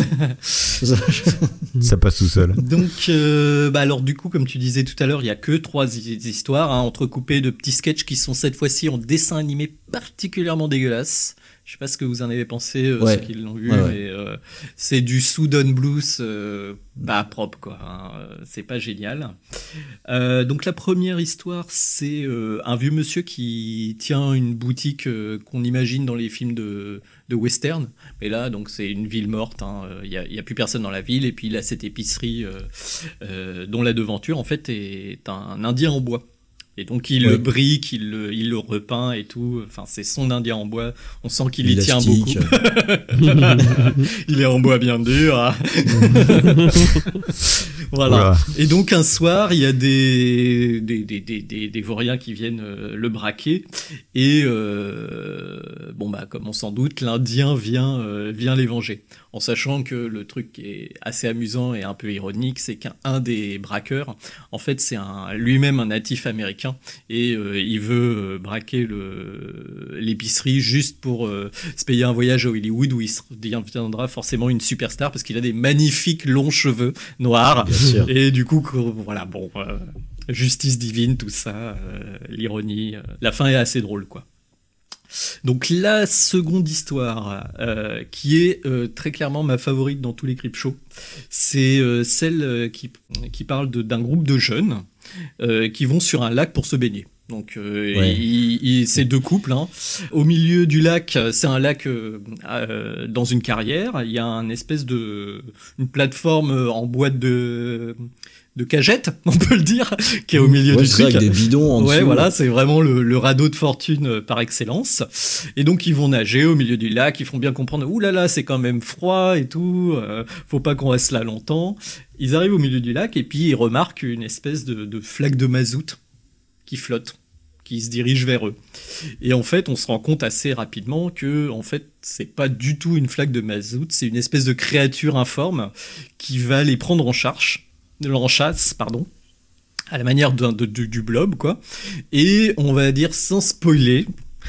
Ça passe tout seul. Donc euh, bah alors du coup comme tu disais tout à l'heure, il y a que trois histoires hein, entrecoupées de petits sketchs qui sont cette fois-ci en dessin animé particulièrement dégueulasse. Je sais pas ce que vous en avez pensé, euh, ouais. ceux qui l'ont vu, ouais, ouais. mais euh, c'est du Southern Blues euh, pas propre, quoi. Hein, c'est pas génial. Euh, donc la première histoire, c'est euh, un vieux monsieur qui tient une boutique euh, qu'on imagine dans les films de, de western. Mais là, donc c'est une ville morte. Il hein, n'y a, y a plus personne dans la ville. Et puis il a cette épicerie euh, euh, dont la devanture, en fait, est un Indien en bois. Et donc il ouais. le brique, il le, il le repeint et tout. Enfin, c'est son Indien en bois. On sent qu'il y tient beaucoup. Il est en bois bien dur. Hein. Voilà. Voilà. Et donc un soir, il y a des des des des, des, des vauriens qui viennent euh, le braquer. Et euh, bon bah comme on s'en doute, l'Indien vient euh, vient les venger. En sachant que le truc qui est assez amusant et un peu ironique, c'est qu'un des braqueurs, en fait, c'est un, lui-même un natif américain et euh, il veut euh, braquer le, l'épicerie juste pour euh, se payer un voyage à Hollywood où il deviendra forcément une superstar parce qu'il a des magnifiques longs cheveux noirs. Et du coup, voilà, bon, euh, justice divine, tout ça, euh, l'ironie, euh, la fin est assez drôle, quoi. Donc la seconde histoire, euh, qui est euh, très clairement ma favorite dans tous les Creepshows, c'est euh, celle euh, qui, qui parle de, d'un groupe de jeunes euh, qui vont sur un lac pour se baigner. Donc euh, ouais. il, il, c'est deux couples. Hein. Au milieu du lac, c'est un lac euh, euh, dans une carrière. Il y a une espèce de une plateforme en bois de de cagette, on peut le dire, qui est au milieu ouais, du truc. Avec des bidons en ouais, dessous. voilà, c'est vraiment le, le radeau de fortune par excellence. Et donc ils vont nager au milieu du lac. Ils font bien comprendre. Ouh là là, c'est quand même froid et tout. Euh, faut pas qu'on reste là longtemps. Ils arrivent au milieu du lac et puis ils remarquent une espèce de, de flaque de mazout qui flotte, qui se dirige vers eux. Et en fait, on se rend compte assez rapidement que, en fait, c'est pas du tout une flaque de mazout, c'est une espèce de créature informe qui va les prendre en charge, en chasse, pardon. à la manière de, de, de, du Blob, quoi. Et on va dire sans spoiler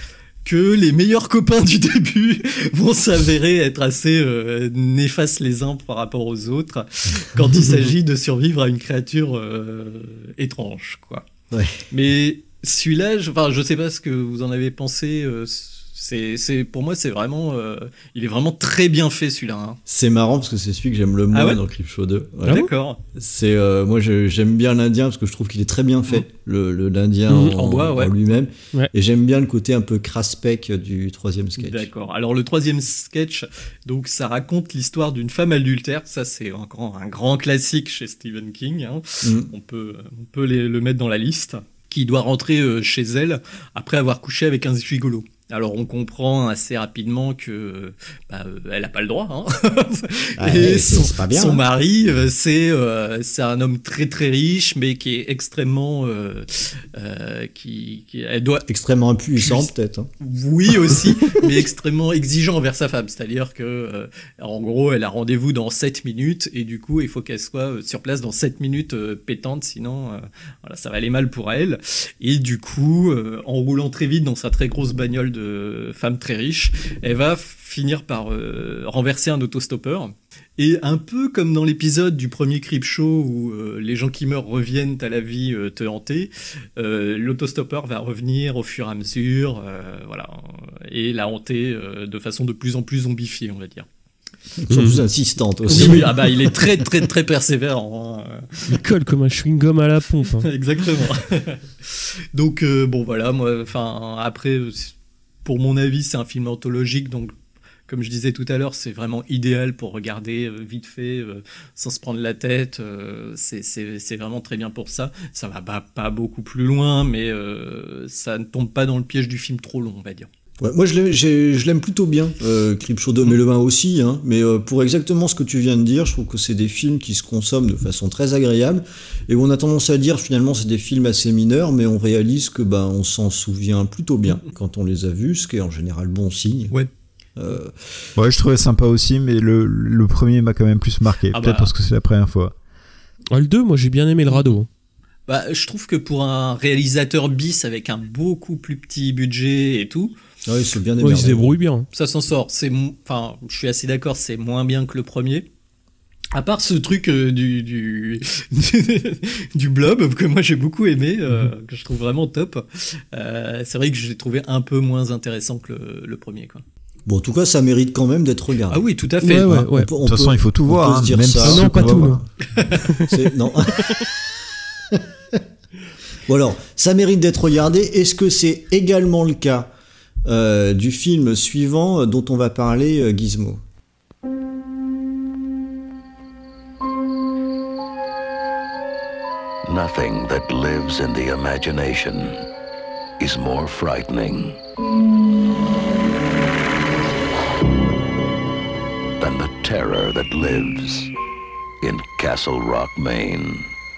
que les meilleurs copains du début vont s'avérer être assez euh, néfastes les uns par rapport aux autres quand il s'agit de survivre à une créature euh, étrange, quoi. Ouais. Mais celui-là, je, enfin, je sais pas ce que vous en avez pensé. Euh, c'est, c'est, pour moi, c'est vraiment, euh, il est vraiment très bien fait celui-là. Hein. C'est marrant parce que c'est celui que j'aime le moins ah ouais dans Creepshow deux. Ouais. Ah d'accord. C'est, euh, moi, je, j'aime bien l'Indien parce que je trouve qu'il est très bien fait, mmh. le, le l'Indien mmh, en, en, bois, ouais. en lui-même. Ouais. Et j'aime bien le côté un peu crasse-pec du troisième sketch. D'accord. Alors le troisième sketch, donc ça raconte l'histoire d'une femme adultère. Ça, c'est encore un grand classique chez Stephen King. Hein. Mmh. On peut, on peut les, le mettre dans la liste. Qui doit rentrer euh, chez elle après avoir couché avec un gigolo. Alors on comprend assez rapidement que bah, euh, elle a pas le droit. Hein. Ah, et c'est, son, c'est pas bien, son hein. mari, euh, c'est euh, c'est un homme très très riche, mais qui est extrêmement euh, euh, qui, qui elle doit extrêmement impuissant peut-être. Hein. Oui aussi, mais extrêmement exigeant envers sa femme. C'est-à-dire que euh, en gros elle a rendez-vous dans sept minutes et du coup il faut qu'elle soit sur place dans sept minutes euh, pétante, sinon euh, voilà ça va aller mal pour elle. Et du coup euh, en roulant très vite dans sa très grosse bagnole de de femme très riche, elle va finir par euh, renverser un autostoppeur. Et un peu comme dans l'épisode du premier Creepshow où euh, les gens qui meurent reviennent à la vie euh, te hanter, euh, l'autostoppeur va revenir au fur et à mesure, euh, voilà, et la hanter euh, de façon de plus en plus zombifiée, on va dire. Sont plus insistante aussi. Oui, oui, ah bah il est très très très persévérant. Hein. Il colle comme un chewing-gum à la pompe. Hein. Exactement. Donc euh, bon voilà, moi, enfin après. Pour mon avis, c'est un film anthologique, donc comme je disais tout à l'heure, c'est vraiment idéal pour regarder euh, vite fait, euh, sans se prendre la tête. Euh, c'est, c'est, c'est vraiment très bien pour ça. Ça va pas, pas beaucoup plus loin, mais euh, ça ne tombe pas dans le piège du film trop long, on va dire. Ouais, moi, je l'aime, j'ai, je l'aime plutôt bien, euh, Creepshow deux, mmh. mais le un aussi. Hein, mais euh, pour exactement ce que tu viens de dire, je trouve que c'est des films qui se consomment de façon très agréable et où on a tendance à dire finalement c'est des films assez mineurs, mais on réalise que ben on s'en souvient plutôt bien mmh. quand on les a vus, ce qui est en général bon signe. Ouais. Euh... Ouais, je trouvais sympa aussi, mais le, le premier m'a quand même plus marqué, ah peut-être bah... parce que c'est la première fois. Ah, le deux, moi j'ai bien aimé le radeau. Bah, je trouve que pour un réalisateur bis avec un beaucoup plus petit budget et tout. Oui, c'est bien ouais, il se débrouille bien. Ça s'en sort. C'est, enfin, je suis assez d'accord, c'est moins bien que le premier. À part ce truc euh, du du du blob que moi j'ai beaucoup aimé, euh, mm-hmm. que je trouve vraiment top. Euh, c'est vrai que je l'ai trouvé un peu moins intéressant que le, le premier, quoi. Bon, en tout cas, ça mérite quand même d'être regardé. Ah oui, tout à fait. Ouais, ouais, ouais. De toute façon, il faut tout voir. Hein, même ça. Ah non, pas tout. Non. C'est, non. Bon alors, ça mérite d'être regardé. Est-ce que c'est également le cas euh, du film suivant dont on va parler, euh, Gizmo ? Nothing that lives in the imagination is more frightening than the terror that lives in Castle Rock, Maine.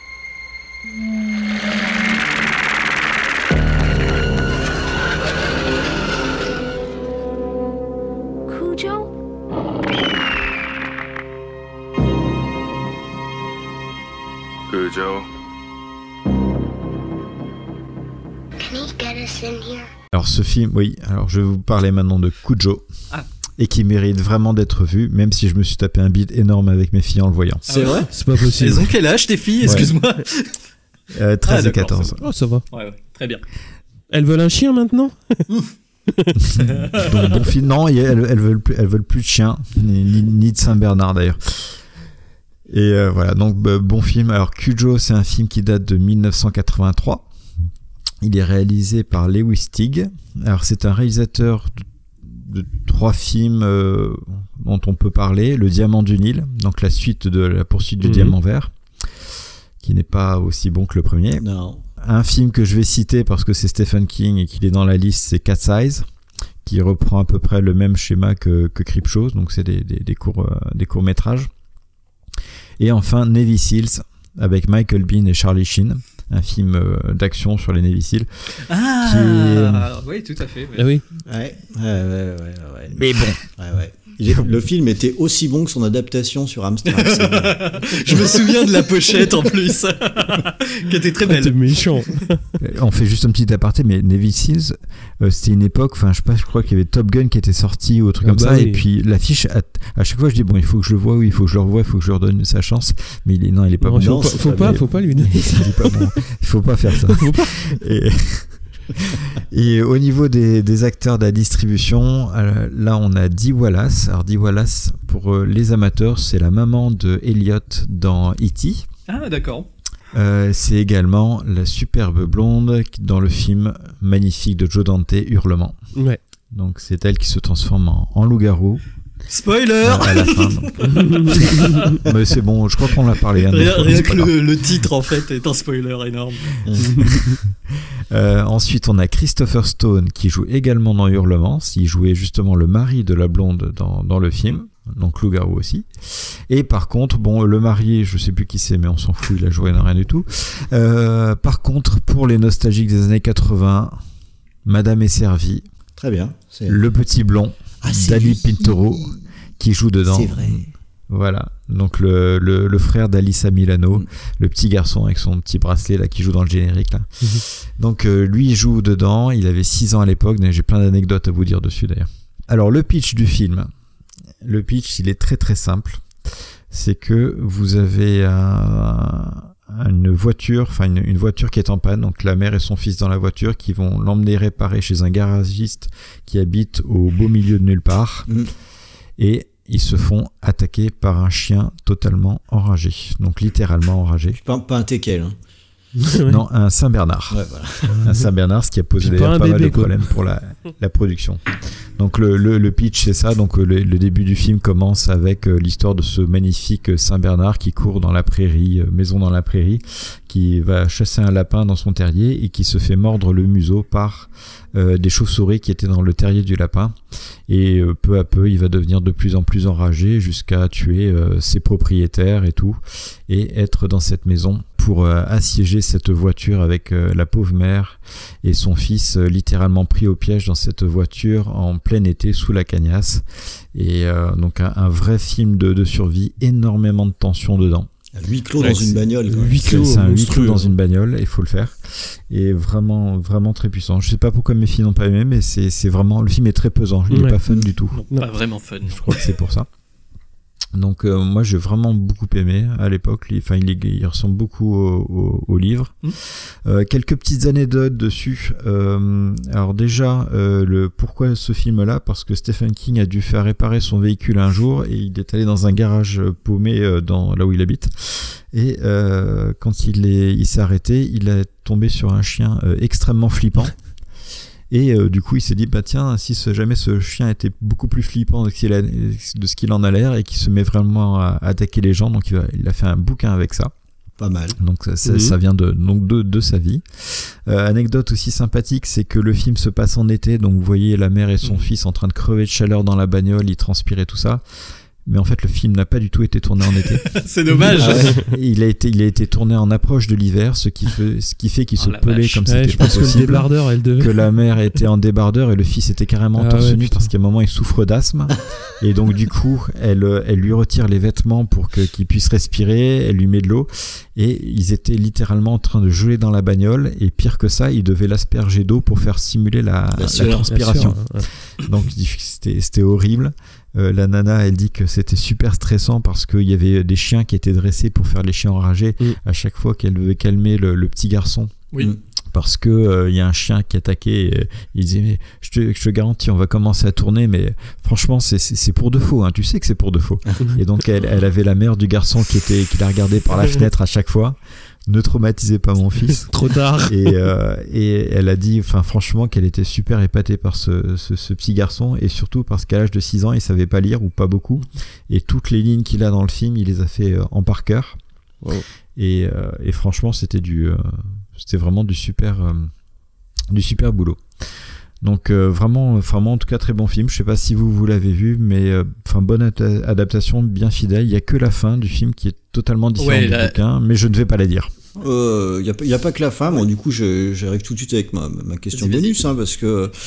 Cujo? Cujo? Can he get us in here? Alors ce film, oui, alors je vais vous parler maintenant de Cujo. Ah. Et qui mérite vraiment d'être vu, même si je me suis tapé un bide énorme avec mes filles en le voyant. C'est vrai ? C'est pas possible. Elles ont quel âge tes filles ? Excuse-moi. Euh, treize ah, et quatorze. Oh, ça va. Ouais, ouais, très bien. Elles veulent un chien maintenant ? Donc, bon film, non, elles, elles, veulent plus, elles veulent plus de chien, ni, ni, ni de Saint-Bernard d'ailleurs. Et euh, voilà, donc bah, bon film. Alors Cujo, c'est un film qui date de dix-neuf cent quatre-vingt-trois. Il est réalisé par Lewis Teague. Alors c'est un réalisateur de, de trois films euh, dont on peut parler. Le Diamant du Nil, donc la suite de La poursuite du mmh. diamant vert, qui n'est pas aussi bon que le premier. Non. Un film que je vais citer parce que c'est Stephen King et qu'il est dans la liste, c'est Cat's Eyes, qui reprend à peu près le même schéma que, que Creepshow, donc c'est des, des, des, courts, euh, des courts-métrages. Et enfin Navy Seals, avec Michael Biehn et Charlie Sheen, un film euh, d'action sur les Navy Seals. Ah, qui est... oui, tout à fait. Oui. Ah oui. Ouais, ouais, ouais, ouais, ouais. Mais bon. Ouais, ouais. Il est, le film était aussi bon que son adaptation sur Amstrad. Je me souviens de la pochette en plus, qui était très belle. T'es méchant. On fait juste un petit aparté, mais Navy Seals, euh, c'était une époque, enfin je sais pas, je crois qu'il y avait Top Gun qui était sorti ou autre Ah comme bah ça, oui. et puis l'affiche, à, à chaque fois je dis bon, il faut que je le voie, oui, il faut que je le revoie, il faut que je leur donne sa chance, mais il est, non, il est pas Non, bon. faut Non, pas, c'est faut pas, mais- faut pas lui donner. il est pas bon. Il faut pas faire ça. Faut pas. Et, et au niveau des, des acteurs de la distribution, euh, là on a Dee Wallace. Alors Dee Wallace, pour euh, les amateurs, c'est la maman de Elliot dans E T Ah, d'accord. Euh, c'est également la superbe blonde qui- dans le film magnifique de Joe Dante, Hurlement. Ouais. Donc c'est elle qui se transforme en, en loup-garou Spoiler euh, à la fin. donc. Mais c'est bon, je crois qu'on l'a parlé. Hein, Rien, donc, rien c'est que pas grave. le, le titre, en fait, est un spoiler énorme. Euh, ensuite, on a Christopher Stone qui joue également dans Hurlement. Il jouait justement le mari de la blonde dans, dans le film. Donc loup-garou aussi. Et par contre, bon, le marié, je sais plus qui c'est, mais on s'en fout, il a joué dans rien du tout. Euh, par contre, pour les nostalgiques des années quatre-vingts, Madame est servie. Très bien. C'est... Le petit blond, Ah, c'est Dali lui. Pinturo, qui joue dedans. C'est vrai. Voilà, donc le, le, le frère d'Alyssa Milano, Mm. le petit garçon avec son petit bracelet là qui joue dans le générique là. Mm-hmm. Donc euh, lui il joue dedans, il avait six ans à l'époque, donc j'ai plein d'anecdotes à vous dire dessus d'ailleurs. Alors le pitch du film, le pitch il est très très simple, c'est que vous avez un, une voiture, enfin une, une voiture qui est en panne, donc la mère et son fils dans la voiture qui vont l'emmener réparer chez un garagiste qui habite au beau milieu de nulle part. Mm. Et ils se font attaquer par un chien totalement enragé. Donc littéralement enragé. Pas, pas un teckel. Hein. Non, un Saint-Bernard. Ouais, voilà. Un Saint-Bernard, ce qui a posé C'est d'ailleurs pas pas, un mal bébé, de quoi. problèmes pour la, la production. Donc le, le, le pitch c'est ça. Donc le, le début du film commence avec euh, l'histoire de ce magnifique Saint-Bernard qui court dans la prairie, euh, maison dans la prairie, qui va chasser un lapin dans son terrier et qui se fait mordre le museau par euh, des chauves-souris qui étaient dans le terrier du lapin. Et euh, peu à peu, il va devenir de plus en plus enragé jusqu'à tuer euh, ses propriétaires et tout, et être dans cette maison pour euh, assiéger cette voiture avec euh, la pauvre mère et son fils euh, littéralement pris au piège dans cette voiture en plein été sous la cagnasse. Et euh, donc un, un vrai film de, de survie, énormément de tension dedans. Huis clos Ouais, dans une c'est- bagnole. quoi. Huis clos C'est un huis monstrueux. clos dans une bagnole, il faut le faire. Et vraiment, vraiment très puissant. Je sais pas pourquoi mes filles n'ont pas aimé, mais c'est, c'est vraiment, le film est très pesant. Il Ouais. n'est pas fun du tout. Non, Non. pas vraiment fun. Je crois que c'est pour ça. Donc euh, moi j'ai vraiment beaucoup aimé à l'époque. Il, enfin, il, est- il ressemble beaucoup au, au- au livre. Mm. Euh, quelques petites anecdotes dessus. Euh, alors déjà, euh, le pourquoi ce film-là? Parce que Stephen King a dû faire réparer son véhicule un jour et il est allé dans un garage paumé euh, dans là où il habite. Et euh, quand il est, il s'est arrêté, il est tombé sur un chien euh, extrêmement flippant. Et euh, du coup, il s'est dit, bah tiens, si ce, jamais ce chien était beaucoup plus flippant de ce qu'il, a, de ce qu'il en a l'air et qu'il se met vraiment à, à attaquer les gens, donc il a, il a fait un bouquin avec ça. Pas mal. Donc ça, ça, Mhm. ça vient de, donc de, de sa vie. Euh, anecdote aussi sympathique, c'est que le film se passe en été, donc vous voyez la mère et son Mhm. fils en train de crever de chaleur dans la bagnole, ils transpirent et tout ça. Mais en fait, le film n'a pas du tout été tourné en été. C'est dommage. Ah ouais. il, a été, il a été tourné en approche de l'hiver, ce qui fait, ce qui fait qu'il Oh se la pelait vache. comme Ouais, c'était je pas pense que le possible. débardeur, elle devait. Que la mère était en débardeur et le fils était carrément Ah torse ouais, nu putain. parce qu'à un moment il souffre d'asthme. Et donc du coup, elle, elle lui retire les vêtements pour que, qu'il puisse respirer, elle lui met de l'eau. Et ils étaient littéralement en train de geler dans la bagnole. Et pire que ça, ils devaient l'asperger d'eau pour faire simuler la, la, sueur. transpiration. Bien sûr, ouais. Donc c'était, c'était horrible. Euh, la nana, elle dit que c'était super stressant parce qu'il y avait des chiens qui étaient dressés pour faire les chiens enragés Mm. à chaque fois qu'elle devait calmer le, le petit garçon. Oui. Mm. Parce que euh, il y a un chien qui attaquait. Et, euh, il disait mais je te, je te garantis, on va commencer à tourner, mais franchement c'est, c'est, c'est pour de faux. Hein. Tu sais que c'est pour de faux. Et donc elle, elle avait la mère du garçon qui était qui la regardait par la fenêtre à chaque fois. Ne traumatisez pas mon fils. Trop tard. Et, euh, et elle a dit, enfin franchement, qu'elle était super épatée par ce, ce, ce petit garçon et surtout parce qu'à l'âge de six ans, il savait pas lire ou pas beaucoup. Et toutes les lignes qu'il a dans le film, il les a fait euh, en par cœur. Wow. Et, euh, et franchement, c'était du, euh, c'était vraiment du super, euh, du super boulot. Donc euh, vraiment, enfin moi en tout cas très bon film. Je sais pas si vous vous l'avez vu, mais enfin euh, bonne ad- adaptation, bien fidèle. Il y a que la fin du film qui est totalement différente Ouais, du la... bouquin, mais je ne vais pas la dire. Il euh, n'y a, a pas que la fin. Bon, du coup, je, j'arrive tout de suite avec ma, ma question Vas-y, bonus, hein, parce que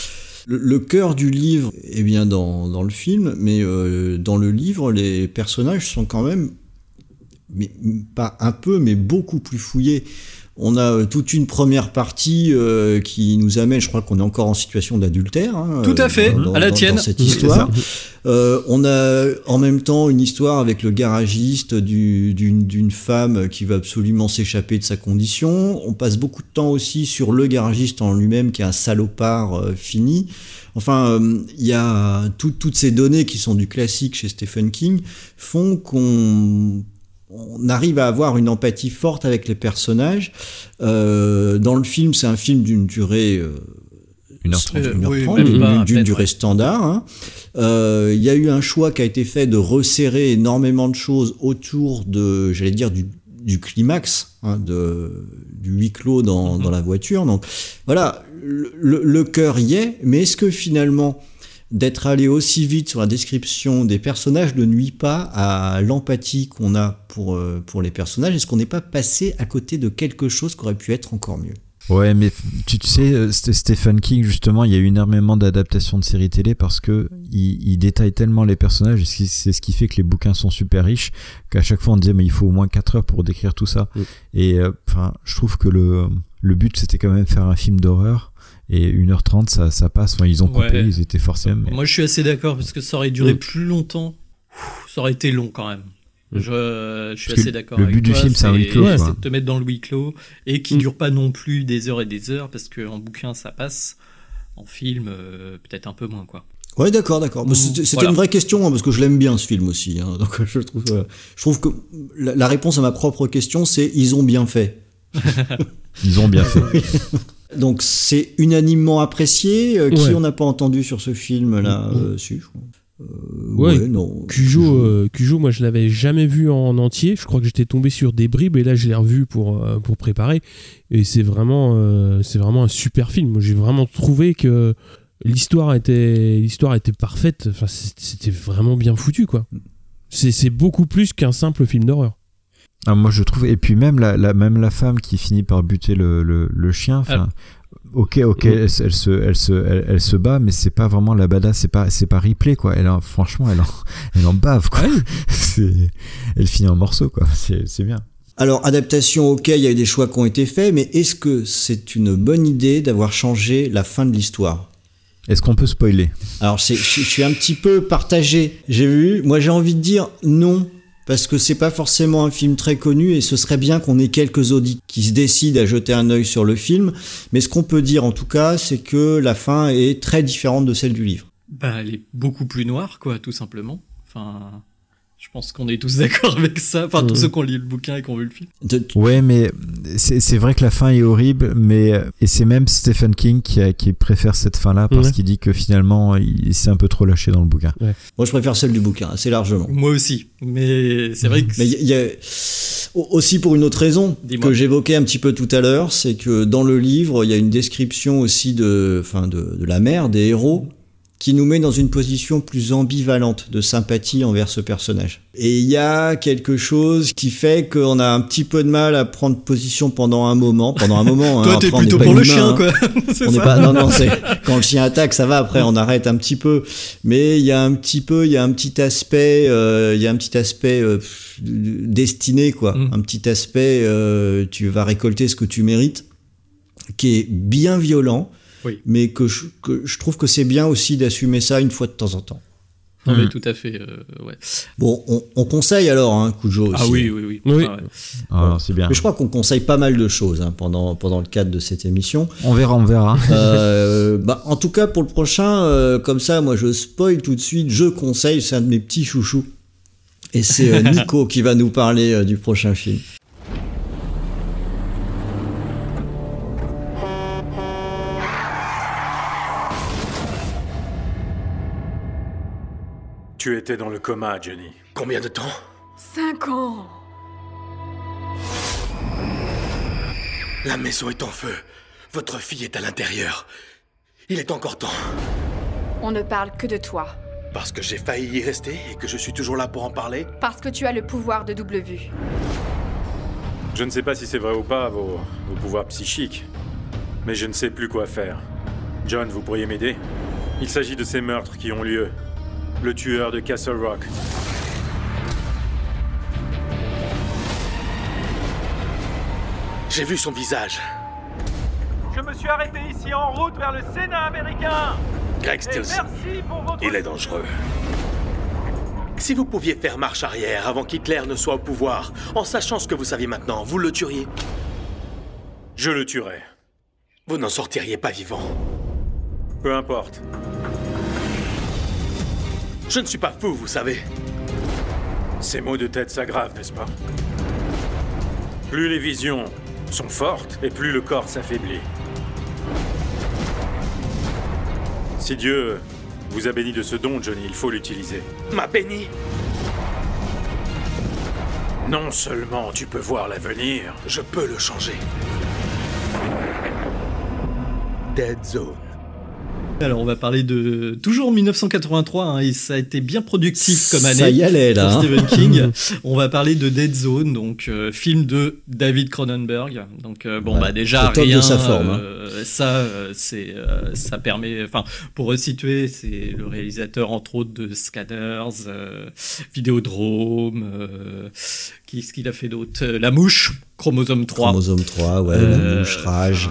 Le, le cœur du livre est bien dans, dans le film, mais euh, dans le livre, les personnages sont quand même, mais, pas un peu, mais beaucoup plus fouillés. On a euh, toute une première partie euh, qui nous amène, je crois qu'on est encore en situation d'adultère. Hein, Tout à fait, dans, à la dans, tienne. Dans cette histoire. Euh, on a en même temps une histoire avec le garagiste du, d'une, d'une femme qui va absolument s'échapper de sa condition. On passe beaucoup de temps aussi sur le garagiste en lui-même qui est un salopard euh, fini. Enfin, il euh, y a tout, toutes ces données qui sont du classique chez Stephen King font qu'on on arrive à avoir une empathie forte avec les personnages. Euh, dans le film, c'est un film d'une durée... Euh, une heure trente, une heure trente, d'une, d'une durée ouais. standard. Hein. Euh, il y a eu un choix qui a été fait de resserrer énormément de choses autour de, j'allais dire, du, du climax, hein, de, du huis clos dans, mm-hmm. dans la voiture. Donc voilà, le, le, le cœur y est, mais est-ce que finalement... d'être allé aussi vite sur la description des personnages ne nuit pas à l'empathie qu'on a pour, euh, pour les personnages? Est-ce qu'on n'est pas passé à côté de quelque chose qui aurait pu être encore mieux? Ouais, mais tu sais, Stephen King, justement, il y a eu énormément d'adaptations de séries télé parce que il, il détaille tellement les personnages, et c'est ce qui fait que les bouquins sont super riches, qu'à chaque fois on disait, mais il faut au moins quatre heures pour décrire tout ça. Mm. Et enfin, euh, je trouve que le, le but, c'était quand même faire un film d'horreur. Et une heure trente, ça, ça passe. Enfin, ils ont coupé, ouais. Ils étaient forcés. Mais... Moi, je suis assez d'accord, parce que ça aurait duré mmh. plus longtemps. Ça aurait été long, quand même. Mmh. Je, je suis parce assez d'accord le avec but toi, du film, c'est un huis clos. Ouais, c'est de te mettre dans le huis clos, et qui mmh. dure pas non plus des heures et des heures, parce qu'en bouquin, ça passe. En film, euh, peut-être un peu moins, quoi. Ouais, d'accord, d'accord. Mmh. C'était, c'était voilà. une vraie question, hein, parce que je l'aime bien, ce film aussi. Hein. Donc, je trouve, euh, je trouve que la, la réponse à ma propre question, c'est « ils ont bien fait ». Ils ont bien fait. Donc c'est unanimement apprécié. Euh, ouais. Qui on n'a pas entendu sur ce film-là mmh. euh, si, euh, ouais, ouais, non. Cujo, euh, Cujo, moi je l'avais jamais vu en entier. Je crois que j'étais tombé sur des bribes et là je l'ai revu pour euh, pour préparer. Et c'est vraiment euh, c'est vraiment un super film. Moi j'ai vraiment trouvé que l'histoire était l'histoire était parfaite. Enfin c'était vraiment bien foutu quoi. C'est c'est beaucoup plus qu'un simple film d'horreur. Ah, moi je trouve, et puis même la, la, même la femme qui finit par buter le, le, le chien, enfin, ah. ok, ok, mmh. elle, elle, se, elle, se, elle, elle se bat, mais c'est pas vraiment la badass, c'est pas, c'est pas Ripley, quoi. Elle en, franchement, elle en, elle en bave, quoi. Ouais. C'est, elle finit en morceaux, quoi. C'est, c'est bien. Alors, adaptation, ok, il y a eu des choix qui ont été faits, mais est-ce que c'est une bonne idée d'avoir changé la fin de l'histoire? Est-ce qu'on peut spoiler? Alors, c'est, je, je suis un petit peu partagé. J'ai vu, moi j'ai envie de dire non. Parce que c'est pas forcément un film très connu et ce serait bien qu'on ait quelques auditeurs qui se décident à jeter un œil sur le film. Mais ce qu'on peut dire en tout cas, c'est que la fin est très différente de celle du livre. Bah, elle est beaucoup plus noire, quoi, tout simplement. Enfin, je pense qu'on est tous d'accord avec ça. Enfin, mmh. tous ceux qui ont lu le bouquin et qui ont vu le film. Ouais, mais c'est, c'est vrai que la fin est horrible, mais et c'est même Stephen King qui, a, qui préfère cette fin-là parce mmh. qu'il dit que finalement, il s'est un peu trop lâché dans le bouquin. Ouais. Moi, je préfère celle du bouquin, assez largement. Moi aussi, mais c'est vrai que... Mais il y, y a aussi pour une autre raison Dis-moi. que j'évoquais un petit peu tout à l'heure, c'est que dans le livre, il y a une description aussi de, enfin de, de la mère, des héros, qui nous met dans une position plus ambivalente de sympathie envers ce personnage. Et il y a quelque chose qui fait qu'on a un petit peu de mal à prendre position pendant un moment. Pendant un moment, toi, hein, t'es plutôt pour le humain, chien, quoi. on n'est pas, non, non, c'est quand le chien attaque, ça va. Après, on arrête un petit peu. Mais il y a un petit peu, il y a un petit aspect, euh, il y a un petit aspect euh, destiné, quoi. Mm. Un petit aspect, euh, tu vas récolter ce que tu mérites, qui est bien violent. Oui. Mais que je, que je trouve que c'est bien aussi d'assumer ça une fois de temps en temps. Non mmh. mais tout à fait, euh, ouais. Bon, on, on conseille alors, hein, Cujo aussi. Ah oui, oui, oui. oui. Ah, ouais. Ah, c'est bien. Mais je crois qu'on conseille pas mal de choses hein, pendant, pendant le cadre de cette émission. On verra, on verra. euh, bah, en tout cas, pour le prochain, euh, comme ça, moi je spoil tout de suite, je conseille, c'est un de mes petits chouchous. Et c'est euh, Nico qui va nous parler euh, du prochain film. Tu étais dans le coma, Jenny. Combien de temps? Cinq ans. La maison est en feu. Votre fille est à l'intérieur. Il est encore temps. On ne parle que de toi. Parce que j'ai failli y rester et que je suis toujours là pour en parler? Parce que tu as le pouvoir de double vue. Je ne sais pas si c'est vrai ou pas, vos, vos pouvoirs psychiques. Mais je ne sais plus quoi faire. John, vous pourriez m'aider? Il s'agit de ces meurtres qui ont lieu. Le tueur de Castle Rock. J'ai vu son visage. Je me suis arrêté ici en route vers le Sénat américain. Greg Stilson, il est dangereux. Si vous pouviez faire marche arrière avant qu'Hitler ne soit au pouvoir, en sachant ce que vous savez maintenant, vous le tueriez? Je le tuerais. Vous n'en sortiriez pas vivant. Peu importe. Je ne suis pas fou, vous savez. Ces maux de tête s'aggravent, n'est-ce pas? Plus les visions sont fortes et plus le corps s'affaiblit. Si Dieu vous a béni de ce don, Johnny, il faut l'utiliser. M'a béni? Non seulement tu peux voir l'avenir, je peux le changer. Dead Zone. Alors on va parler de toujours mille neuf cent quatre-vingt-trois, hein, et ça a été bien productif comme année. Ça y allait là. Pour hein. Stephen King. On va parler de Dead Zone, donc euh, film de David Cronenberg. Donc euh, bon ouais, bah déjà top rien. De sa forme, euh, hein. Ça euh, c'est euh, ça permet. Enfin pour resituer, c'est le réalisateur entre autres de Scanners, euh, Vidéodrome. Euh, Qu'est-ce qu'il a fait d'autre? La Mouche, Chromosome trois. Chromosome trois, ouais. Euh, La Mouche, Rage.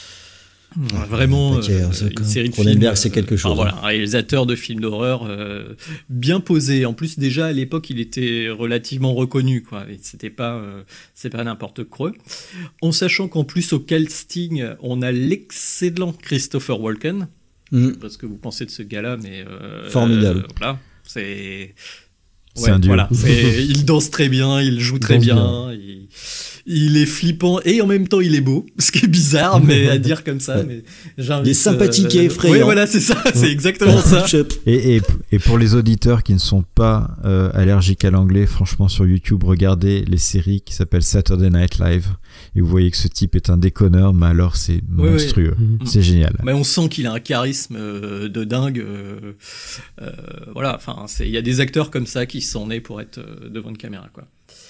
Ouais, vraiment, paquet, euh, c'est une série de Cronenberg, films. c'est quelque chose. Enfin, voilà, un réalisateur de films d'horreur euh, bien posé. En plus, déjà à l'époque, il était relativement reconnu, quoi. Et c'était pas, euh, c'est pas n'importe quoi. En sachant qu'en plus au casting, on a l'excellent Christopher Walken. Mm. Je sais pas ce que vous pensez de ce gars-là, mais euh, formidable. Euh, voilà, c'est. C'est ouais, un dieu. Voilà, c'est, il danse très bien, il joue très bien, bien. Il, il est flippant et en même temps il est beau, ce qui est bizarre mais à dire comme ça. Mais il est sympathique euh, et effrayant. Oui, voilà, c'est ça, c'est exactement ça. Et, et, et pour les auditeurs qui ne sont pas euh, allergiques à l'anglais, franchement sur YouTube, regardez les séries qui s'appellent Saturday Night Live et vous voyez que ce type est un déconneur, mais alors c'est oui, monstrueux, oui. C'est mmh. génial. Mais on sent qu'il a un charisme euh, de dingue. Euh, euh, voilà, enfin, il y a des acteurs comme ça qui sont nés pour être euh, devant une caméra, quoi.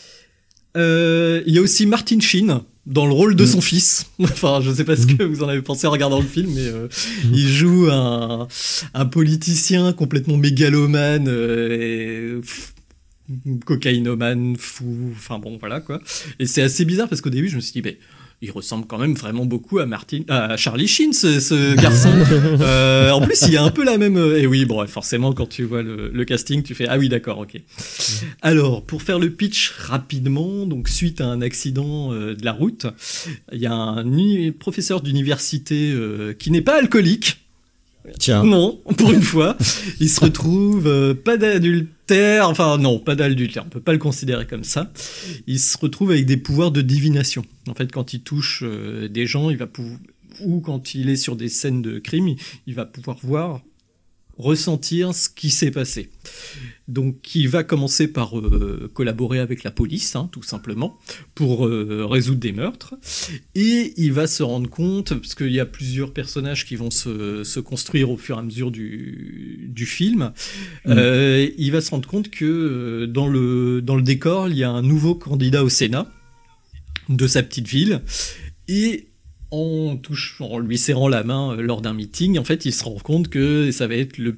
Il euh, y a aussi Martin Sheen dans le rôle de son mmh. fils. Enfin, je sais pas ce que vous en avez pensé en regardant le film, mais euh, mmh. il joue un, un politicien complètement mégalomane, euh, et pff, cocaïnomane, fou, enfin bon, voilà quoi. Et c'est assez bizarre parce qu'au début, je me suis dit, mais il ressemble quand même vraiment beaucoup à Martin, à Charlie Sheen, ce, ce garçon. euh, en plus, il a un peu la même. Et oui, bon, forcément, quand tu vois le, le casting, tu fais ah oui, d'accord, ok. Alors, pour faire le pitch rapidement, donc suite à un accident euh, de la route, il y a un uni- professeur d'université euh, qui n'est pas alcoolique. Tiens. Non, pour une fois, il se retrouve euh, pas d'adultère, enfin non, pas d'adultère, on peut pas le considérer comme ça. Il se retrouve avec des pouvoirs de divination. En fait, quand il touche euh, des gens, il va pouvoir, ou quand il est sur des scènes de crime, il, il va pouvoir voir, ressentir ce qui s'est passé. Donc, il va commencer par euh, collaborer avec la police, hein, tout simplement, pour euh, résoudre des meurtres. Et il va se rendre compte, parce qu'il y a plusieurs personnages qui vont se, se construire au fur et à mesure du, du film, mmh. euh, il va se rendre compte que euh, dans, le, dans le décor, il y a un nouveau candidat au Sénat de sa petite ville. Et en, touche, en lui serrant la main euh, lors d'un meeting, en fait, il se rend compte que ça va être le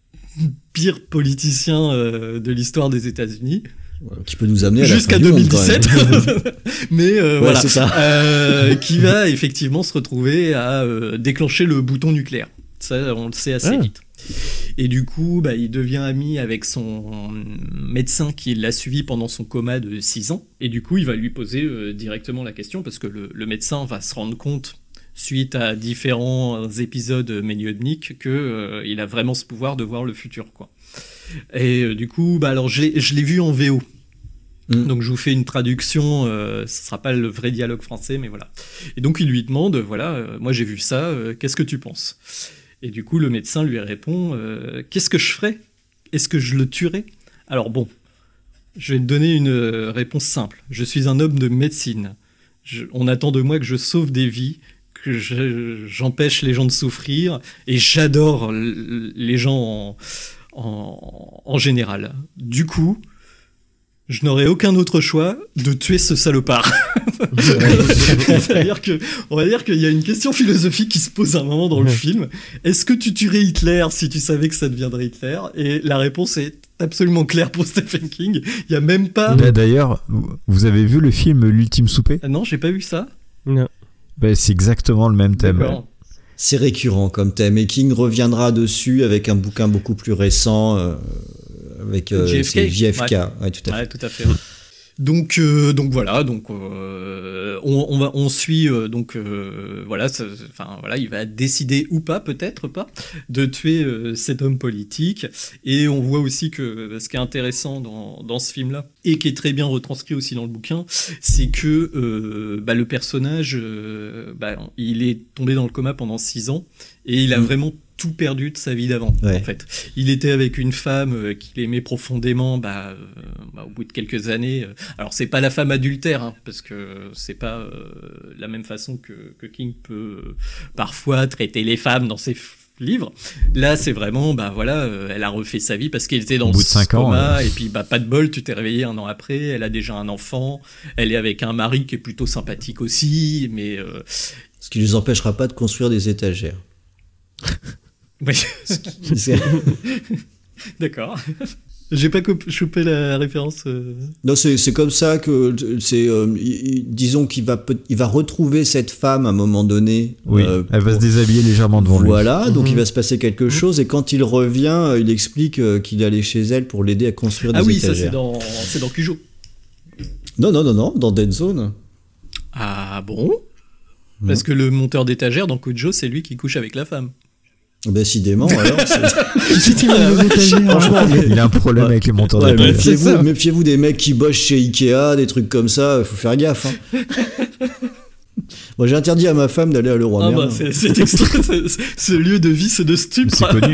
pire politicien euh, de l'histoire des États-Unis. Qui peut nous amener à la jusqu'à fin deux du mille dix-sept. monde, Mais euh, ouais, voilà, c'est ça. euh, qui va effectivement se retrouver à euh, déclencher le bouton nucléaire. Ça, on le sait assez ah. vite. Et du coup, bah, il devient ami avec son médecin qui l'a suivi pendant son coma de six ans. Et du coup, il va lui poser euh, directement la question parce que le, le médecin va se rendre compte, suite à différents épisodes médiumniques, qu'il euh, a vraiment ce pouvoir de voir le futur, quoi. Et euh, du coup, bah, alors, je l'ai, je l'ai vu en V O. Mmh. Donc je vous fais une traduction, euh, ce sera pas le vrai dialogue français, mais voilà. Et donc il lui demande, voilà, euh, moi j'ai vu ça, euh, qu'est-ce que tu penses ? Et du coup le médecin lui répond, euh, qu'est-ce que je ferais ? Est-ce que je le tuerais ? Alors bon, je vais te donner une euh, réponse simple. Je suis un homme de médecine. Je, on attend de moi que je sauve des vies, que je, j'empêche les gens de souffrir, et j'adore l- les gens en, en, en général. Du coup, je n'aurais aucun autre choix de tuer ce salopard. C'est-à-dire que, on va dire qu'il y a une question philosophique qui se pose à un moment dans le film. Est-ce que tu tuerais Hitler si tu savais que ça deviendrait Hitler ? Et la réponse est absolument claire pour Stephen King. Il y a même pas. D'ailleurs, vous avez vu le film L'Ultime Souper ? Ah non, j'ai pas vu ça. Non. Ben, c'est exactement le même thème. D'accord. C'est récurrent comme thème et King reviendra dessus avec un bouquin beaucoup plus récent. Euh... avec euh, J F K. J F K, ouais. Ouais, tout à fait. Ouais, tout à fait. Ouais. Donc, euh, donc voilà, donc euh, on, on va, on suit euh, donc euh, voilà, enfin voilà, il va décider ou pas, peut-être pas, de tuer euh, cet homme politique. Et on voit aussi que ce qui est intéressant dans, dans ce film-là et qui est très bien retranscrit aussi dans le bouquin, c'est que euh, bah, le personnage, euh, bah, il est tombé dans le coma pendant six ans et il a mmh. vraiment tout perdu de sa vie d'avant, ouais. en fait. Il était avec une femme euh, qu'il aimait profondément, bah, euh, bah, au bout de quelques années. Euh, alors, c'est pas la femme adultère, hein, parce que c'est pas euh, la même façon que, que King peut euh, parfois traiter les femmes dans ses f- livres. Là, c'est vraiment, bah voilà, euh, elle a refait sa vie parce qu'elle était dans ce coma, ans, ouais. et puis, bah, pas de bol, tu t'es réveillé un an après, elle a déjà un enfant, elle est avec un mari qui est plutôt sympathique aussi, mais... Euh... Ce qui ne les empêchera pas de construire des étagères. Oui. D'accord. J'ai pas chopé la référence. Euh... Non, c'est, c'est comme ça que c'est. Euh, il, disons qu'il va il va retrouver cette femme à un moment donné. Oui. Euh, elle va pour... se déshabiller légèrement devant lui. Voilà. Donc mmh. il va se passer quelque mmh. chose et quand il revient, il explique qu'il est allé chez elle pour l'aider à construire ah des oui, étagères. Ah oui, ça c'est dans c'est dans Cujo. Non non non non, dans Dead Zone. Ah bon ? Mmh. Parce que le monteur d'étagères dans Cujo, c'est lui qui couche avec la femme. Décidément, alors. C'est... Franchement, il a un problème ouais. avec les monteurs ouais, d'étagères. Méfiez-vous, méfiez-vous des mecs qui bossent chez Ikea, des trucs comme ça, il faut faire gaffe. Hein. Moi, j'ai interdit à ma femme d'aller à Leroy ah Merlin. Bah, c'est, c'est extra, c'est, ce lieu de vice et de stupre. C'est connu.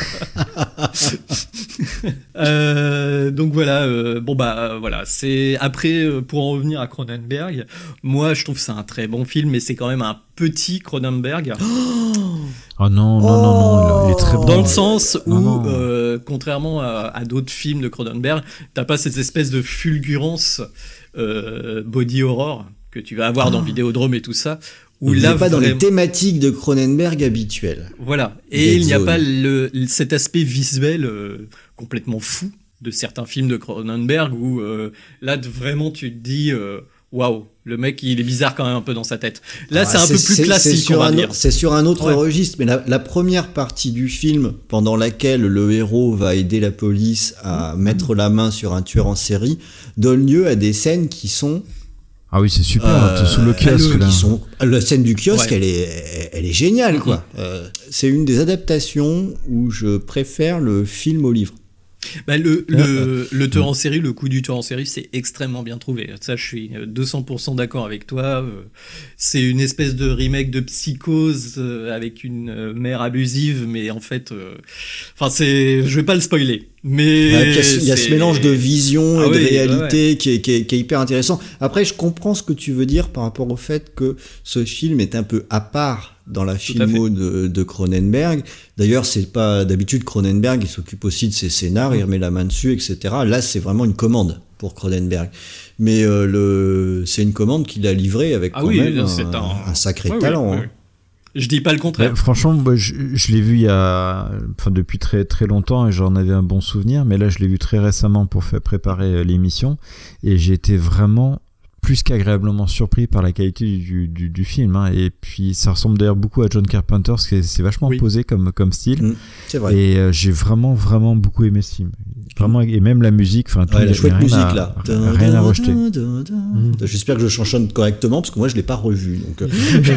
euh, donc voilà, euh, bon bah voilà, c'est après pour en revenir à Cronenberg, moi je trouve que c'est un très bon film, mais c'est quand même un petit Cronenberg. Oh non, non, non, non, il est très bon. Dans le sens où, non, non. Euh, contrairement à, à d'autres films de Cronenberg, t'as pas cette espèce de fulgurance euh, body horror que tu vas avoir oh. dans Vidéodrome et tout ça. Où il n'est pas vraiment... dans les thématiques de Cronenberg habituelles. Voilà. Et Dead il n'y a Zone. Pas le, cet aspect visuel euh, complètement fou de certains films de Cronenberg où euh, là, vraiment, tu te dis... Euh, waouh, le mec, il est bizarre quand même un peu dans sa tête. Là, ah, c'est un c'est, peu plus c'est, classique, c'est on va un, dire. C'est sur un autre ouais. registre, mais la, la première partie du film, pendant laquelle le héros va aider la police à mmh. mettre la main sur un tueur en série, donne lieu à des scènes qui sont... Ah oui, c'est super, euh, sous le kiosque. Là. Qui sont, la scène du kiosque, ouais. elle, est, elle est géniale, mmh. quoi. Euh, c'est une des adaptations où je préfère le film au livre. Bah le, le, le tueur en série, le coup du tueur en série, c'est extrêmement bien trouvé. Ça, je suis deux cents pour cent d'accord avec toi. C'est une espèce de remake de Psychose avec une mère abusive, mais en fait, enfin, euh, c'est, je vais pas le spoiler. Mais ouais, il y a ce mélange de vision ah et de oui, réalité ouais, ouais. Qui, est, qui, est, qui est hyper intéressant. Après, je comprends ce que tu veux dire par rapport au fait que ce film est un peu à part dans la filmo de, de Cronenberg. D'ailleurs, c'est pas d'habitude Cronenberg, il s'occupe aussi de ses scénars, mmh. il remet la main dessus, et cetera. Là, c'est vraiment une commande pour Cronenberg. Mais euh, le, c'est une commande qu'il a livrée avec ah quand oui, même un, un... un sacré ouais, talent. Ouais, hein. ouais. Je dis pas le contraire. Ouais, franchement, moi, je, je l'ai vu il y a, enfin, depuis très très longtemps et j'en avais un bon souvenir. Mais là, je l'ai vu très récemment pour faire préparer l'émission et j'ai été vraiment plus qu'agréablement surpris par la qualité du, du, du film. Hein. Et puis, ça ressemble d'ailleurs beaucoup à John Carpenter, parce que c'est vachement oui. posé comme comme style. Mmh, c'est vrai. Et euh, j'ai vraiment vraiment beaucoup aimé ce film. Vraiment, et même la musique, enfin, ouais, la chouette musique à, là. Rien à rejeter. Mmh. J'espère que je chanchonne correctement parce que moi, je l'ai pas revu. Donc. Euh...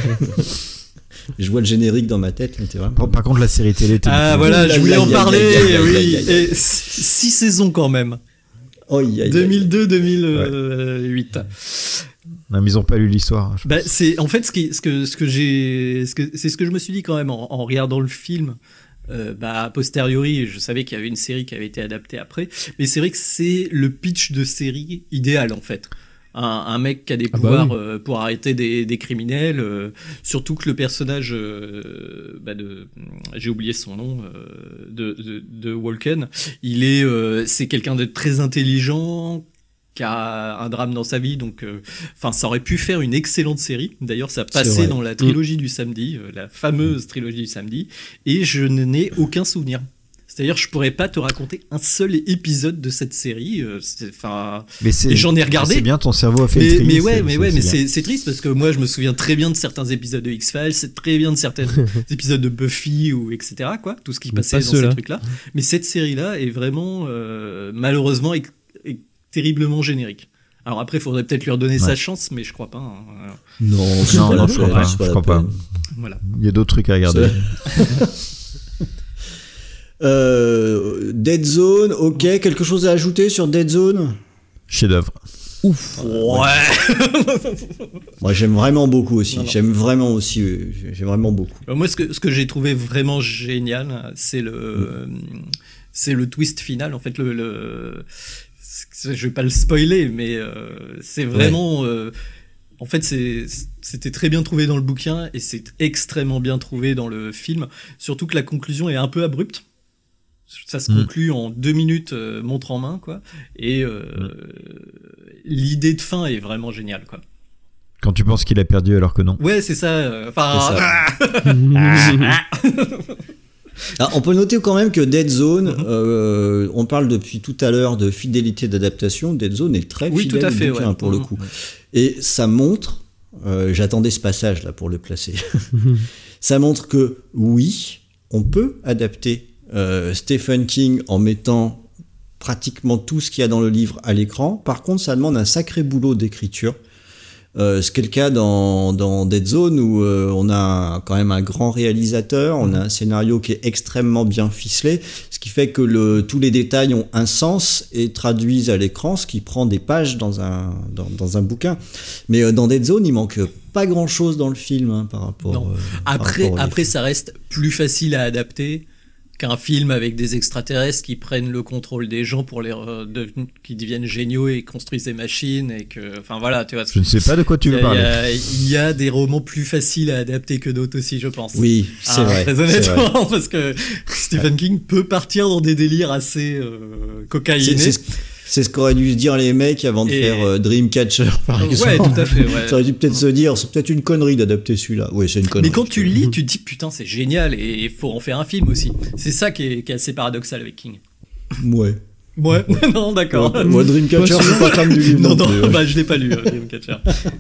Je vois le générique dans ma tête. Vraiment... Par, par contre, la série télé. Ah voilà, je voulais en parler. Oui, et six saisons quand même. Oh, yeah, yeah. deux mille deux deux mille huit. Ouais. Non, mais ils ont pas lu l'histoire. Bah, c'est en fait ce, qui, ce que ce que j'ai, ce que c'est ce que je me suis dit quand même en, en regardant le film. Euh, bah a posteriori, je savais qu'il y avait une série qui avait été adaptée après, mais c'est vrai que c'est le pitch de série idéal en fait. Un, un mec qui a des ah pouvoirs bah oui. euh, pour arrêter des, des criminels, euh, surtout que le personnage euh, bah de, j'ai oublié son nom, euh, de, de, de Walken, il est, euh, c'est quelqu'un de très intelligent, qui a un drame dans sa vie, donc enfin euh, ça aurait pu faire une excellente série. D'ailleurs, ça passait dans la trilogie mmh. du samedi, euh, la fameuse trilogie du samedi, et je n'ai aucun souvenir. C'est-à-dire, je pourrais pas te raconter un seul épisode de cette série. Enfin, euh, et j'en ai regardé. C'est bien, ton cerveau a fait mais, le tri. Mais ouais, c'est, mais c'est, ouais, c'est mais bien. c'est, c'est triste parce que moi, je me souviens très bien de certains épisodes de X-Files, c'est très bien de certains épisodes de Buffy ou et cetera. Quoi, tout ce qui passait dans ces trucs-là. Mais cette série-là est vraiment, euh, malheureusement, est, est terriblement générique. Alors après, il faudrait peut-être lui redonner ouais. sa chance, mais je crois pas. Hein. Non, c'est non, pas non la je crois pas. Je crois pas. Voilà. Il y a d'autres trucs à regarder. Euh, Dead Zone, ok, quelque chose à ajouter sur Dead Zone ? Chef-d'œuvre. Ouf. Ouais. Moi j'aime vraiment beaucoup aussi. Non, non. J'aime vraiment aussi. J'aime vraiment beaucoup. Alors moi ce que ce que j'ai trouvé vraiment génial, c'est le mmh. c'est le twist final. En fait le, le je vais pas le spoiler, mais euh, c'est vraiment. Ouais. Euh, En fait, c'est, c'était très bien trouvé dans le bouquin et c'est extrêmement bien trouvé dans le film. Surtout que la conclusion est un peu abrupte. Ça se mmh. conclut en deux minutes, euh, montre en main, quoi. Et euh, mmh. l'idée de fin est vraiment géniale, quoi. Quand tu penses qu'il a perdu alors que non. Ouais, c'est ça. Enfin. Alors, on peut noter quand même que Dead Zone, mmh. euh, on parle depuis tout à l'heure de fidélité d'adaptation. Dead Zone est très oui, fidèle tout à fait, au bouquin, ouais. pour mmh. le coup. Et ça montre, euh, j'attendais ce passage là pour le placer, ça montre que oui, on peut adapter euh, Stephen King en mettant pratiquement tout ce qu'il y a dans le livre à l'écran. Par contre, ça demande un sacré boulot d'écriture. Euh, c'est le cas dans, dans Dead Zone où euh, on a un, quand même un grand réalisateur, on a un scénario qui est extrêmement bien ficelé, ce qui fait que le, tous les détails ont un sens et traduisent à l'écran, ce qui prend des pages dans un, dans, dans un bouquin. Mais euh, dans Dead Zone, il manque pas grand-chose dans le film hein, par rapport. Non. Euh, après, par rapport après ça reste plus facile à adapter qu'un film avec des extraterrestres qui prennent le contrôle des gens pour les re- de, qui deviennent géniaux et construisent des machines et que enfin voilà tu vois. Je ne sais pas de quoi tu veux parler. Il y, y a des romans plus faciles à adapter que d'autres aussi, je pense. Oui, c'est ah, vrai. Très honnêtement, parce que Stephen King peut partir dans des délires assez euh, cocaïnés. C'est, c'est, c'est ce qu'auraient dû se dire les mecs avant de et... faire euh, Dreamcatcher, par exemple. Ouais, tout à fait. Ouais. Ça aurait dû peut-être se dire, c'est peut-être une connerie d'adapter celui-là. Oui, c'est une connerie. Mais quand tu le lis, tu te dis putain, c'est génial et il faut en faire un film aussi. C'est ça qui est, qui est assez paradoxal avec King. Ouais. Ouais, non, d'accord. Ouais, moi, Dreamcatcher, je suis pas fan du livre. Non, non, non non bah, je l'ai pas lu, euh, Dreamcatcher.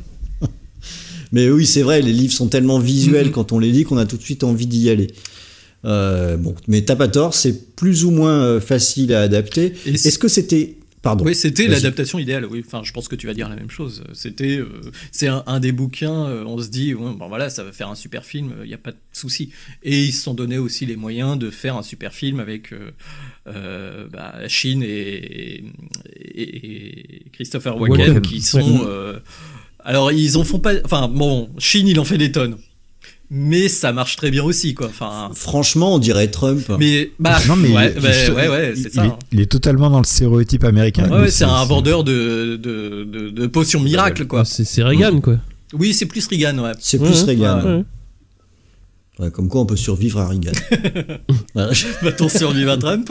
Mais oui, c'est vrai, les livres sont tellement visuels mm-hmm. quand on les lit qu'on a tout de suite envie d'y aller. Euh, bon, mais t'as pas tort, c'est plus ou moins facile à adapter. Et Est-ce c'est... que c'était Pardon. Oui, c'était Vas-y. L'adaptation idéale. Oui, enfin, je pense que tu vas dire la même chose. C'était, euh, c'est un, un des bouquins. Euh, on se dit, ouais, bon voilà, ça va faire un super film. Il n'y a pas de souci. Et ils se sont donné aussi les moyens de faire un super film avec euh, euh, bah, Sheen et, et, et Christopher Walken, Walken. qui sont. Euh, alors, ils en font pas. Enfin, bon, Sheen, il en fait des tonnes. Mais ça marche très bien aussi, quoi. Enfin, franchement, on dirait Trump. Mais bah, non, mais ouais, il, bah, il, ouais, ouais, c'est il, ça. Il est, il est totalement dans le stéréotype américain. Ouais, ouais c'est, c'est un c'est... vendeur de, de, de, de potions miracles, quoi. C'est, c'est Reagan, quoi. Oui, c'est plus Reagan, ouais. C'est plus ouais, Reagan. Ouais, ouais. Ouais, comme quoi, on peut survivre à Reagan. Va-t-on survivre à Trump?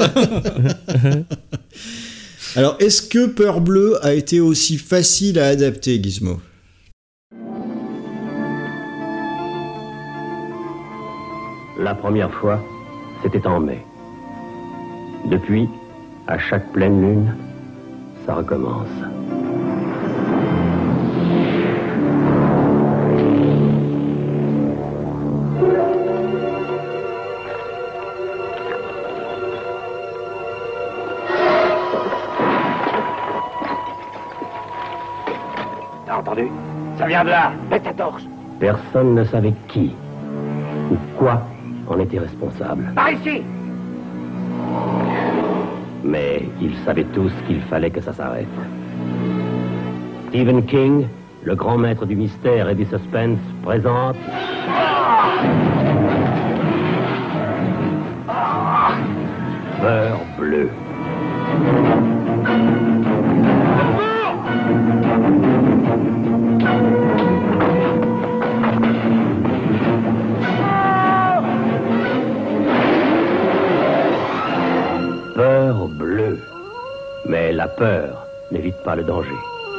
Alors, est-ce que Peur Bleue a été aussi facile à adapter, Gizmo? La première fois, c'était en mai. Depuis, à chaque pleine lune, ça recommence. T'as entendu? Ça vient de là. Mets ta torche. Personne ne savait qui ou quoi en était responsable. Par ici! Mais ils savaient tous qu'il fallait que ça s'arrête. Stephen King, le grand maître du mystère et du suspense, présente... Peur Bleue. Peur bleue. Mais la peur n'évite pas le danger.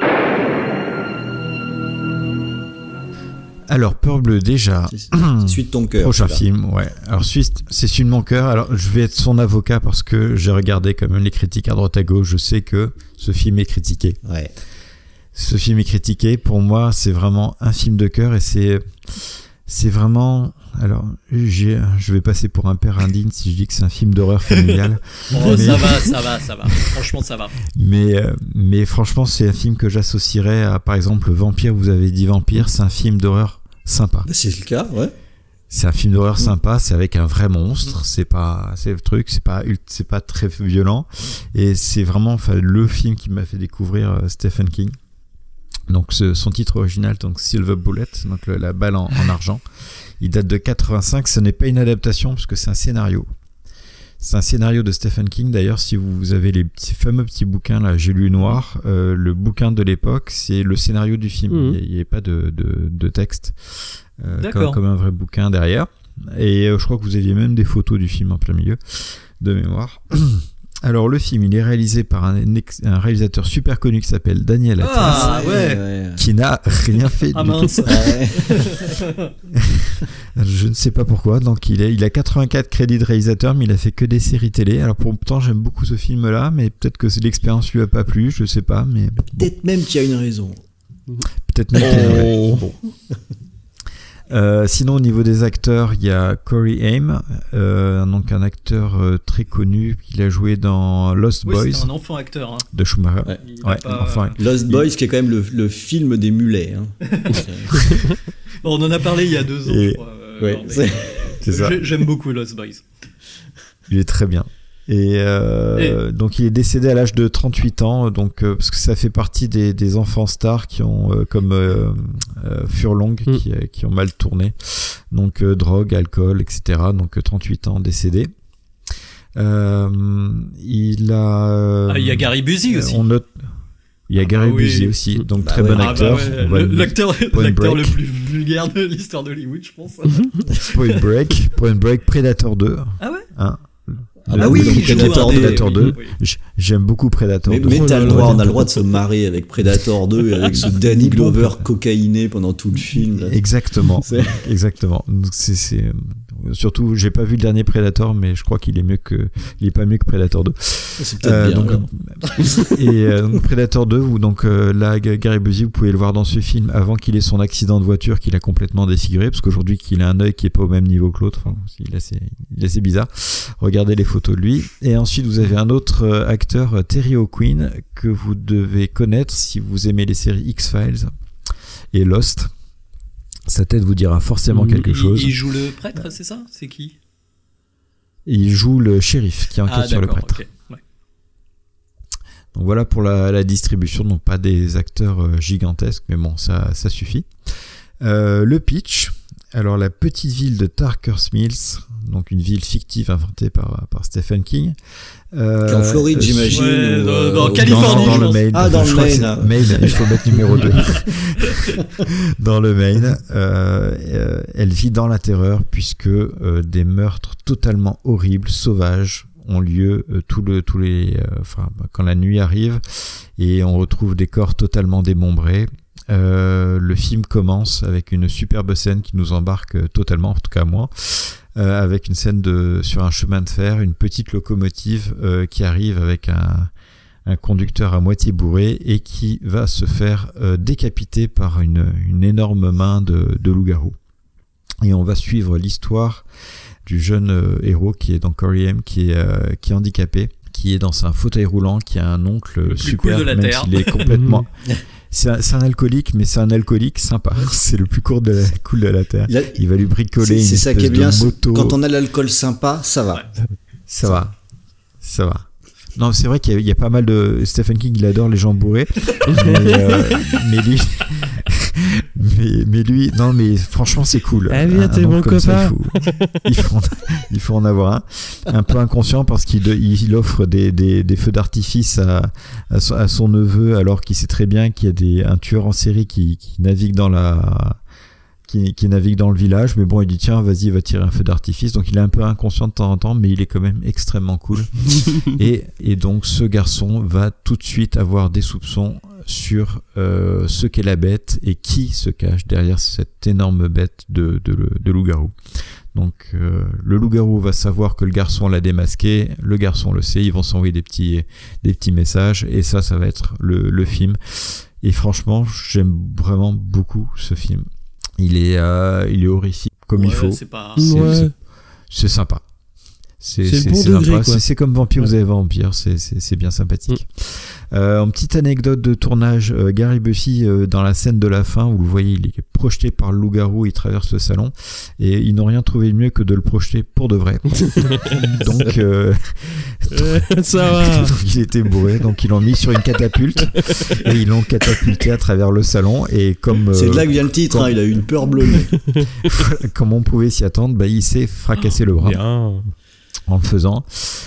Alors, Peur Bleue, déjà. C'est, c'est Suite de ton cœur. Prochain celui-là. film, ouais. Alors, Suite, c'est Suite de mon cœur. Alors, je vais être son avocat parce que j'ai regardé quand même les critiques à droite à gauche. Je sais que ce film est critiqué. Ouais. Ce film est critiqué. Pour moi, c'est vraiment un film de cœur et c'est, c'est vraiment. Alors, j'ai, je vais passer pour un père indigne si je dis que c'est un film d'horreur familial. Oh, mais... ça va, ça va, ça va. Franchement, ça va. Mais, euh, mais franchement, c'est un film que j'associerais à, par exemple, Vampire. Vous avez dit Vampire, c'est un film d'horreur sympa. C'est le cas, ouais. C'est un film d'horreur sympa, c'est avec un vrai monstre, c'est pas, c'est le truc, c'est pas, c'est pas très violent, et c'est vraiment, enfin, le film qui m'a fait découvrir euh, Stephen King. Donc, ce, son titre original, donc Silver Bullet, donc le, la balle en, en argent. Il date de quatre-vingt-cinq, ce n'est pas une adaptation parce que c'est un scénario. C'est un scénario de Stephen King. D'ailleurs, si vous avez les petits, fameux petits bouquins là, J'ai lu noir, euh, le bouquin de l'époque, c'est le scénario du film. Mmh. Il n'y a pas de, de, de texte, euh, comme, comme un vrai bouquin derrière. Et euh, je crois que vous aviez même des photos du film en plein milieu, de mémoire. Alors, le film, il est réalisé par un, un réalisateur super connu qui s'appelle Daniel Atlas, ah, ouais. qui n'a rien fait ah, du mince. tout. Je ne sais pas pourquoi. Donc, il, est, il a quatre-vingt-quatre crédits de réalisateur, mais il a fait que des séries télé. Alors, pourtant, j'aime beaucoup ce film-là, mais peut-être que l'expérience lui a pas plu, je sais pas. Mais peut-être bon. même qu'il y a une raison. Peut-être même qu'il y a une raison. Bon. Euh, sinon, au niveau des acteurs, il y a Corey Haim, euh, donc un acteur euh, très connu. Il a joué dans Lost oui, Boys. C'est un enfant acteur. Hein. De Schumacher. Ouais. Ouais, pas... enfin, Lost il... Boys, qui est quand même le, le film des mulets. Hein. Bon, on en a parlé il y a deux ans, Et... je crois. Euh, ouais, c'est... c'est ça. J'aime beaucoup Lost Boys. Il est très bien. Et, euh, Et donc il est décédé à l'âge de trente-huit ans, donc euh, parce que ça fait partie des, des enfants stars qui ont euh, comme euh, euh, Furlong mm. qui, qui ont mal tourné, donc euh, drogue, alcool, et cetera. Donc euh, trente-huit ans décédé. Euh, il a. Euh, ah, il y a Gary Busey aussi. On note. Il y a ah Gary bah Busey oui. aussi, donc bah très ouais. bon acteur. Ah bah ouais. le, l'acteur, l'acteur le plus vulgaire de l'histoire d'Hollywood, je pense. Point Break, Point Break, Predator deux. Ah ouais. Hein, Ah bah oui, donc Predator deux, deux, Predator deux. Oui. J'aime beaucoup Predator mais, deux. Mais t'as le droit, on a le droit de se marrer avec Predator deux, avec ce Danny Glover cocaïné pendant tout le film. Là. Exactement, c'est... exactement. Donc c'est, c'est surtout, j'ai pas vu le dernier Predator, mais je crois qu'il est mieux que, il est pas mieux que Predator deux. C'est peut-être euh, bien. Donc, et euh, donc Predator deux, où donc euh, là, Gary Busey, vous pouvez le voir dans ce film avant qu'il ait son accident de voiture, qu'il a complètement défiguré, parce qu'aujourd'hui qu'il a un œil qui est pas au même niveau que l'autre. Enfin, il est assez, il est assez bizarre. Regardez les photos de lui. Et ensuite, vous avez un autre acteur, Terry O'Quinn, que vous devez connaître si vous aimez les séries X-Files et Lost. Sa tête vous dira forcément quelque il, chose. Il joue le prêtre, c'est ça ? C'est qui ? Il joue le shérif qui enquête ah, sur le prêtre. Okay. Ouais. Donc voilà pour la, la distribution, donc pas des acteurs gigantesques, mais bon, ça, ça suffit. Euh, le pitch, alors la petite ville de Tarker's Mills, donc une ville fictive inventée par, par Stephen King. Euh, en Floride, j'imagine. Ouais, ou, euh, dans, dans Californie. Dans, dans le Maine. Ah, dans le Maine. Hein. Maine, il faut mettre numéro deux. Dans le Maine. Euh, euh, elle vit dans la terreur puisque euh, des meurtres totalement horribles, sauvages, ont lieu euh, tout le, tous les, euh, enfin, quand la nuit arrive et on retrouve des corps totalement démembrés. Euh, le film commence avec une superbe scène qui nous embarque totalement, en tout cas moi, euh, avec une scène de, sur un chemin de fer, une petite locomotive euh, qui arrive avec un, un conducteur à moitié bourré et qui va se faire euh, décapiter par une, une énorme main de, de loup-garou. Et on va suivre l'histoire du jeune euh, héros qui est dans Corey Haim, qui est, euh, qui est handicapé, qui est dans un fauteuil roulant, qui a un oncle le super, cool de la même terre. s'il est complètement... C'est un, c'est un alcoolique, mais c'est un alcoolique sympa. C'est le plus court de la, cool de la terre. Il, a, il va lui bricoler c'est, une c'est espèce ça qui est bien, de moto. Quand on a l'alcool sympa, ça va. Ouais. Ça, ça va. Ça va. Non, c'est vrai qu'il y a, il y a pas mal de... Stephen King, il adore les gens bourrés. mais, euh, mais lui... mais, mais lui... Non, mais franchement, c'est cool. Ah bien, t'es bon copain. Ça, il, faut, il, faut en, il faut en avoir un. Un peu inconscient parce qu'il il offre des, des, des feux d'artifice à, à, son, à son neveu alors qu'il sait très bien qu'il y a des, un tueur en série qui, qui navigue dans la... qui qui, qui navigue dans le village, mais bon, il dit tiens, vas-y, va tirer un feu d'artifice. Donc il est un peu inconscient de temps en temps, mais il est quand même extrêmement cool. et, et donc ce garçon va tout de suite avoir des soupçons sur euh, ce qu'est la bête et qui se cache derrière cette énorme bête de, de, de, de loup-garou. Donc euh, le loup-garou va savoir que le garçon l'a démasqué, le garçon le sait, ils vont s'envoyer des petits, des petits messages, et ça, ça va être le, le film. Et franchement, j'aime vraiment beaucoup ce film. Il est, euh, il est horrifique comme ouais, il faut. C'est, pas... c'est, ouais. c'est, c'est sympa. C'est, c'est, c'est, le bon c'est, degré, sympa. quoi. C'est, c'est comme Vampire, ouais. vous avez Vampire, c'est, c'est, c'est bien sympathique. Mm. Euh, en petite anecdote de tournage, euh, Gary Busey, euh, dans la scène de la fin, où vous voyez, il est projeté par le loup-garou, il traverse le salon, et ils n'ont rien trouvé de mieux que de le projeter pour de vrai. donc, euh, euh, ça va. donc, il était bourré, donc ils l'ont mis sur une catapulte, et ils l'ont catapulté à travers le salon, et comme... Euh, c'est de là que vient le titre, comme, hein, il a eu une peur bleue. comme on pouvait s'y attendre, bah, il s'est fracassé le bras. Bien. En le faisant.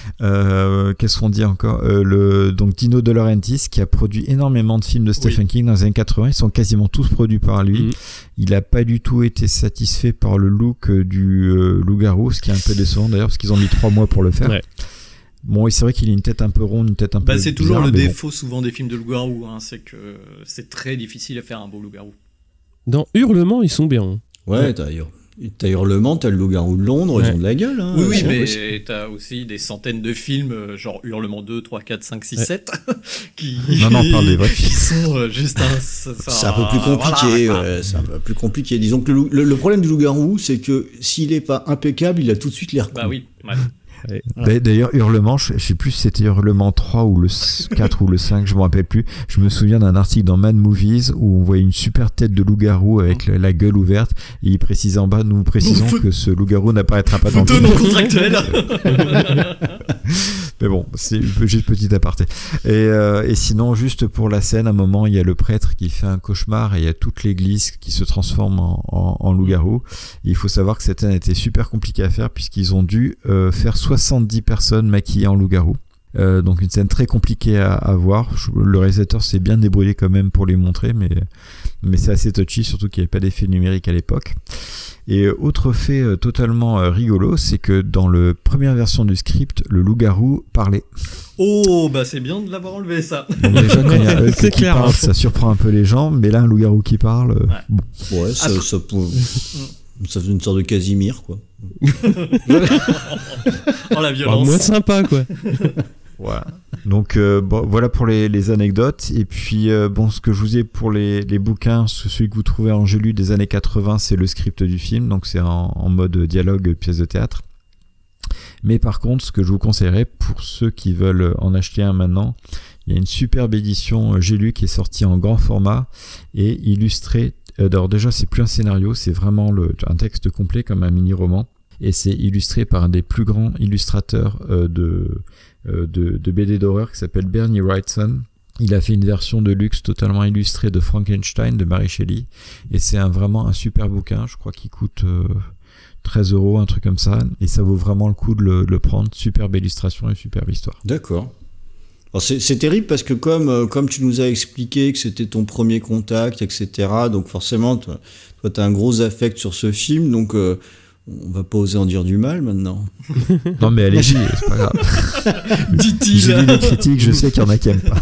Euh, qu'est-ce qu'on dit encore euh, le, donc Dino De Laurentiis, qui a produit énormément de films de Stephen oui. King dans les années quatre-vingts, ils sont quasiment tous produits par lui. Mmh. Il n'a pas du tout été satisfait par le look du euh, loup-garou, ce qui est un peu décevant d'ailleurs, parce qu'ils ont mis trois mois pour le faire. Ouais. Bon, et c'est vrai qu'il a une tête un peu ronde, une tête un bah, peu c'est bizarre, toujours le bon. défaut souvent des films de loup-garou, hein, c'est que c'est très difficile à faire un beau loup-garou. Dans Hurlement, ils sont bien. Ouais, ouais. d'ailleurs. T'as Hurlement, t'as le loup-garou de Londres, ouais. Ils ont de la gueule. Hein, oui, oui, mais possible. T'as aussi des centaines de films, genre Hurlement deux, trois, quatre, cinq, six, ouais. sept, qui, non, non, on parle des vrais films. qui sont juste un... C'est un, c'est un peu plus compliqué, voilà. ouais, c'est un peu plus compliqué. Disons que le, le, le problème du loup-garou, c'est que s'il est pas impeccable, il a tout de suite l'air cool. Bah oui, ouais. Ouais. Ouais. D'ailleurs, Hurlement, je, je sais plus si c'était Hurlement trois ou le quatre ou le cinq, je me rappelle plus. Je me souviens d'un article dans Mad Movies où on voyait une super tête de loup-garou avec la, la gueule ouverte, et il précisait en bas, nous précisons que ce loup-garou n'apparaîtra pas dans le film. non contractuel. Mais bon, c'est juste petit aparté. Et, euh, et sinon, juste pour la scène, à un moment, il y a le prêtre qui fait un cauchemar et il y a toute l'église qui se transforme en, en, en loup-garou. Et il faut savoir que cette scène a été super compliquée à faire puisqu'ils ont dû euh, faire soixante-dix personnes maquillées en loup-garou. Euh, donc une scène très compliquée à, à voir. Le réalisateur s'est bien débrouillé quand même pour les montrer, mais, mais c'est assez touchy, surtout qu'il n'y avait pas d'effet numérique à l'époque. Et autre fait euh, totalement euh, rigolo, c'est que dans la première version du script, le loup-garou parlait. Oh, bah c'est bien de l'avoir enlevé ça. Donc déjà, quand il y a Hulk qui clair, parle, hein. Ça surprend un peu les gens, mais là, un loup-garou qui parle... Euh, ouais, bon. ouais ça, ah, ça, peut... ça fait une sorte de Casimir, quoi. Oh, la violence. Bah, moins sympa, quoi. Voilà. Donc euh, bon, voilà pour les, les anecdotes. Et puis euh, bon, ce que je vous ai pour les, les bouquins, celui que vous trouvez en Angelu des années quatre-vingts, c'est le script du film, donc c'est en, en mode dialogue, pièce de théâtre. Mais par contre, ce que je vous conseillerais pour ceux qui veulent en acheter un maintenant, il y a une superbe édition J'ai lu qui est sortie en grand format et illustrée. Alors déjà, c'est plus un scénario, c'est vraiment le, un texte complet comme un mini-roman. Et c'est illustré par un des plus grands illustrateurs euh, de, euh, de, de B D d'horreur qui s'appelle Bernie Wrightson. Il a fait une version de luxe totalement illustrée de Frankenstein de Mary Shelley. Et c'est un, vraiment un super bouquin, je crois qu'il coûte euh, treize euros, un truc comme ça. Et ça vaut vraiment le coup de le, de le prendre. Superbe illustration et superbe histoire. D'accord. Alors c'est, c'est terrible parce que comme, euh, comme tu nous as expliqué que c'était ton premier contact, et cetera, donc forcément, toi, toi tu as un gros affect sur ce film, donc... Euh, on va pas oser en dire du mal maintenant. Non mais allez-y, c'est pas grave. Dit-il. J'ai lu les critiques, je sais qu'il y en a qui aiment pas.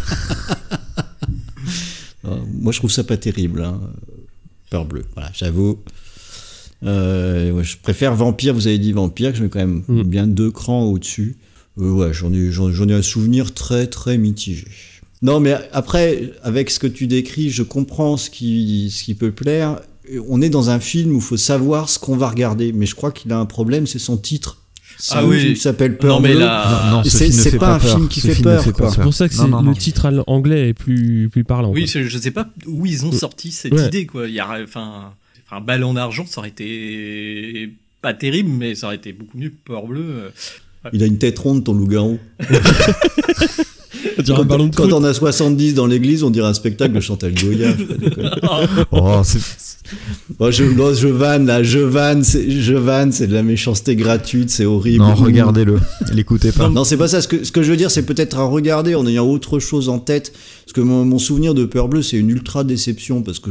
Non, moi je trouve ça pas terrible. Hein. Peur bleue, voilà, j'avoue. Euh, ouais, je préfère Vampire, vous avez dit Vampire, que je mets quand même mm. bien deux crans au-dessus. Euh, ouais, j'en ai, j'en, j'en ai un souvenir très très mitigé. Non mais après, avec ce que tu décris, je comprends ce qui, ce qui peut plaire. On est dans un film où il faut savoir ce qu'on va regarder, mais je crois qu'il a un problème, c'est son titre. C'est ah un oui. film qui s'appelle Peur Bleue. La... Non, non, c'est, c'est pas, pas un film qui ce fait, film peur, fait peur. C'est pour ça que non, c'est, non, le non. titre anglais est plus, plus parlant. Oui, quoi. je sais pas où ils ont sorti cette ouais. idée, quoi. Il y a, enfin, un ballon d'argent, ça aurait été pas terrible, mais ça aurait été beaucoup mieux que Peur Bleue. Ouais. Il a une tête ronde, ton loup-garou. Quand, un ballon de quand on a soixante-dix dans l'église, on dirait un spectacle de Chantal Goya. Oh, c'est... Bon, je, non, je vanne là, je vanne, c'est, je vanne, c'est de la méchanceté gratuite, c'est horrible. Non, regardez-le, l'écoutez pas. Non, c'est pas ça. Ce que, ce que je veux dire, c'est peut-être à regarder en ayant autre chose en tête. Parce que mon, mon souvenir de Peur Bleue, c'est une ultra déception parce que je,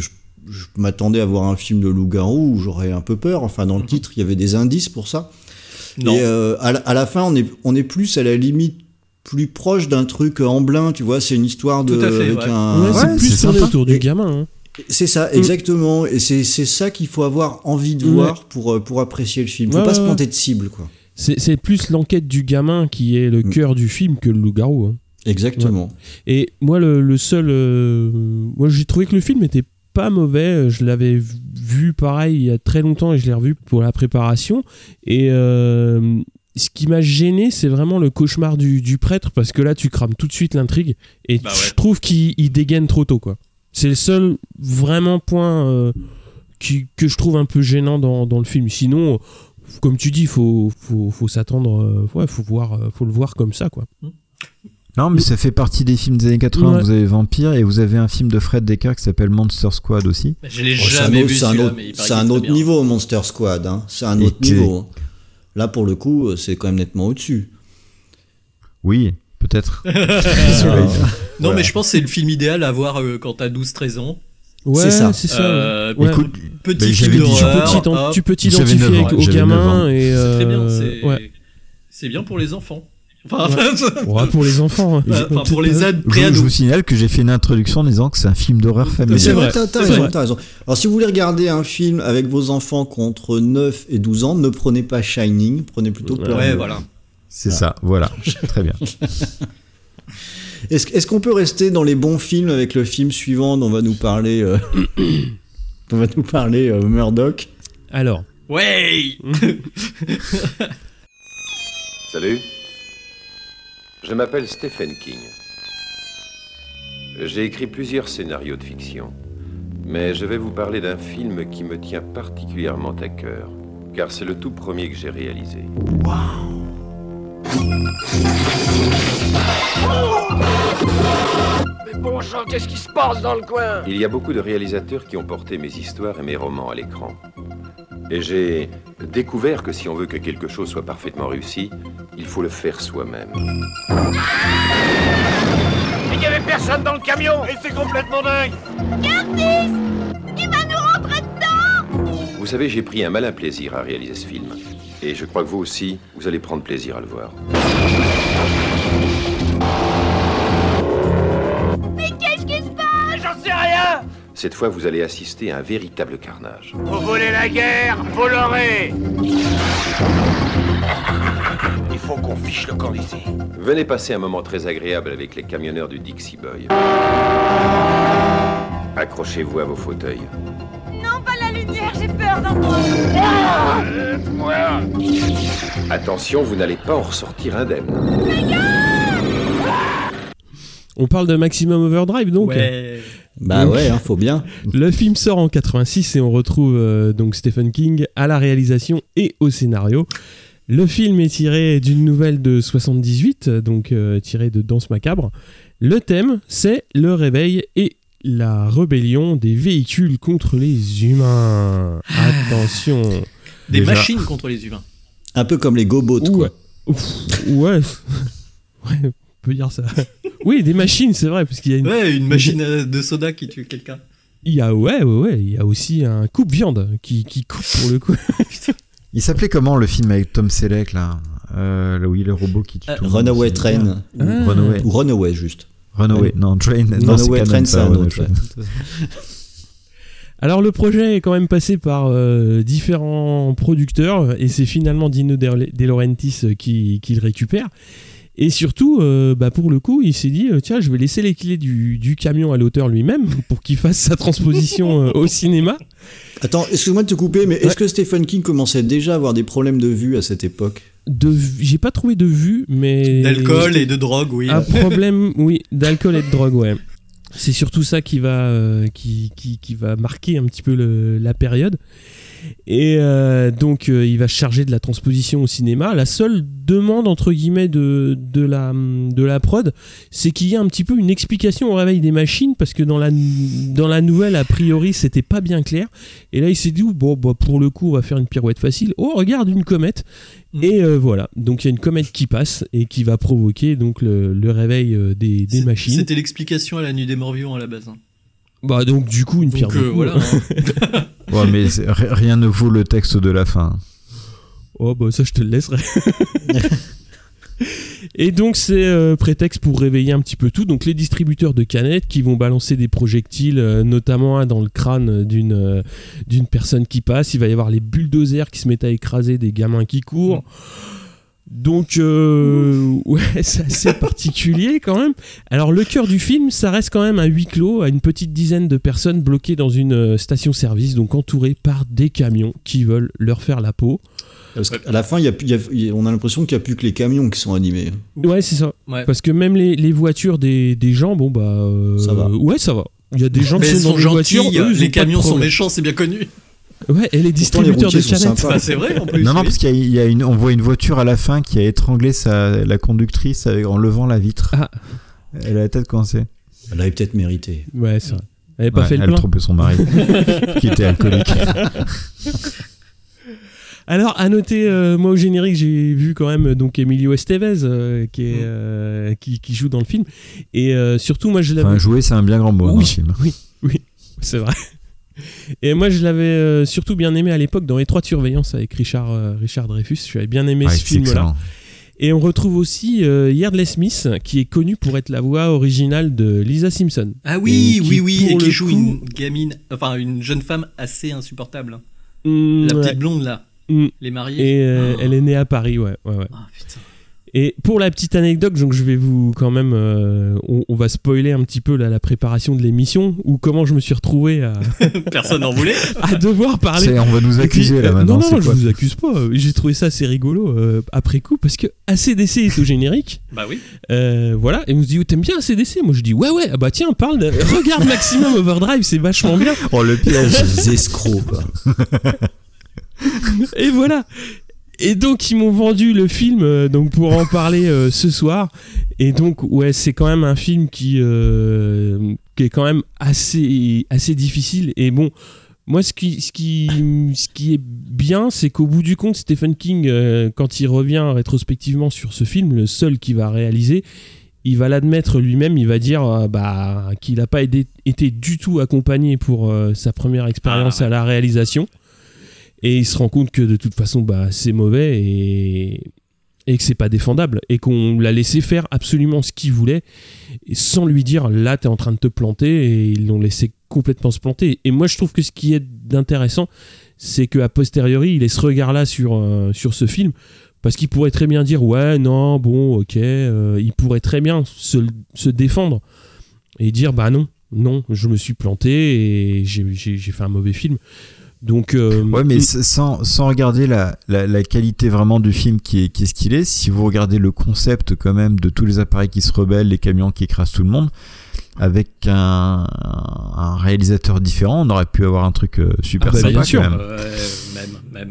je m'attendais à voir un film de loup-garou où j'aurais un peu peur. Enfin, dans le titre, il y avait des indices pour ça. Non. Et euh, à, la, à la fin, on est, on est plus à la limite plus proche d'un truc Amblin, tu vois. C'est une histoire de. Tout à fait, avec ouais. un. Ouais, c'est Ouais, plus c'est tourné sympa. autour du gamin. Hein. C'est ça, exactement. Et c'est, c'est ça qu'il faut avoir envie de Ouais. voir pour, pour apprécier le film. Faut Ouais, pas ouais, se ouais. planter de cible, quoi. C'est, c'est plus l'enquête du gamin qui est le Mm. cœur du film que le loup-garou. Hein. Exactement. Et moi, le, le seul. euh, moi, j'ai trouvé que le film était pas mauvais. Je l'avais vu pareil il y a très longtemps et je l'ai revu pour la préparation. Et euh, ce qui m'a gêné, c'est vraiment le cauchemar du, du prêtre parce que là, tu crames tout de suite l'intrigue et Bah je ouais. trouve qu'il il dégaine trop tôt, quoi. C'est le seul vraiment point euh, qui, que je trouve un peu gênant dans, dans le film. Sinon, comme tu dis, faut, faut, faut s'attendre. Euh, ouais, faut, voir, euh, faut le voir comme ça, quoi. Non, mais ça fait partie des films des années quatre-vingts. Ouais. Vous avez Vampire et vous avez un film de Fred Decker qui s'appelle Monster Squad aussi. Je l'ai Oh, c'est un jamais autre- vu c'est un celui-là, autre, mais il paraît c'est qu'il un est autre très bien. niveau, Monster Squad. Hein. C'est un Et autre que- niveau. hein. Là, pour le coup, c'est quand même nettement au-dessus. Oui, peut-être. Voilà. Non, mais je pense que c'est le film idéal à voir euh, quand t'as douze treize ans. Ouais, C'est ça. c'est ça. Euh, ouais. Écoute, Petit mais film j'avais dit- tu d'horreur. peux, t'ident- hop. tu peux J'avais t'identifier neuf ans, avec- au j'avais neuf gamin ans. et C'est très bien, euh, c'est ouais. c'est bien pour les enfants. Enfin, Ouais, pour les enfants. hein. enfin, pour les ad Je, je pré-ados. vous signale que j'ai fait une introduction en disant que c'est un film d'horreur Mais familial. c'est vrai, vrai, t'as, t'as c'est raison, vrai. t'as raison. Alors, si vous voulez regarder un film avec vos enfants contre neuf et douze ans, ne prenez pas Shining, prenez plutôt Peur Ouais, Bleue. voilà. C'est ça, voilà. Très bien. Est-ce, est-ce qu'on peut rester dans les bons films avec le film suivant dont va nous parler, euh, dont va nous parler euh, Murdoch? Alors. Ouais. Salut. Je m'appelle Stephen King. J'ai écrit plusieurs scénarios de fiction, mais je vais vous parler d'un film qui me tient particulièrement à cœur, car c'est le tout premier que j'ai réalisé. Mais bon sang, qu'est-ce qui se passe dans le coin? Il y a beaucoup de réalisateurs qui ont porté mes histoires et mes romans à l'écran. Et j'ai découvert que si on veut que quelque chose soit parfaitement réussi, il faut le faire soi-même. Il n'y avait personne dans le camion et c'est complètement dingue. Curtis, il va nous rentrer dedans. Vous savez, j'ai pris un malin plaisir à réaliser ce film. Et je crois que vous aussi, vous allez prendre plaisir à le voir. Mais qu'est-ce qui se passe? J'en sais rien. Cette fois, vous allez assister à un véritable carnage. Vous voulez la guerre, vous l'aurez. Il faut qu'on fiche le camp d'ici. Venez passer un moment très agréable avec les camionneurs du Dixie Boy. Accrochez-vous à vos fauteuils. Non, pas la lumière, j'ai peur d'entendre. Ah, moi. Attention, vous n'allez pas en ressortir indemne. On parle de Maximum Overdrive, donc. Ouais. Bah Donc, ouais, hein, faut bien. Le film sort en quatre-vingt-six et on retrouve euh, donc Stephen King à la réalisation et au scénario. Le film est tiré d'une nouvelle de soixante-dix-huit, donc euh, tiré de Danse macabre. Le thème, c'est le réveil et la rébellion des véhicules contre les humains. Attention. Des Déjà. machines contre les humains. Un peu comme les GoBots, quoi. Ouais. Ouf, ouais. Ouais, on peut dire ça. Oui, des machines, c'est vrai, parce qu'il y a une... Ouais, une machine euh, de soda qui tue quelqu'un. Il y a, ouais, ouais, ouais, il y a aussi un coupe-viande qui, qui coupe pour le coup. Il s'appelait comment le film avec Tom Selleck là, euh, là où il est le robot qui tue Euh, tout le monde. Runaway c'est Train. bien. Ah. Ou Runaway. Ou Runaway, juste. Runaway, non, Train. non, Runaway c'est Train, Canon, c'est ça, un Runaway autre. Train. Alors le projet est quand même passé par euh, différents producteurs et c'est finalement Dino De, De Laurentiis qui, qui le récupère. Et surtout, euh, bah pour le coup, il s'est dit euh, tiens, je vais laisser les clés du, du camion à l'auteur lui-même pour qu'il fasse sa transposition euh, au cinéma. Attends, excuse-moi de te couper, mais est-ce que Stephen King commençait déjà à avoir des problèmes de vue à cette époque? De, j'ai pas trouvé de vue, mais D'alcool et de drogue, oui. Un problème, oui, d'alcool et de drogue, ouais. C'est surtout ça qui va, euh, qui, qui, qui va marquer un petit peu le, la période. Et euh, donc, euh, il va se charger de la transposition au cinéma. La seule demande, entre guillemets, de, de, la, de la prod, c'est qu'il y ait un petit peu une explication au réveil des machines, parce que dans la, dans la nouvelle, a priori, c'était pas bien clair. Et là, il s'est dit, bon, bah, pour le coup, on va faire une pirouette facile. Oh, regarde, une comète. Et euh, voilà, donc il y a une comète qui passe et qui va provoquer donc le, le réveil euh, des, des C'est- machines. C'était l'explication à la nuit des morts vivants à la base. hein. Bah donc du coup une Donc, pierre euh, deux coups. voilà. hein. Ouais, mais c'est- ri- rien ne vaut le texte de la fin. Oh bah ça je te le laisserai. Et donc c'est euh, prétexte pour réveiller un petit peu tout. Donc les distributeurs de canettes qui vont balancer des projectiles, euh, notamment un dans le crâne d'une euh, d'une personne qui passe. Il va y avoir les bulldozers qui se mettent à écraser des gamins qui courent. Donc euh, ouais, c'est assez particulier quand même. Alors le cœur du film, ça reste quand même un huis clos, à une petite dizaine de personnes bloquées dans une euh, station-service, donc entourées par des camions qui veulent leur faire la peau. Parce qu'à la fin, il y a, plus- il y a- il y a- on a l'impression qu'il n'y a plus que les camions qui sont animés. Ouais, c'est ça. Ouais. Parce que même les, les voitures des, des gens, bon bah. euh, Ça va. Ouais, ça va. Il y a des gens Mais qui ils sont dans sont des gentils, voitures. eux, ils ont les pas de camions sont problème. méchants, c'est bien connu. Ouais, et les distributeurs routiers de sont canettes. sympas. Bah, c'est vrai en plus. Non, non, oui. parce qu'il y a, il y a une, on voit une voiture à la fin qui a étranglé sa, la conductrice avec, en levant la vitre. Ah. Elle a la tête coincée. Elle avait peut-être mérité. Ouais, c'est vrai. Elle avait pas Ouais, fait le elle plein. trompait son mari, qui était alcoolique. Alors, à noter, euh, moi au générique, j'ai vu quand même donc Emilio Estevez euh, qui, est, euh, qui, qui joue dans le film. Et euh, surtout, moi je l'avais. Enfin, jouer, c'est un bien grand mot dans oui, le film. oui, oui, c'est vrai. Et moi je l'avais euh, surtout bien aimé à l'époque dans Étroite Surveillance avec Richard, euh, Richard Dreyfuss. J'avais bien aimé Ouais, ce c'est film-là. excellent. Et on retrouve aussi euh, Yardley Smith, qui est connu pour être la voix originale de Lisa Simpson. Ah oui, Et qui, oui, oui, et pour qui le joue coup- une gamine, enfin une jeune femme assez insupportable. Mm, La ouais. petite blonde là, Mm. les mariés. Et euh, Oh. elle est née à Paris, ouais. ouais, ouais. Ah, putain. Et pour la petite anecdote, donc je vais vous quand même, euh, on, on va spoiler un petit peu là, la préparation de l'émission ou comment je me suis retrouvé à, Personne n'en voulait. à devoir parler. C'est- on va nous Et puis, accuser, là, euh, maintenant, Non, c'est non, je quoi vous accuse pas. J'ai trouvé ça assez rigolo euh, après coup parce que A C D C est au générique. Bah oui. Euh, voilà, et on se dit, oh, t'aimes bien A C D C? Moi je dis, ouais, ouais, ah bah tiens, parle, de... regarde Maximum Overdrive, c'est vachement bien. Oh, le piège. Les escrocs, quoi. Et voilà. Et donc ils m'ont vendu le film euh, donc pour en parler euh, ce soir. Et donc ouais, c'est quand même un film qui euh, qui est quand même assez assez difficile. Et bon, moi ce qui ce qui ce qui est bien, c'est qu'au bout du compte, Stephen King, euh, quand il revient rétrospectivement sur ce film, le seul qu'il va réaliser, il va l'admettre lui-même, il va dire euh, bah, qu'il n'a pas aidé- été du tout accompagné pour euh, sa première expérience Ah, ouais. à la réalisation. Et il se rend compte que de toute façon, bah, c'est mauvais et, et que c'est pas défendable. Et qu'on l'a laissé faire absolument ce qu'il voulait et sans lui dire là, t'es en train de te planter. Et ils l'ont laissé complètement se planter. Et moi, je trouve que ce qui est d'intéressant, c'est qu'à posteriori, il ait ce regard-là sur, euh, sur ce film. Parce qu'il pourrait très bien dire ouais, non, bon, ok. Euh, il pourrait très bien se, se défendre et dire bah non, non, je me suis planté et j'ai, j'ai, j'ai fait un mauvais film. Donc, euh, Ouais, mais il- sans, sans regarder la, la, la qualité vraiment du film qui est, qui est ce qu'il est, si vous regardez le concept quand même de tous les appareils qui se rebellent, les camions qui écrasent tout le monde, avec un, un réalisateur différent, on aurait pu avoir un truc euh, super Ah bah, sympa bien quand sûr. même. Ouais, même, même.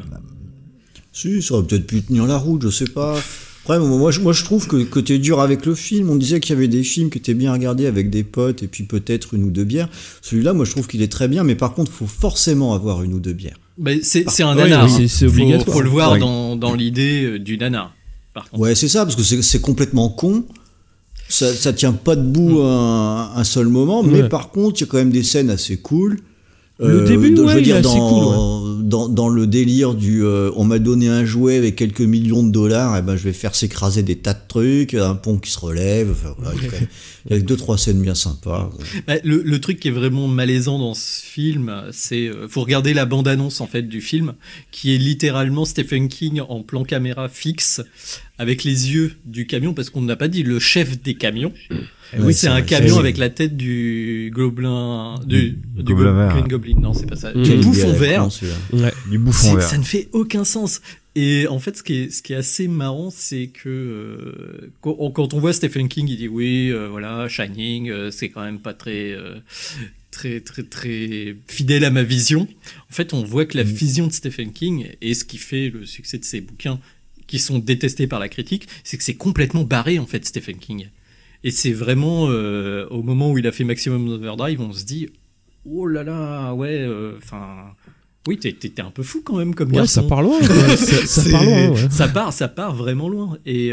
Si, ça aurait peut-être pu tenir la route, je sais pas. Après, moi, je, moi, je trouve que, que t'es dur avec le film. On disait qu'il y avait des films qui étaient bien regardés avec des potes et puis peut-être une ou deux bières. Celui-là, moi, je trouve qu'il est très bien, mais par contre, faut forcément avoir une ou deux bières. Bah, c'est, c'est un Oui, nanar. oui, hein. c'est- c'est Faut- obligatoire. Faut, le voir Ouais. dans, dans l'idée euh, du nanar. Par contre. Ouais, c'est ça, parce que c'est, c'est complètement con. Ça, ça tient pas debout un, un seul moment, mais Ouais. par contre, il y a quand même des scènes assez cool. Le début, de- ouais, je veux il est dire, assez dans, dans, dans le délire du euh, on m'a donné un jouet avec quelques millions de dollars, et ben je vais faire s'écraser des tas de trucs, un pont qui se relève. Enfin, voilà, il y a quand même- il y a deux, trois scènes bien sympas. Bah, le, le truc qui est vraiment malaisant dans ce film, c'est euh, faut regarder la bande-annonce en fait du film, qui est littéralement Stephen King en plan caméra fixe avec les yeux du camion, parce qu'on n'a pas dit le chef des camions. Ouais, Oui, c'est c'est un vrai, camion c'est- avec la tête du gobelin, du, du Gobelin go- vert. Green Goblin. Non, c'est pas ça. Mmh. Du Quelle idée bouffon à la vert. con, celui-là. Ouais. Du bouffon C'est- vert. ça ne fait aucun sens. Et en fait, ce qui est, ce qui est assez marrant, c'est que euh, quand, on, quand on voit Stephen King, il dit oui, euh, voilà, Shining, euh, c'est quand même pas très, euh, très, très, très fidèle à ma vision. En fait, on voit que la vision de Stephen King et ce qui fait le succès de ses bouquins, qui sont détestés par la critique, c'est que c'est complètement barré en fait, Stephen King. Et c'est vraiment euh, au moment où il a fait Maximum Overdrive, on se dit oh là là, ouais, enfin. Oui, t'es, t'es un peu fou quand même comme Ouais, garçon. ça part loin. Ouais, ça, ça C'est- part loin. Ouais. Ça part, ça part vraiment loin. Et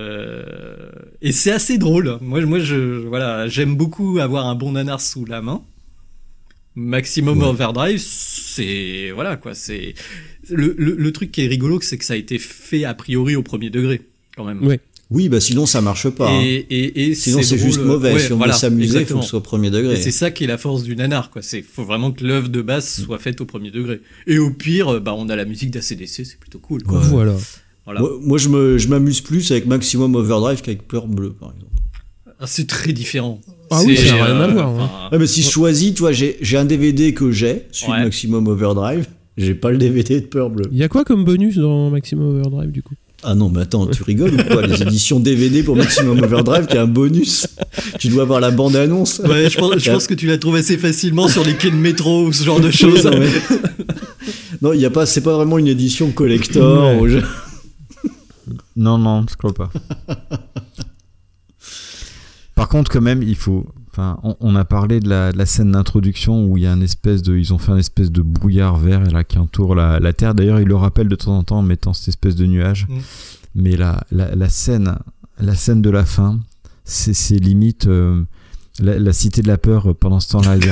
euh, et c'est assez drôle. Moi, moi, je voilà, j'aime beaucoup avoir un bon nanar sous la main. Maximum Ouais. Overdrive, c'est voilà quoi, c'est le, le le truc qui est rigolo, c'est que ça a été fait a priori au premier degré quand même. Ouais. Oui, bah sinon ça marche pas. Et, hein. et, et Sinon c'est drôle, juste mauvais. ouais, si on voilà, veut s'amuser, il faut exactement. que ce soit au premier degré. Et c'est ça qui est la force du nanar, quoi. C'est faut vraiment que l'œuvre de base soit faite au premier degré. Et au pire, bah on a la musique d'A C D C, c'est plutôt cool. Quoi. Ouais. Voilà. Voilà. Moi, moi, je me, je m'amuse plus avec Maximum Overdrive qu'avec Peur Bleue, par exemple. Ah, c'est très différent. Ah oui, C'est, ça n'a rien à euh, voir, hein. enfin, Ouais, mais si je choisis, tu vois, j'ai, j'ai un D V D que j'ai, celui Ouais. de Maximum Overdrive. J'ai pas le D V D de Peur Bleue. Il y a quoi comme bonus dans Maximum Overdrive du coup? Ah non, mais attends, tu rigoles ou quoi? Les éditions D V D pour Maximum Overdrive, qui est un bonus. Tu dois avoir la bande-annonce. Ouais, je pense, je pense que tu la trouves assez facilement sur les quais de métro ou ce genre de choses. Non, mais... non, il y a pas, c'est pas vraiment une édition collector. Ouais. Où je... Non, non, je crois pas. Par contre, quand même, il faut. Enfin, on, on a parlé de la, de la scène d'introduction où il y a une espèce de, ils ont fait une espèce de brouillard vert là qui entoure la, la Terre. D'ailleurs, ils le rappellent de temps en temps en mettant cette espèce de nuage. Mm. Mais la, la, la scène, la scène de la fin, c'est, c'est limite euh, la, la cité de la peur pendant ce temps-là.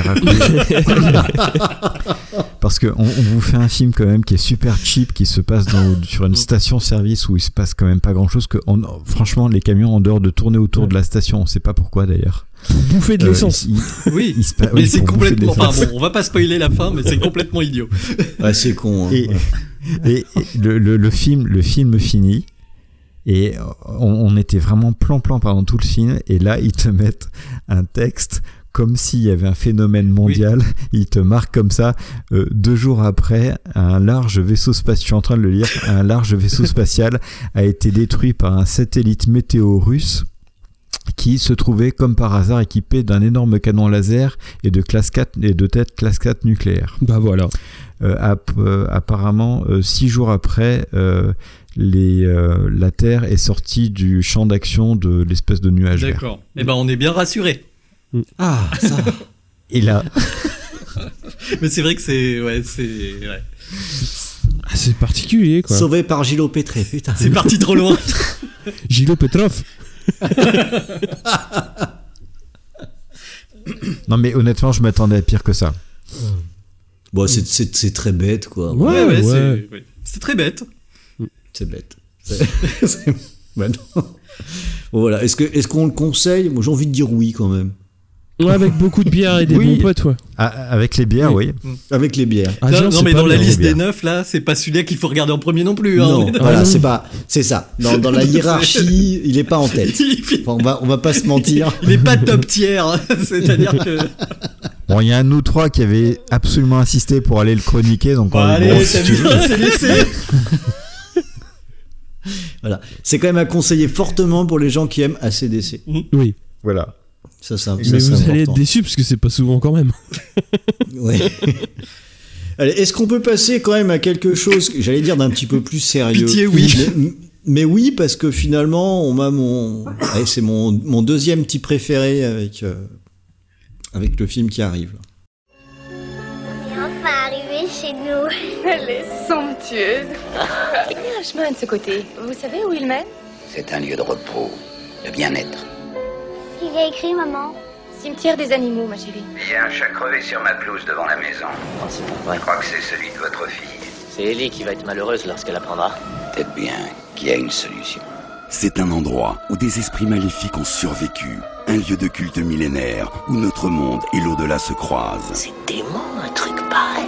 Parce que on, on vous fait un film quand même qui est super cheap, qui se passe dans, sur une station-service où il se passe quand même pas grand-chose. Que on, franchement, les camions en dehors de tourner autour de la station, on sait pas pourquoi d'ailleurs. Bouffer de Euh, l'essence. il- Oui, il se pa- mais oui, c'est pour bouffer de complètement. Enfin l'essence. bon, on va pas spoiler la fin, mais c'est complètement idiot. Ouais, c'est con. Hein. Et, et, et le, le, le film, le film finit et on, on était vraiment plan-plan pendant tout le film. Et là, ils te mettent un texte comme s'il y avait un phénomène mondial. Ils te marquent comme ça. Euh, deux jours après, un large vaisseau spatial. Je suis en train de le lire. Un large vaisseau spatial a été détruit par un satellite météo russe, qui se trouvait comme par hasard équipé d'un énorme canon laser et de classe quatre et de têtes classe quatre nucléaires. Bah voilà. Euh, ap- euh, apparemment, euh, six jours après, euh, les, euh, la Terre est sortie du champ d'action de l'espèce de nuage vert. D'accord. Eh ben, on est bien rassurés. Ah, ça. Et là, Mais c'est vrai que c'est, ouais, c'est, ouais. Ah, c'est particulier quoi. Sauvé par Gilles Pétré, putain. C'est parti trop loin. Gilles Petrov. non mais honnêtement, je m'attendais à pire que ça. Bon, c'est, c'est, c'est très bête, quoi. Ouais, ouais, C'est, ouais. C'est très bête. C'est bête. C'est... c'est... Bah non. Bon, voilà. Est-ce, que, est-ce qu'on le conseille? Moi, j'ai envie de dire oui, quand même. Ouais, avec beaucoup de bière et des Oui. bons potes, ouais. Ah, avec les bières, oui. Avec les bières. Ah, non, genre, non, c'est mais pas dans la bien. liste bien. des neuf, là, c'est pas celui-là qu'il faut regarder en premier non plus. Hein, Non, on est d'accord. voilà, Ah, non. c'est pas, c'est ça. Dans, dans la hiérarchie, il est pas en tête. Il, Enfin, on va, on va pas se mentir. il est pas top tier, hein. C'est-à-dire que. Bon, il y a un de nous trois qui avait absolument insisté pour aller le chroniquer, donc Bon, on allez, bon, t'as si tu vu, veux. c'est laissé. Voilà. C'est quand même à conseiller fortement pour les gens qui aiment A C D C. Oui. Voilà. Ça, ça, ça, Mais c'est vous allez important. être déçus parce que c'est pas souvent quand même. Ouais. Allez, est-ce qu'on peut passer quand même à quelque chose, que j'allais dire d'un petit peu plus sérieux? Pitié, oui. Mais, mais oui, parce que finalement, on m'a mon, allez, c'est mon, mon deuxième petit préféré avec, euh, avec le film qui arrive. On est enfin arrivé chez nous. Elle est somptueuse. Il y a un chemin de ce côté. Vous savez où il mène? C'est un lieu de repos, de bien-être. Il y a écrit, maman. Cimetière des animaux, ma chérie. Il y a un chat crevé sur ma pelouse devant la maison. Non, c'est pas vrai. Je crois que c'est celui de votre fille. C'est Ellie qui va être malheureuse lorsqu'elle apprendra. Peut-être bien qu'il y a une solution. C'est un endroit où des esprits maléfiques ont survécu. Un lieu de culte millénaire où notre monde et l'au-delà se croisent. C'est dément, un truc pareil.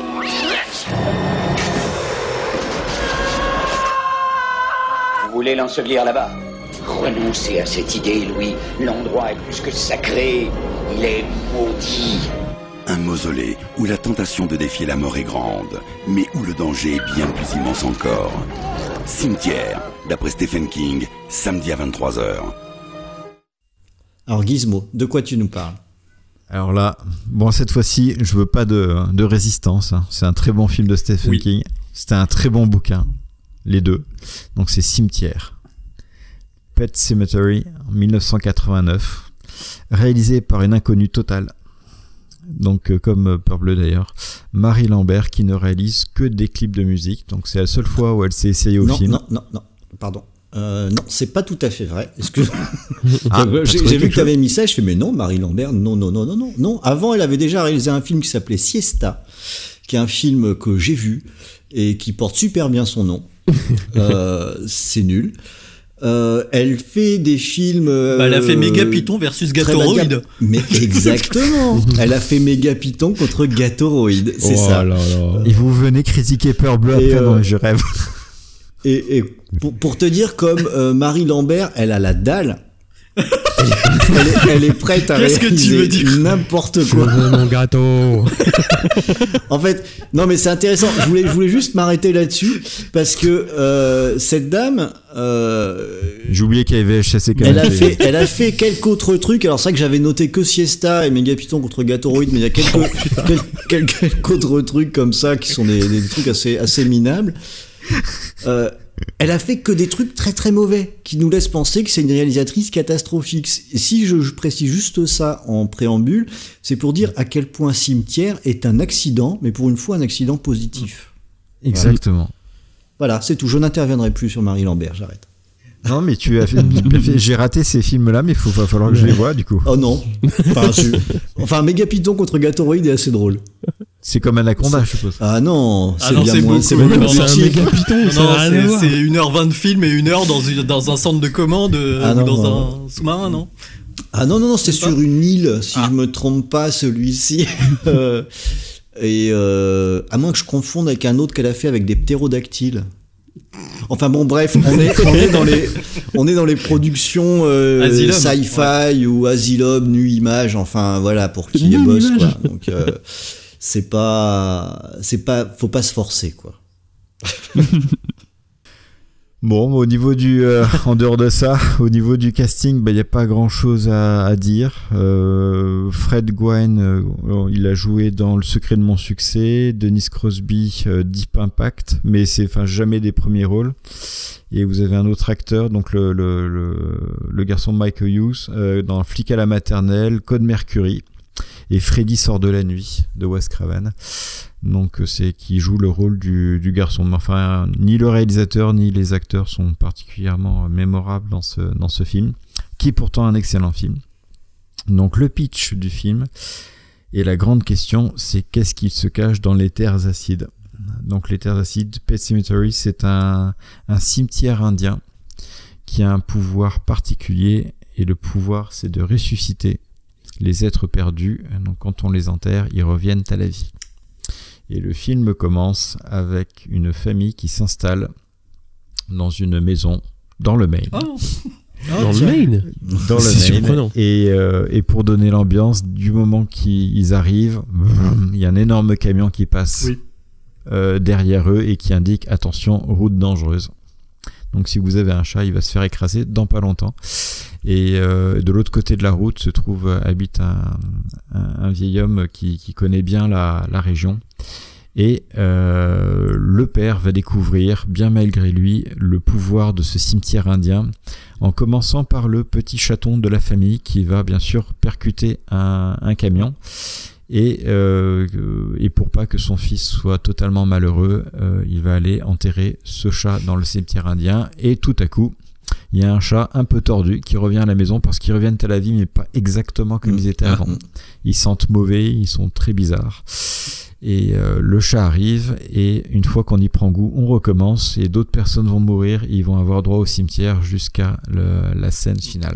Vous voulez l'ensevelir là-bas? Renoncez à cette idée, Louis. L'endroit est plus que sacré. Il est maudit. Un mausolée où la tentation de défier la mort est grande, mais où le danger est bien plus immense encore. Cimetière, d'après Stephen King, samedi à vingt-trois heures. Alors Gizmo, de quoi tu nous parles? Alors là, bon, cette fois-ci, je veux pas de, de résistance. Hein. C'est un très bon film de Stephen Oui. King. C'était un très bon bouquin, les deux. Donc c'est Cimetière. Pet Sematary, en dix-neuf cent quatre-vingt-neuf, réalisé par une inconnue totale. Donc euh, comme euh, Peur Bleue d'ailleurs, Marie Lambert, qui ne réalise que des clips de musique. Donc c'est la seule fois où elle s'est essayée au non, film. non, non, non, pardon. Euh, non, c'est pas tout à fait vrai. Est-ce que Ah, j'ai, t'as j'ai vu trouvé que tu avais mis ça, je fais mais non, Marie Lambert, non, non, non, non, non, non. Avant, elle avait déjà réalisé un film qui s'appelait Siesta, qui est un film que j'ai vu et qui porte super bien son nom. euh, c'est nul. Euh, elle fait des films. Euh, bah, elle a fait Méga Python versus Gatoroid. Mais exactement. Elle a fait Méga Python contre Gatoroid. C'est Oh ça. là là. Et vous venez critiquer Peur Bleue Et, après, euh, non, je rêve. Et, et pour, pour te dire, comme euh, Marie Lambert, elle a la dalle. Elle est, elle est, elle est prête à Qu'est-ce que tu réaliser veux dire n'importe quoi. Je veux mon gâteau. En fait, non mais c'est intéressant. Je voulais, je voulais juste m'arrêter là-dessus parce que euh, cette dame, euh, J'ai oublié qu'il y avait H S C elle a fait, elle a fait quelques autres trucs. Alors c'est vrai que j'avais noté que Siesta et Méga Python contre Gatoroid, mais il y a quelques, quelques, quelques, quelques autres trucs comme ça qui sont des, des trucs assez, assez minables. Euh, elle a fait que des trucs très très mauvais qui nous laissent penser que c'est une réalisatrice catastrophique. Et si je, je précise juste ça en préambule, c'est pour dire à quel point Cimetière est un accident, mais pour une fois un accident positif. Exactement. Voilà, c'est tout. Je n'interviendrai plus sur Marie Lambert, j'arrête. Non, mais tu as fait, tu as fait- j'ai raté ces films-là, mais il va falloir que je les voie du coup. Oh non. Enfin, je- enfin Méga Python contre Gatoroid est assez drôle. C'est comme Anaconda, je suppose. Ah non, Ah c'est non, bien c'est moins, beaucoup. c'est beaucoup Non, plus non, cheap. Méga Python, ça Non, n'a rien à c'est, voir. c'est une heure vingt de film et une heure dans, une- dans un centre de commande euh, Ah ou non, dans non. un sous-marin, non? Ah non, non, non, c'était C'est pas sur une île, si Ah. je me trompe pas, celui-ci. Euh, Et euh, à moins que je confonde avec un autre qu'elle a fait avec des ptérodactyles. Enfin bon, bref, on est, on est dans les, on est dans les productions euh, Asylum, sci-fi ou Asylum, Nu Image, enfin voilà, pour qui les Nu boss, Image. quoi. Donc euh, c'est pas, c'est pas, faut pas se forcer, quoi. Bon, au niveau du, euh, en dehors de ça, au niveau du casting, bah, il n'y a pas grand chose à, à dire. Euh, Fred Gwynne, euh, il a joué dans Le Secret de mon succès, Dennis Crosby, euh, Deep Impact, mais c'est enfin jamais des premiers rôles. Et vous avez un autre acteur, donc le, le, le, le garçon Michael Hughes, euh, dans Flic à la maternelle, Code Mercury, et Freddy sort de la nuit, de Wes Craven. Donc c'est qui joue le rôle du, du garçon. Mais enfin, ni le réalisateur ni les acteurs sont particulièrement mémorables dans ce, dans ce film, qui est pourtant un excellent film. Donc le pitch du film, et la grande question, c'est qu'est-ce qu'il se cache dans les terres acides. Donc les terres acides, Pet Cemetery, c'est un, un cimetière indien qui a un pouvoir particulier, et le pouvoir, c'est de ressusciter les êtres perdus. Donc quand on les enterre, ils reviennent à la vie. Et le film commence avec une famille qui s'installe dans une maison dans le Maine. Oh. Dans le Maine Dans le C'est Maine. surprenant. Et, euh, et pour donner l'ambiance, du moment qu'ils arrivent, il y a un énorme camion qui passe Oui. euh, derrière eux et qui indique attention, route dangereuse. Donc si vous avez un chat, il va se faire écraser dans pas longtemps. Et euh, de l'autre côté de la route se trouve, euh, habite un, un, un vieil homme qui, qui connaît bien la, la région. Et euh, le père va découvrir, bien malgré lui, le pouvoir de ce cimetière indien, en commençant par le petit chaton de la famille qui va bien sûr percuter un, un camion. Et, euh, et pour pas que son fils soit totalement malheureux, euh, il va aller enterrer ce chat dans le cimetière indien. Et tout à coup, il y a un chat un peu tordu qui revient à la maison parce qu'ils reviennent à la vie, mais pas exactement comme mmh. ils étaient avant. Ils sentent mauvais, ils sont très bizarres. Et euh, le chat arrive, et une fois qu'on y prend goût, on recommence, et d'autres personnes vont mourir, et ils vont avoir droit au cimetière jusqu'à le, la scène finale.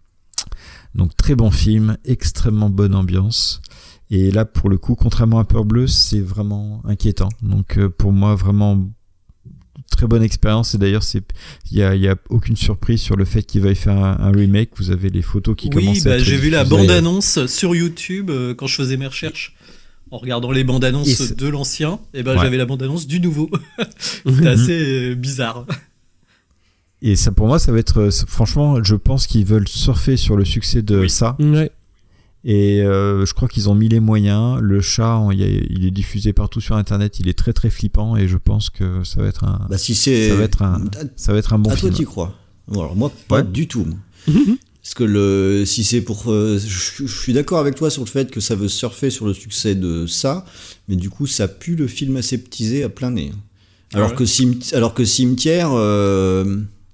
Donc très bon film, extrêmement bonne ambiance. Et là, pour le coup, contrairement à Peur Bleue, c'est vraiment inquiétant. Donc euh, pour moi, vraiment très bonne expérience. Et d'ailleurs, c'est il y a, y a aucune surprise sur le fait qu'il va y faire un, un remake. Vous avez les photos qui oui, commencent bah, à être j'ai vu la diffusées. bande-annonce sur YouTube euh, quand je faisais mes recherches. En regardant les bandes-annonces de l'ancien, et ben ouais. j'avais la bande-annonce du nouveau. C'était assez euh, bizarre. Et ça, pour moi, ça va être... Franchement, je pense qu'ils veulent surfer sur le succès de oui. ça. Ouais. Et euh, je crois qu'ils ont mis les moyens. Le chat, il, a, il est diffusé partout sur Internet. Il est très très flippant, et je pense que ça va être un. Bah si c'est. Ça va être un. Ça va être un bon à film. À toi, t'y crois. Bon, alors moi, pas ouais. du tout. Parce que le, si c'est pour, euh, je, je suis d'accord avec toi sur le fait que ça veut surfer sur le succès de ça, mais du coup, ça pue le film aseptisé à plein nez. Alors ouais. que Cim, alors que Cimetière. Euh,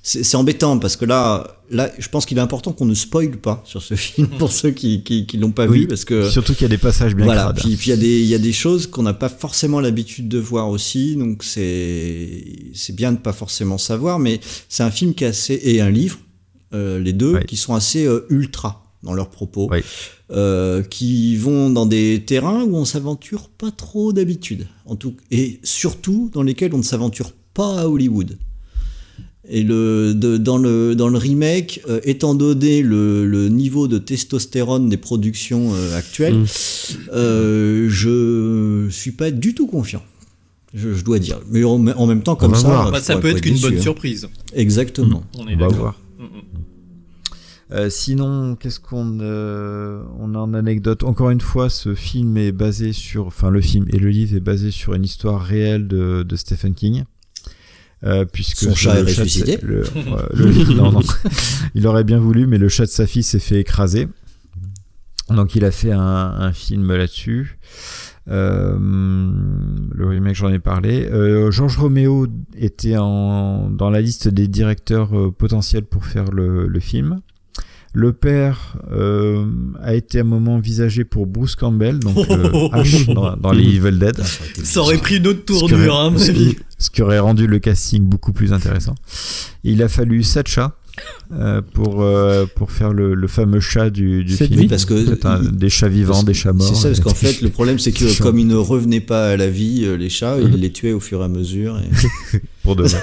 c'est, c'est embêtant parce que là, là, je pense qu'il est important qu'on ne spoile pas sur ce film pour ceux qui qui, qui l'ont pas oui, vu, parce que surtout qu'il y a des passages bien voilà. crades. Puis puis il y a des il y a des choses qu'on n'a pas forcément l'habitude de voir aussi, donc c'est c'est bien de pas forcément savoir, mais c'est un film qui est assez et un livre, euh, les deux, oui. qui sont assez euh, ultra dans leurs propos, oui. euh, qui vont dans des terrains où on s'aventure pas trop d'habitude, en tout et surtout dans lesquels on ne s'aventure pas à Hollywood. Et le, de, dans, le, dans le remake, euh, étant donné le, le niveau de testostérone des productions euh, actuelles, mmh. euh, je suis pas du tout confiant. Je, je dois dire. Mais en, en même temps, comme ça, bah, ça peut être qu'une bonne surprise. Exactement. Mmh. On est On d'accord. va voir. Mmh. Euh, sinon, qu'est-ce qu'on euh, on a en anecdote. Encore une fois, ce film est basé sur, enfin le film et le livre est basé sur une histoire réelle de, de Stephen King. Euh, puisque son chat est ressuscité. Le, euh, le, non, non. Il aurait bien voulu, mais le chat de sa fille s'est fait écraser. Donc il a fait un, un film là-dessus. Euh, le remake, j'en ai parlé. Euh, Georges Romeo était en, dans la liste des directeurs euh, potentiels pour faire le, le film. Le père euh, a été à un moment envisagé pour Bruce Campbell, donc euh, Ash dans, dans les Evil Dead. Ça aurait pris une autre tournure, hein, ce, qui, ce qui aurait rendu le casting beaucoup plus intéressant. Il a fallu sept chats euh, pour euh, pour faire le, le fameux chat du, du film. Oui, parce que un, des chats vivants, des chats morts. C'est ça, parce qu'en fait, le problème, c'est que comme ils ne revenaient pas à la vie, les chats, ils les tuaient au fur et à mesure. Et... pour demain.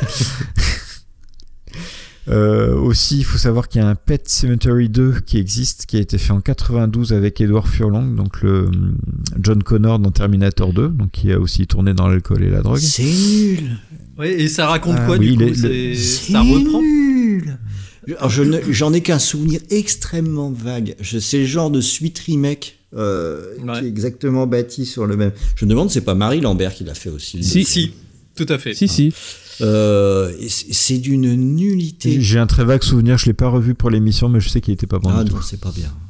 Euh, aussi, il faut savoir qu'il y a un Pet Sematary deux qui existe, qui a été fait en quatre-vingt-douze avec Edward Furlong, donc le John Connor dans Terminator deux, donc qui a aussi tourné dans l'alcool et la drogue. C'est nul. Oui, et ça raconte ah, quoi oui, du coup les, c'est... Le... Ça reprend nul. Alors, je ne, j'en ai qu'un souvenir extrêmement vague. Je, c'est le genre de suite remake euh, ouais. qui est exactement bâti sur le même. Je me demande, c'est pas Marie Lambert qui l'a fait aussi. Si, si, tout à fait. Si, si. Euh, c'est d'une nullité. J'ai un très vague souvenir, je l'ai pas revu pour l'émission, mais je sais qu'il était pas bon. Ah du non, tout. c'est pas bien.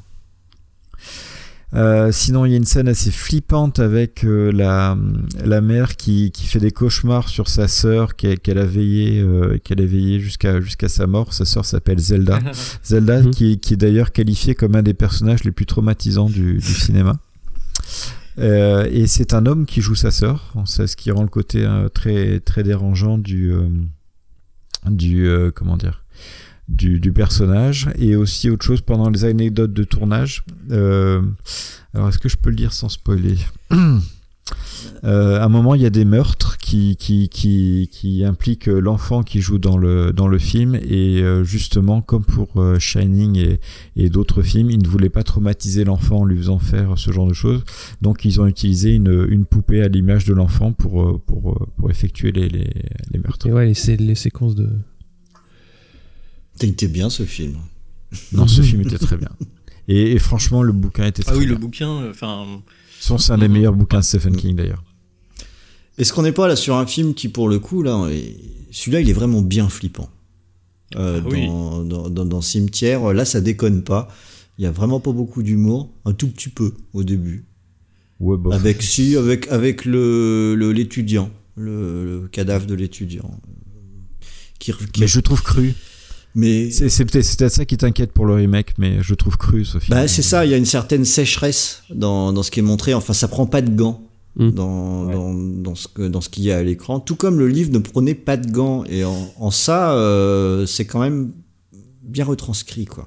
Euh, sinon, il y a une scène assez flippante avec euh, la la mère qui qui fait des cauchemars sur sa sœur qu'elle, qu'elle a veillé euh, qu'elle a veillé jusqu'à jusqu'à sa mort. Sa sœur s'appelle Zelda. Zelda qui qui est d'ailleurs qualifiée comme un des personnages les plus traumatisants du, du cinéma. Euh, et c'est un homme qui joue sa sœur, c'est ce qui rend le côté euh, très très dérangeant du euh, du euh, comment dire du, du personnage. Et aussi autre chose pendant les anecdotes de tournage. Euh, alors est-ce que je peux le dire sans spoiler? Euh, à un moment, il y a des meurtres qui qui qui qui impliquent l'enfant qui joue dans le dans le film, et euh, justement, comme pour euh, Shining et et d'autres films, ils ne voulaient pas traumatiser l'enfant en lui faisant faire ce genre de choses. Donc, ils ont utilisé une une poupée à l'image de l'enfant pour pour pour effectuer les les, les meurtres. Et ouais, les les séquences de. C'était bien ce film. Non, ce film était très bien. Et, et franchement, le bouquin était très bien. Ah oui, bien. le bouquin, enfin. C'est un des meilleurs bouquins de Stephen King d'ailleurs. Est-ce qu'on n'est pas là sur un film qui, pour le coup, là, est... celui-là, il est vraiment bien flippant. Euh, ah, dans, oui. dans, dans, dans Cimetière, là, ça déconne pas. Il y a vraiment pas beaucoup d'humour, un tout petit peu au début. Ouais, bah. Avec si, avec avec le, le l'étudiant, le, le cadavre de l'étudiant. Qui, qui... Mais je trouve cru. Mais c'est, c'est, peut-être, c'est peut-être ça qui t'inquiète pour le remake, mais je trouve cru ce film. Bah c'est ça, il y a une certaine sécheresse dans dans ce qui est montré. Enfin, ça prend pas de gants mmh. dans ouais. dans dans ce que dans ce qu'il y a à l'écran. Tout comme le livre ne prenait pas de gants, et en, en ça, euh, c'est quand même bien retranscrit, quoi.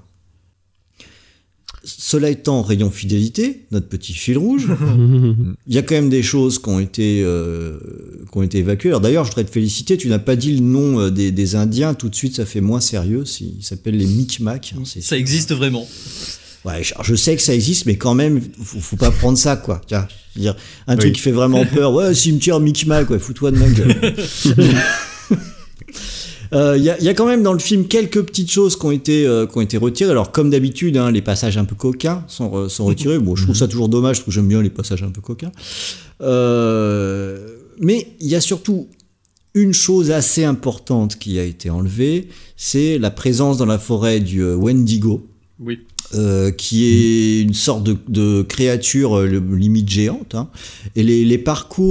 Cela étant, rayon fidélité, notre petit fil rouge, il y a quand même des choses qui ont été, euh, qui ont été évacuées. Alors d'ailleurs, je voudrais te féliciter, tu n'as pas dit le nom des, des Indiens, tout de suite ça fait moins sérieux, ils s'appellent les Micmacs. Hein, c'est ça sûr. Existe vraiment. Ouais, je, je sais que ça existe, mais quand même, faut, faut pas prendre ça, quoi. Tiens, je veux dire, un oui. truc qui fait vraiment peur, ouais, cimetière Micmac, ouais, fous-toi de ma gueule. Il euh, y, y a quand même dans le film quelques petites choses qui ont été, euh, qui ont été retirées. Alors comme d'habitude, hein, les passages un peu coquins sont, sont retirés. Bon, je trouve ça toujours dommage, parce que j'aime bien les passages un peu coquins. Euh, mais il y a surtout une chose assez importante qui a été enlevée, c'est la présence dans la forêt du euh, Wendigo. Oui. Euh, qui est une sorte de, de créature euh, limite géante, hein. Et les, les parcours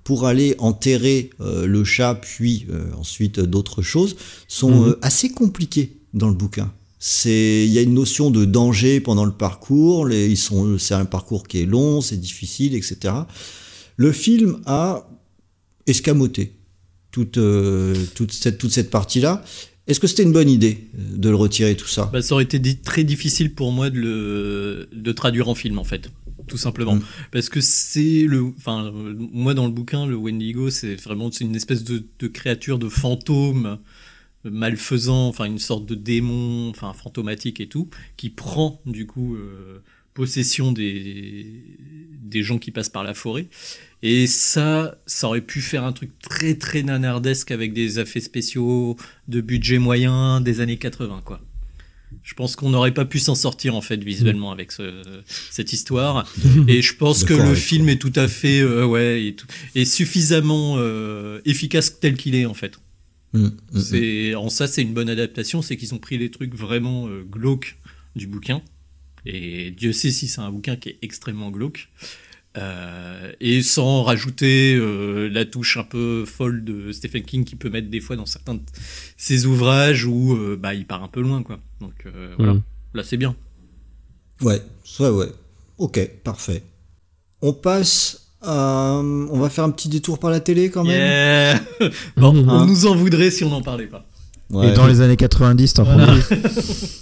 pour aller enterrer euh, le chat, puis euh, ensuite euh, d'autres choses, sont Mhm. euh, assez compliqués dans le bouquin. C'est, il y a une notion de danger pendant le parcours. Les, ils sont, c'est un parcours qui est long, c'est difficile, et cetera. Le film a escamoté toute euh, toute cette toute cette partie-là. Est-ce que c'était une bonne idée euh, de le retirer tout ça? Bah, ça aurait été di- très difficile pour moi de le de traduire en film en fait, tout simplement, Mm. parce que c'est le, enfin euh, moi dans le bouquin le Wendigo c'est vraiment c'est une espèce de, de créature de fantôme euh, malfaisant, enfin une sorte de démon, enfin fantomatique et tout, qui prend du coup euh, possession des des gens qui passent par la forêt. Et ça, ça aurait pu faire un truc très très nanardesque avec des effets spéciaux de budget moyen des années quatre-vingts, quoi. Je pense qu'on n'aurait pas pu s'en sortir en fait visuellement avec ce, cette histoire. Et je pense que D'accord le avec film est tout à fait, euh, ouais, et tout- est suffisamment euh, efficace tel qu'il est en fait. Mm, mm, C'est en ça c'est une bonne adaptation, c'est qu'ils ont pris les trucs vraiment euh, glauques du bouquin. Et Dieu sait si c'est un bouquin qui est extrêmement glauque. Euh, et sans rajouter euh, la touche un peu folle de Stephen King qui peut mettre des fois dans certains de ses ouvrages où euh, bah, il part un peu loin, quoi. Donc euh, voilà, Mhm. là c'est bien. Ouais, ouais, ouais. Ok, parfait. On passe à... On va faire un petit détour par la télé quand même. Yeah bon, Mhm. on nous en voudrait si on n'en parlait pas. Ouais. Et dans les années quatre-vingt-dix, t'en Voilà. prends deux.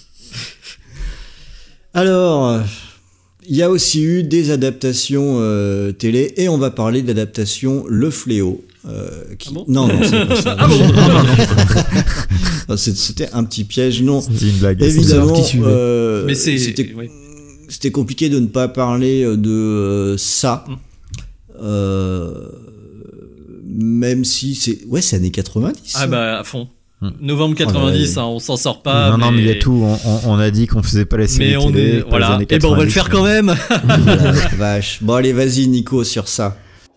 Alors, euh, il y a aussi eu des adaptations euh, télé et on va parler d'adaptation Le Fléau. euh, qui... Ah bon non, non, c'est pas ça. Ah bon non, non, non. Non, c'est- C'était un petit piège, non. C'était une blague. Évidemment, qui suivait. euh, Mais c'est c'était ouais. c'était compliqué de ne pas parler de euh, ça. Mm. Euh, même si c'est... Ouais, c'est années quatre-vingt-dix. Ah bah à fond. Hmm. Novembre Oh là là. quatre-vingt-dix, hein, on s'en sort pas. non, non, mais il y a tout. On, on- on a dit qu'on faisait pas les séries Mais on télé, est pas les voilà. années Et ben on va le quatre-vingt-dix. faire quand même. La vache. Bon, allez, vas-y, Nico, sur ça.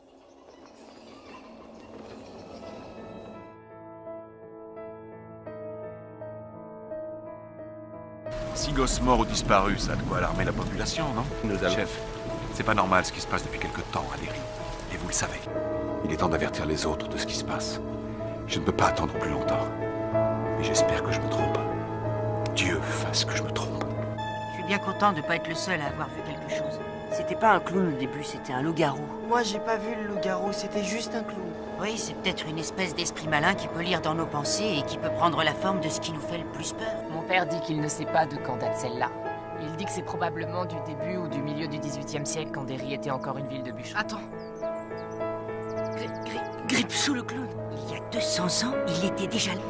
Six gosses morts ou disparus, ça a de quoi alarmer la population, non Nous allons- Chef, c'est pas normal ce qui se passe depuis quelque temps à Derry. Et vous le savez. Il est temps d'avertir les autres de ce qui se passe. Je ne peux pas attendre plus longtemps. Mais j'espère que je me trompe. Dieu fasse que je me trompe. Je suis bien content de pas être le seul à avoir vu quelque chose. C'était pas un clown au début, c'était un loup-garou. Moi, j'ai pas vu le loup-garou, c'était juste un clown. Oui, c'est peut-être une espèce d'esprit malin qui peut lire dans nos pensées et qui peut prendre la forme de ce qui nous fait le plus peur. Mon père dit qu'il ne sait pas de quand date celle-là. Il dit que c'est probablement du début ou du milieu du dix-huitième siècle quand Derry était encore une ville de bûcherons. Attends. Gri- Gri- Gripsou le clown. Il y a deux cents ans, il était déjà là.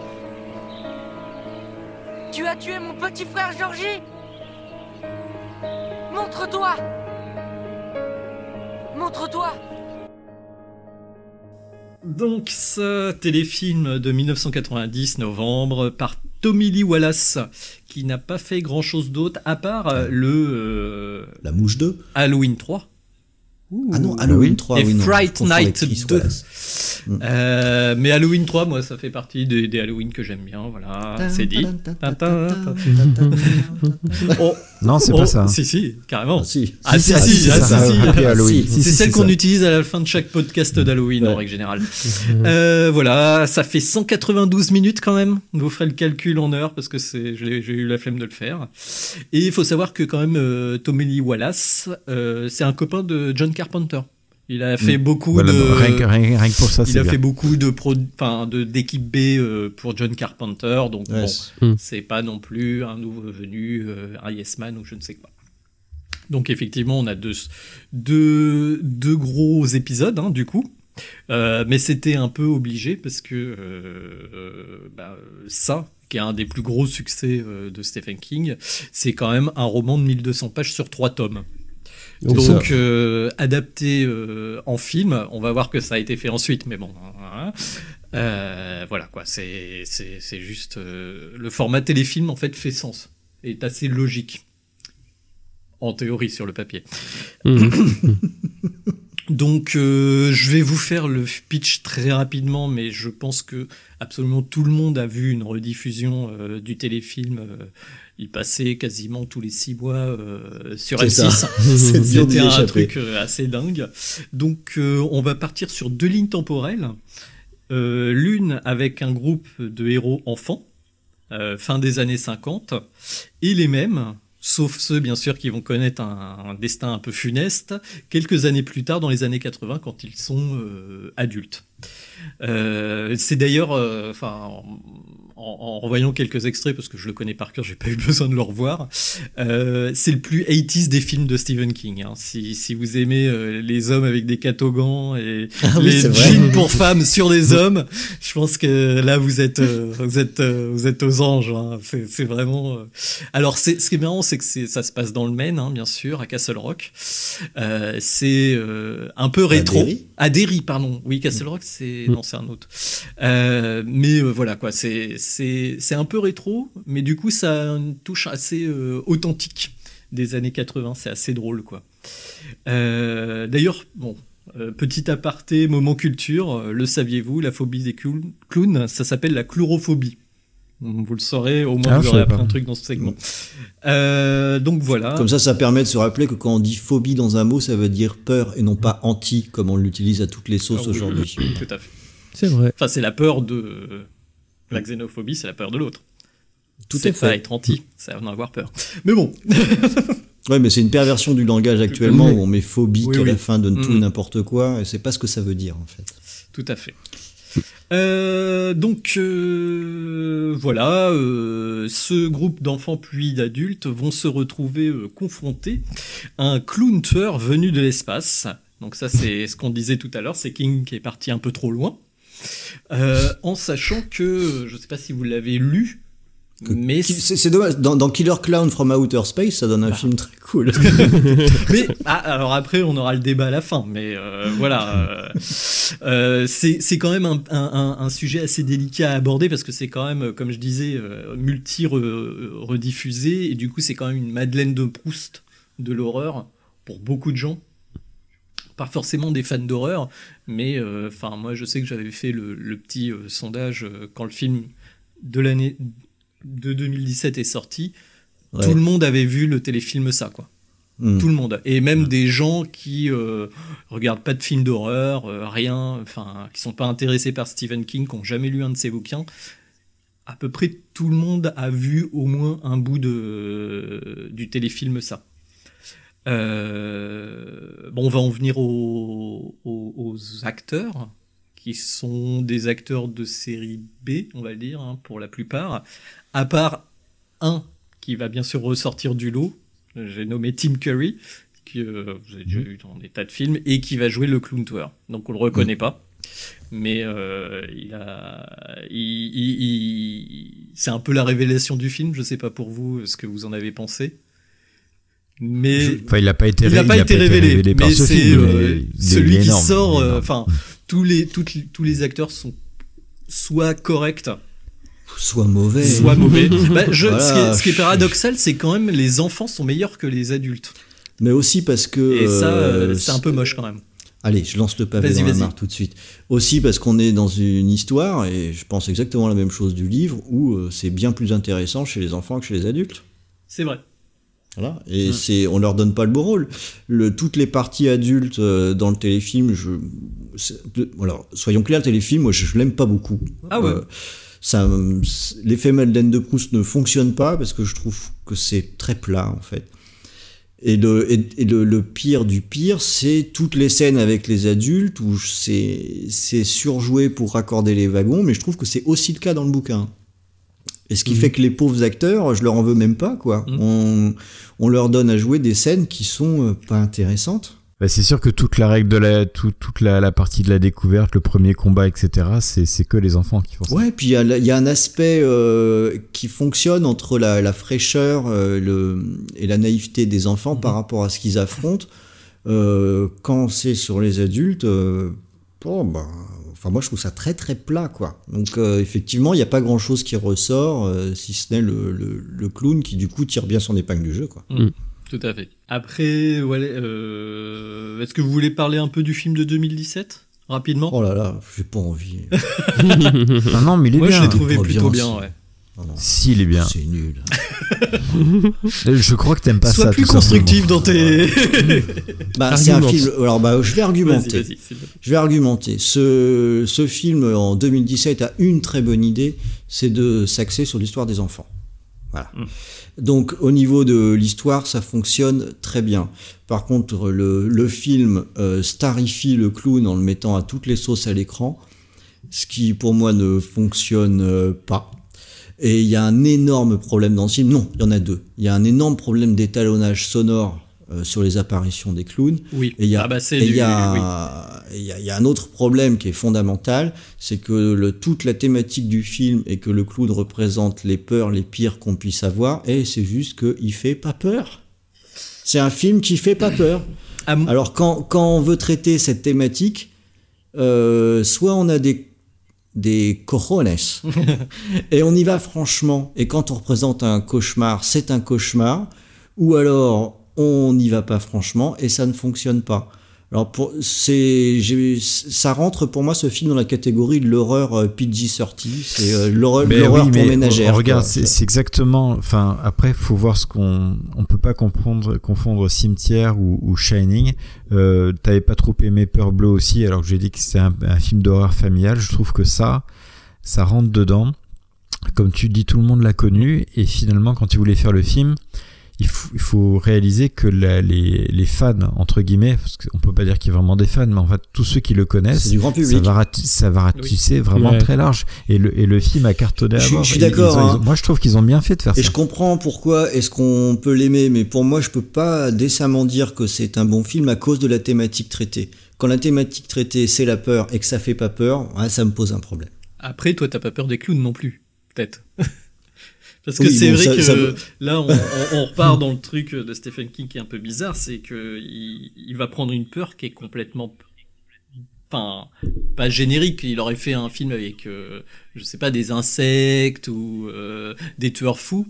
Tu as tué mon petit frère Georgie. Montre-toi. Montre-toi. Donc, ce téléfilm de mille neuf cent quatre-vingt-dix, novembre, par Tommy Lee Wallace, qui n'a pas fait grand-chose d'autre, à part euh, le... euh, La Mouche deux. Halloween trois. Ah non, Halloween trois, Et oui, non, Fright je confonds avec Night Chris deux. Wallace. Mm. Euh, mais Halloween trois, moi, ça fait partie des, des Halloween que j'aime bien, voilà, c'est dit. Oh, Non, c'est oh, pas ça. Si, si, carrément. Ah, si. Ah, si, Ah, si, si, ah, c'est ça. si, si. Happy Halloween. Si, Si, c'est si, celle c'est qu'on ça. utilise à la fin de chaque podcast d'Halloween, en règle générale. Euh, voilà, ça fait cent quatre-vingt-douze minutes quand même. Vous ferez le calcul en heures parce que c'est, j'ai, j'ai eu la flemme de le faire. Et il faut savoir que quand même, euh, Tommy Lee Wallace, euh, c'est un copain de John Carpenter. Il a fait Mm. beaucoup Voilà, de. rien que- rien- rien que pour ça, Il c'est a bien. fait beaucoup de pro, enfin de d'équipe B euh, pour John Carpenter, donc Ouais, bon, c'est- Mm. c'est pas non plus un nouveau venu, euh, un Yes Man ou je ne sais quoi. Donc effectivement, on a deux deux, deux gros épisodes hein, du coup. Euh, mais c'était un peu obligé parce que euh, euh, bah, ça, qui est un des plus gros succès euh, de Stephen King, c'est quand même un roman de mille deux cents pages sur trois tomes. C'est Donc ça. euh, adapté euh, en film, on va voir que ça a été fait ensuite, mais bon, hein, euh, voilà quoi, c'est c'est c'est juste euh, le format téléfilm en fait fait sens, est assez logique en théorie sur le papier. Mhm. Donc, euh, je vais vous faire le pitch très rapidement, mais je pense que absolument tout le monde a vu une rediffusion euh, du téléfilm euh, il passait quasiment tous les six mois euh, sur C'est M six. C'est dur d'y C'était un échapper. truc euh, assez dingue. Donc euh, on va partir sur deux lignes temporelles. Euh, l'une avec un groupe de héros enfants, euh, fin des années cinquante, et les mêmes, sauf ceux bien sûr qui vont connaître un, un destin un peu funeste, quelques années plus tard dans les années quatre-vingts quand ils sont euh, adultes. Euh, c'est d'ailleurs, enfin, euh, en, en voyant quelques extraits, parce que je le connais par cœur, j'ai pas eu besoin de le revoir, euh, c'est le plus eighties des films de Stephen King. Hein. Si, si vous aimez euh, les hommes avec des catogans et Ah oui, les c'est vrai. jeans pour femmes sur des hommes, je pense que là vous êtes, euh, vous êtes, euh, vous êtes aux anges. Hein. C'est, c'est vraiment. Euh... Alors, c'est, ce qui est marrant, c'est que c'est, ça se passe dans le Maine, hein, bien sûr, à Castle Rock. Euh, c'est euh, un peu rétro. À Derry. À Derry, pardon. Oui, Castle Rock, c'est non, c'est un autre. Euh, mais euh, voilà quoi, c'est c'est c'est un peu rétro, mais du coup ça a une touche assez euh, authentique des années quatre-vingts. C'est assez drôle quoi. Euh, d'ailleurs, bon, euh, petit aparté, moment culture, euh, le saviez-vous, la phobie des clowns, clowns, ça s'appelle la chlorophobie. Vous le saurez, au moins Ah, vous je aurez savais appris pas. un truc dans ce segment. Euh, donc voilà. Comme ça, ça permet de se rappeler que quand on dit phobie dans un mot, ça veut dire peur et non pas anti, comme on l'utilise à toutes les sauces Ah oui, aujourd'hui. oui, tout à fait. C'est vrai. Enfin, c'est la peur de... La xénophobie, c'est la peur de l'autre. Tout c'est à fait. pas être anti, c'est en avoir peur. Mais bon. Ouais, mais c'est une perversion du langage actuellement Oui. où on met phobique Oui, à oui. la fin de tout Mm. n'importe quoi, et c'est pas ce que ça veut dire en fait. Tout à fait. Euh, donc euh, voilà, euh, ce groupe d'enfants puis d'adultes vont se retrouver euh, confrontés à un clown tueur venu de l'espace. Donc ça c'est ce qu'on disait tout à l'heure, c'est King qui est parti un peu trop loin, euh, en sachant que, je sais pas si vous l'avez lu, mais Qui- C'est, c'est dommage, dans, dans Killer Clown from Outer Space, ça donne un film très cool. mais ah, alors après on aura le débat à la fin, mais euh, voilà, euh, euh, c'est c'est quand même un, un, un sujet assez délicat à aborder parce que c'est quand même, comme je disais, euh, multi re- rediffusé et du coup c'est quand même une Madeleine de Proust de l'horreur pour beaucoup de gens. Pas forcément des fans d'horreur, mais enfin moi je sais que j'avais fait le, le petit euh, sondage euh, quand le film de l'année de deux mille dix-sept est sorti. Ouais. Tout le monde avait vu le téléfilm ça quoi. Mm. Tout le monde, et même des gens qui euh, regardent pas de films d'horreur, euh, rien, enfin, qui sont pas intéressés par Stephen King, qui ont jamais lu un de ses bouquins. À peu près tout le monde a vu au moins un bout de du téléfilm ça. Euh, bon, on va en venir aux, aux, aux acteurs, qui sont des acteurs de série B, on va le dire, hein, pour la plupart. À part un qui va bien sûr ressortir du lot, j'ai nommé Tim Curry, que euh, vous avez déjà vu dans des tas de films, et qui va jouer le clown tueur. Donc on le reconnaît pas, mais euh, il a, il, il- il- c'est un peu la révélation du film. Je sais pas pour vous ce que vous en avez pensé. Mais Enfin, il n'a pas été, il ré- n'a pas, il a été révélé, par mais ce c'est film, euh, mais il est- celui il est qui énorme, sort. il est euh, énorme. Enfin, tous les toutes les- tous les acteurs sont soit corrects, Soit mauvais. soit mauvais. Bah, je- Voilà. ce, qui est, ce qui est paradoxal, c'est quand même les enfants sont meilleurs que les adultes. Mais aussi parce que. Et ça, euh, euh, c'est un peu moche quand même. Allez, je lance le pavé Vas-y, dans la vas-y. mare tout de suite. Aussi parce qu'on est dans une histoire, et je pense exactement la même chose du livre, où euh, c'est bien plus intéressant chez les enfants que chez les adultes. C'est vrai. Voilà. Et Mm. c'est, on leur donne pas le beau rôle. Le, toutes les parties adultes euh, dans le téléfilm, je, c'est- de- alors, soyons clairs, le téléfilm, moi, je, je l'aime pas beaucoup. Ah ouais. Euh, ça, me- l'effet Madeleine de Proust ne fonctionne pas parce que je trouve que c'est très plat, en fait. Et, le, et, et le, le pire du pire, c'est toutes les scènes avec les adultes où c'est, c'est surjoué pour raccorder les wagons, mais je trouve que c'est aussi le cas dans le bouquin. Et ce qui Mhm. fait que les pauvres acteurs, je leur en veux même pas, quoi. Mhm. On, on leur donne à jouer des scènes qui sont euh, pas intéressantes. Bah, c'est sûr que toute la règle de la, tout- toute la, la partie de la découverte, le premier combat, et cetera, c'est, c'est que les enfants qui font ça. Ouais, puis il y, a la- il y a un aspect euh, qui fonctionne entre la, la fraîcheur euh, le, et la naïveté des enfants par rapport à ce qu'ils affrontent. Euh, quand c'est sur les adultes, euh, bon, bah, enfin, moi je trouve ça très très plat, quoi. Donc euh, effectivement, il n'y a pas grand chose qui ressort, euh, si ce n'est le, le, le clown qui du coup tire bien son épingle du jeu, quoi. Mm. Tout à fait. Après, ouais, euh, est-ce que vous voulez parler un peu du film de deux mille dix-sept rapidement? Oh là là, j'ai pas envie. Ah non, mais il est Moi, bien. je l'ai trouvé Oh, plutôt bien, bien, c'est- ouais. S'il est bien. C'est nul. Je crois que t'aimes pas Sois ça. plus tout constructif dans tes. bah, c'est un film. Alors, bah, je vais argumenter. Vas-y, vas-y, je vais argumenter. Ce, ce film en deux mille dix-sept a une très bonne idée, c'est de s'axer sur l'histoire des enfants. Voilà. Mm. Donc, au niveau de l'histoire, ça fonctionne très bien. Par contre, le, le film euh, starifie le clown en le mettant à toutes les sauces à l'écran, ce qui pour moi ne fonctionne euh, pas. Et il y a un énorme problème dans le film. Non, il y en a deux. Il y a un énorme problème d'étalonnage sonore euh, sur les apparitions des clowns. Oui. Et il y a, ah bah c'est et du... il y a, oui. et il y a, il y a un autre problème qui est fondamental, c'est que le, toute la thématique du film est que le clown représente les peurs les pires qu'on puisse avoir, et c'est juste qu'il fait pas peur. C'est un film qui fait pas peur. Ah, Alors quand, quand on veut traiter cette thématique, euh, soit on a des des cojones et on y va franchement, et quand on représente un cauchemar, c'est un cauchemar, ou alors on n'y va pas franchement et ça ne fonctionne pas. Alors pour, c'est, j'ai, ça rentre pour moi ce film dans la catégorie de l'horreur P G treize, c'est euh, l'horreur, l'horreur oui, pour ménagères. Regarde, quoi. c'est, c'est exactement. Enfin, après, faut voir ce qu'on. On peut pas comprendre, confondre Cimetière ou, ou Shining. Euh, t'avais pas trop aimé Peur Bleue aussi, alors que j'ai dit que c'était un, un film d'horreur familial. Je trouve que ça, ça rentre dedans. Comme tu dis, tout le monde l'a connu, et finalement, quand ils voulaient faire le film, il faut, il faut réaliser que la, les, les fans, entre guillemets, parce qu'on peut pas dire qu'il y a vraiment des fans, mais en fait, tous ceux qui le connaissent, c'est du grand public. Ça va, rati- ça va ratisser oui. vraiment ouais. très large. Et le, et le film a cartonné à je, mort. Je suis d'accord. Ils ont, hein. ils ont, moi, je trouve qu'ils ont bien fait de faire et ça. Et je comprends pourquoi est-ce qu'on peut l'aimer, mais pour moi, je peux pas décemment dire que c'est un bon film à cause de la thématique traitée. Quand la thématique traitée, c'est la peur, et que ça fait pas peur, ouais, ça me pose un problème. Après, toi, t'as pas peur des clowns non plus, peut-être. Parce que oui, c'est bon, vrai ça, que ça veut... là, on, on, on repart dans le truc de Stephen King qui est un peu bizarre, c'est que il, il va prendre une peur qui est complètement, enfin, pas générique. Il aurait fait un film avec, euh, je sais pas, des insectes ou euh, des tueurs fous.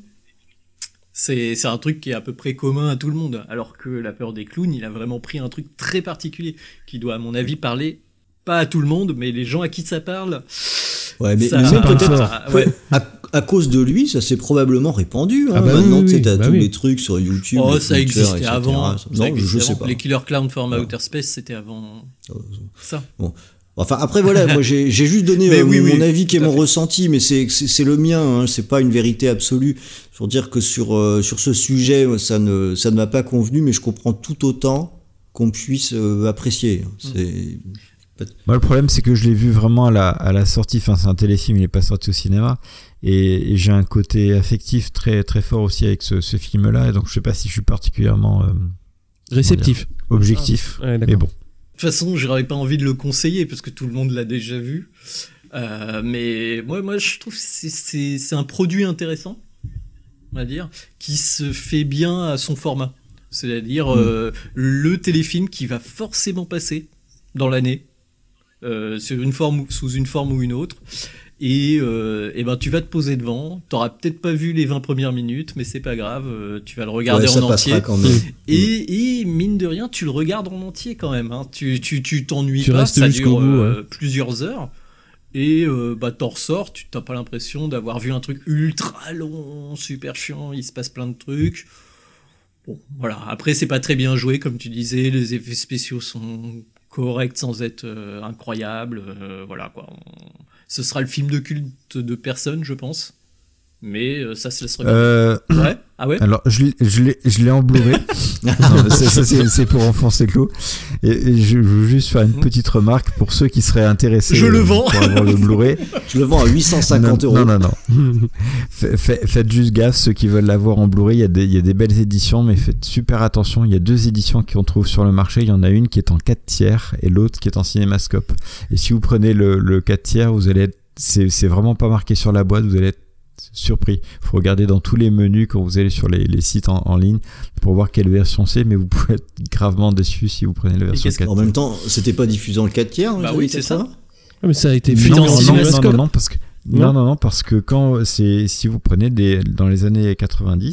C'est, c'est un truc qui est à peu près commun à tout le monde. Alors que la peur des clowns, il a vraiment pris un truc très particulier qui doit, à mon avis, parler pas à tout le monde, mais les gens à qui ça parle. Ouais, mais, ça, mais peut-être à, ouais. à, à cause de lui, ça s'est probablement répandu. Hein. Ah bah Maintenant, oui, tu sais, oui, t'as bah tous oui. les trucs sur YouTube. Oh, Twitter, ça existait et cetera. avant. Non, ça existait je sais avant. pas. Les Killer Clowns from non. Outer Space, c'était avant ça. Bon. Enfin, après, voilà, moi, j'ai, j'ai juste donné euh, oui, mon oui, avis qui est mon fait. ressenti, mais c'est, c'est, c'est le mien, hein, c'est pas une vérité absolue. Pour dire que sur, euh, sur ce sujet, ça ne, ça ne m'a pas convenu, mais je comprends tout autant qu'on puisse euh, apprécier. C'est... Mm. Moi, le problème, c'est que je l'ai vu vraiment à la, à la sortie. Enfin, c'est un téléfilm, il n'est pas sorti au cinéma. Et, et j'ai un côté affectif très, très fort aussi avec ce, ce film-là. Et donc, je ne sais pas si je suis particulièrement euh, réceptif, dire, objectif. Ah, ouais, mais bon. De toute façon, j'aurais pas envie de le conseiller parce que tout le monde l'a déjà vu. Euh, mais moi, moi, je trouve que c'est, c'est, c'est un produit intéressant, on va dire, qui se fait bien à son format. C'est-à-dire mmh. euh, le téléfilm qui va forcément passer dans l'année. Euh, sur une forme, sous une forme ou une autre, et, euh, et ben tu vas te poser devant, t'auras peut-être pas vu les vingt premières minutes, mais c'est pas grave, euh, tu vas le regarder ouais, en entier, quand même. Et, et mine de rien, tu le regardes en entier quand même, hein. tu, tu, tu t'ennuies tu pas, ça dure bout, euh, ouais. plusieurs heures, et euh, bah t'en ressors, tu t'as pas l'impression d'avoir vu un truc ultra long, super chiant, il se passe plein de trucs. Bon, voilà, après c'est pas très bien joué, comme tu disais, les effets spéciaux sont correct sans être euh, incroyable, euh, voilà quoi. On... Ce sera le film de culte de personne, je pense, mais euh, ça se laissera bien. Euh... Ouais. Ah ouais. Alors je l'ai, je l'ai, je l'ai en Blu-ray. non, ça, ça, c'est, c'est pour enfoncer clos. Et, et je veux juste faire une petite remarque pour ceux qui seraient intéressés. Je le vends. Pour avoir le Blu-ray. Je le vends à huit cent cinquante non, euros. Non, non, non. Fait, fait, faites juste gaffe, ceux qui veulent l'avoir en Blu-ray, il y a des, il y a des belles éditions, mais faites super attention. Il y a deux éditions qu'on trouve sur le marché. Il y en a une qui est en quatre tiers et l'autre qui est en cinémascope. Et si vous prenez le, le quatre tiers, vous allez être, c'est, c'est vraiment pas marqué sur la boîte, vous allez être surpris. Il faut regarder dans tous les menus quand vous allez sur les, les sites en, en ligne pour voir quelle version c'est, mais vous pouvez être gravement déçu si vous prenez la version quatre. En même temps, c'était pas diffusé en quatre tiers. Bah oui, c'est ça. Ah, mais ça a été non, filmé non, en non, cinémascope. non, non, parce que non, non, non, parce que quand c'est si vous prenez des dans les années quatre-vingt-dix,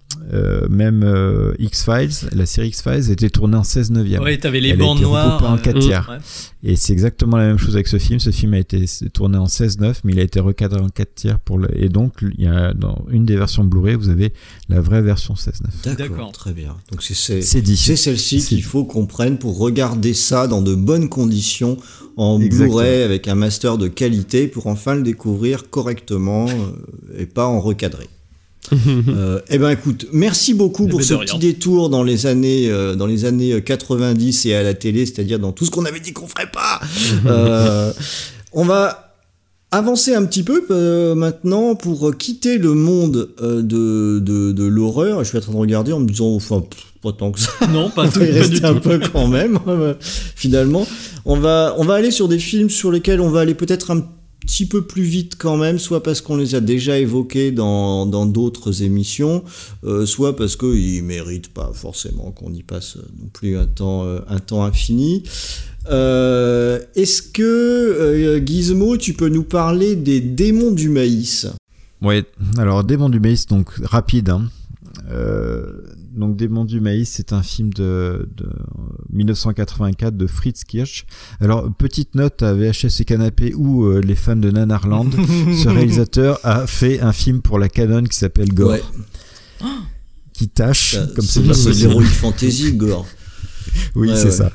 Euh, même euh, X-Files, la série X-Files était tournée en seize neuvième. Ouais, t'avais les Elle bandes a été noires. recoupée en quatre euh, tiers. ouais. Et c'est exactement la même chose avec ce film. Ce film a été tourné en seize neuf, mais il a été recadré en quatre tiers. Pour le... Et donc, il y a, dans une des versions Blu-ray, vous avez la vraie version seize neuf. D'accord, D'accord. très bien. Donc c'est, c'est, C'est dit. c'est celle-ci C'est qu'il dit. faut qu'on prenne pour regarder ça dans de bonnes conditions, en Exactement. Blu-ray, avec un master de qualité, pour enfin le découvrir correctement euh, et pas en recadré. euh, eh ben écoute, merci beaucoup Eh pour ben, ce de rien. petit détour dans les années euh, dans les années quatre-vingt-dix et à la télé, c'est-à-dire dans tout ce qu'on avait dit qu'on ferait pas. euh, on va avancer un petit peu euh, maintenant pour quitter le monde euh, de, de de l'horreur. Je suis en train de regarder en me disant enfin pff, pas tant que ça. Non, pas On tout. va y pas rester du un tout. peu quand même. Finalement, on va on va aller sur des films sur lesquels on va aller peut-être un petit peu plus vite quand même, soit parce qu'on les a déjà évoqués dans, dans d'autres émissions, euh, soit parce qu'ils méritent pas forcément qu'on y passe non plus un temps, euh, un temps infini. Euh, est-ce que, euh, Gizmo, tu peux nous parler des Démons du Maïs ? Ouais, alors Démons du Maïs, donc rapide. Hein. Euh, donc Démons du Maïs, c'est un film de, de dix-neuf cent quatre-vingt-quatre de Fritz Kirsch. Alors petite note à V H S et Canapé ou euh, les fans de Nanarland, ce réalisateur a fait un film pour la Canon qui s'appelle Gore, Ouais. qui tâche Ça, comme c'est c'est pas c'est possible. l'Heroic Fantasy, Gore. Oui, Ouais, c'est ouais. ça.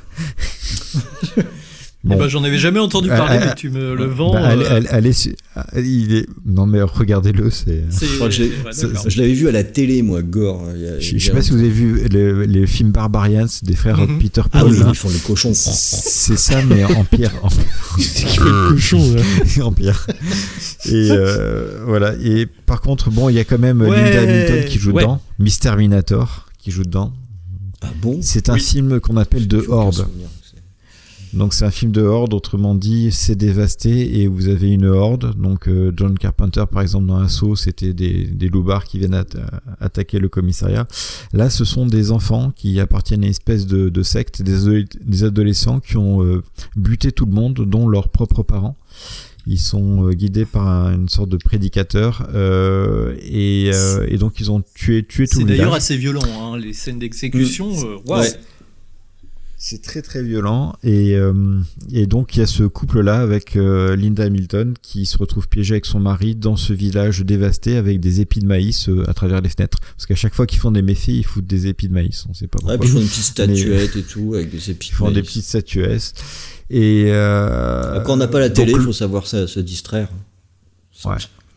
Eh ben, j'en avais jamais entendu Ah, parler, ah, mais tu me le vends. Bah, allez, euh, allez, allez su- ah, il est... Non mais regardez-le, c'est... c'est- Je crois que j'ai- ouais, c'est- d'accord. Je l'avais vu à la télé, moi, Gore. Il y a- Je, il y je sais a- pas si vous avez vu le- les films Barbarians des frères Mhm. Peter Ah Paul. oui, là. ils font le cochon. C'est c'est ça, mais en pire. En, C'est qui fait le cochon, là. en pire. Et euh, voilà. Et par contre, bon, il y a quand même Ouais. Linda Hamilton qui joue Ouais. dedans, Miss Terminator qui joue dedans. Ah bon ? C'est un Oui. film qu'on appelle de J'ai aucun Horde. souvenir. Donc c'est un film de horde, autrement dit, c'est dévasté et vous avez une horde. Donc euh, John Carpenter, par exemple, dans Assaut, c'était des, des loupards qui viennent atta- attaquer le commissariat. Là, ce sont des enfants qui appartiennent à une espèce de, de secte, des, ado- des adolescents qui ont euh, buté tout le monde, dont leurs propres parents. Ils sont euh, guidés par un- une sorte de prédicateur euh, et, euh, et donc ils ont tué, tué tout C'est le d'ailleurs village. assez violent, hein, les scènes d'exécution. euh, waouh. Ouais. C'est très très violent et, euh, et donc il y a ce couple-là avec euh, Linda Hamilton qui se retrouve piégée avec son mari dans ce village dévasté avec des épis de maïs euh, à travers les fenêtres. Parce qu'à chaque fois qu'ils font des méfaits, ils foutent des épis de maïs. On sait pas pourquoi. Ouais, puis ils font une petite Mais- statuette et tout, avec des épis. Ils font des petites statuettes. Et euh, Quand on n'a pas la télé, il donc, faut savoir ça, se distraire. Ouais.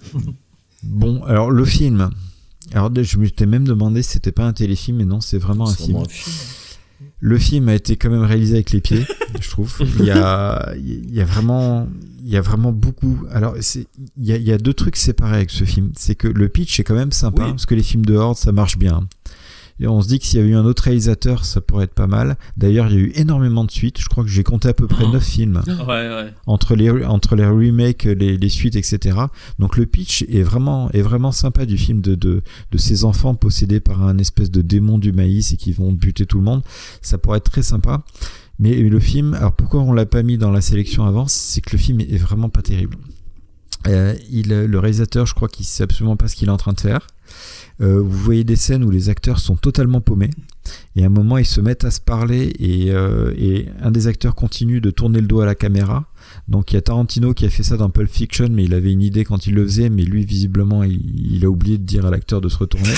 Bon, alors le film. Alors je m'étais même demandé si c'était pas un téléfilm, mais non, c'est vraiment un C'est film. vraiment un film. Le film a été quand même réalisé avec les pieds, je trouve. Il y a, il y a vraiment, il y a vraiment beaucoup. Alors, c'est, il y a, il y a deux trucs séparés avec ce film. C'est que le pitch est quand même sympa, Oui. parce que les films de horde, ça marche bien. Et on se dit que s'il y avait eu un autre réalisateur, ça pourrait être pas mal. D'ailleurs, il y a eu énormément de suites. Je crois que j'ai compté à peu près Oh. neuf films. Ouais, ouais. Entre les, entre les remakes, les, les suites, et cetera. Donc le pitch est vraiment, est vraiment sympa du film de, de, de ces enfants possédés par un espèce de démon du maïs et qui vont buter tout le monde. Ça pourrait être très sympa. Mais le film, alors pourquoi on l'a pas mis dans la sélection avant, c'est que le film est vraiment pas terrible. Euh, il, le réalisateur, je crois qu'il sait absolument pas ce qu'il est en train de faire. Euh, vous voyez des scènes où les acteurs sont totalement paumés et à un moment ils se mettent à se parler et, euh, et un des acteurs continue de tourner le dos à la caméra. Donc il y a Tarantino qui a fait ça dans Pulp Fiction, mais il avait une idée quand il le faisait, mais lui visiblement il, il a oublié de dire à l'acteur de se retourner.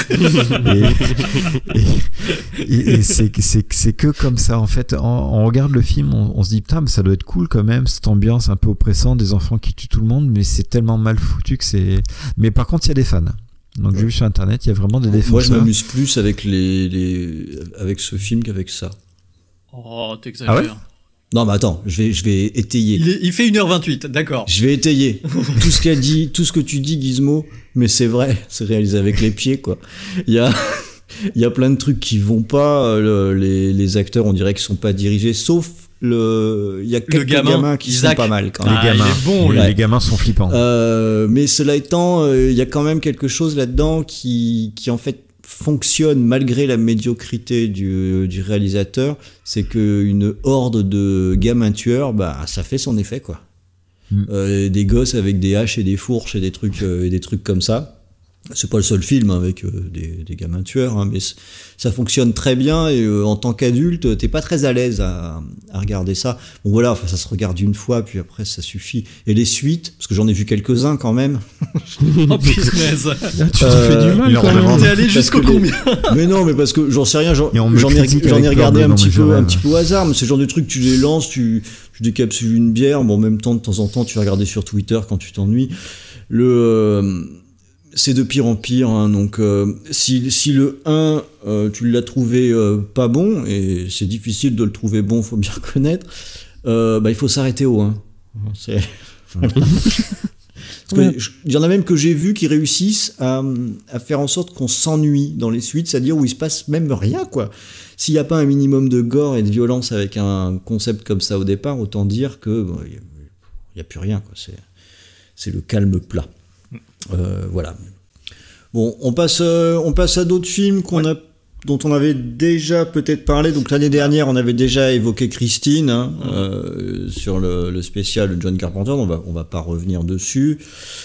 et et, et, et c'est, c'est, c'est que comme ça en fait. On, on regarde le film, on, on se dit putain mais ça doit être cool quand même, cette ambiance un peu oppressante, des enfants qui tuent tout le monde, mais c'est tellement mal foutu que c'est... Mais par contre il y a des fans. Donc j'ai vu sur internet, il y a vraiment des défenseurs. Moi je m'amuse plus avec, les, les, avec ce film qu'avec ça. Oh, t'exagères. Ah ouais Non mais attends, je vais, je vais étayer. il, est- il fait une heure vingt-huit, d'accord. Je vais étayer tout ce qu'a dit, tout ce que tu dis Gizmo, mais c'est vrai, c'est réalisé avec les pieds quoi. Il y a, il y a plein de trucs qui vont pas, le- les, les acteurs on dirait qu'ils sont pas dirigés, sauf le, il y a quelques gamin, gamins qui Isaac. sont pas mal quand Les même. Ah, gamins, il est bon, Oui, lui. les gamins sont flippants. Euh, mais cela étant, euh, il y a quand même quelque chose là-dedans qui, qui en fait fonctionne malgré la médiocrité du, du réalisateur, c'est qu'une horde de gamins tueurs, bah, ça fait son effet quoi. Mm. Euh, des gosses avec des haches et des fourches et des trucs, euh, et des trucs comme ça. C'est pas le seul film avec euh, des, des gamins tueurs, hein, mais ça fonctionne très bien et euh, en tant qu'adulte, t'es pas très à l'aise à, à regarder ça. Bon voilà, enfin, ça se regarde une fois, puis après ça suffit. Et les suites, parce que j'en ai vu quelques-uns quand même. Oh punaise. Tu t'es fait du mal quand même. T'es allé jusqu'au combien? Mais non, mais parce que j'en sais rien, j'en, j'en ai, j'en ai regardé un petit peu, un petit peu au hasard, mais ce genre de truc, tu les lances, tu, tu décapsules une bière, bon en même temps, de temps en temps, tu vas regarder sur Twitter quand tu t'ennuies. Le... Euh, c'est de pire en pire, hein, donc euh, si, si le un, euh, tu l'as trouvé euh, pas bon, et c'est difficile de le trouver bon, faut bien reconnaître, euh, bah, il faut s'arrêter au un. C'est... Voilà. Parce que il y en a même que j'ai vu qui réussissent à, à faire en sorte qu'on s'ennuie dans les suites, c'est-à-dire où il se passe même rien, quoi. S'il n'y a pas un minimum de gore et de violence avec un concept comme ça au départ, autant dire que bon, il n'y a, a plus rien, quoi. C'est, c'est le calme plat. Euh, voilà. Bon, on passe, euh, on passe à d'autres films qu'on ouais. a, dont on avait déjà peut-être parlé. Donc l'année dernière, on avait déjà évoqué Christine hein, mmh. euh, sur le, le spécial de John Carpenter. On va, on va pas revenir dessus.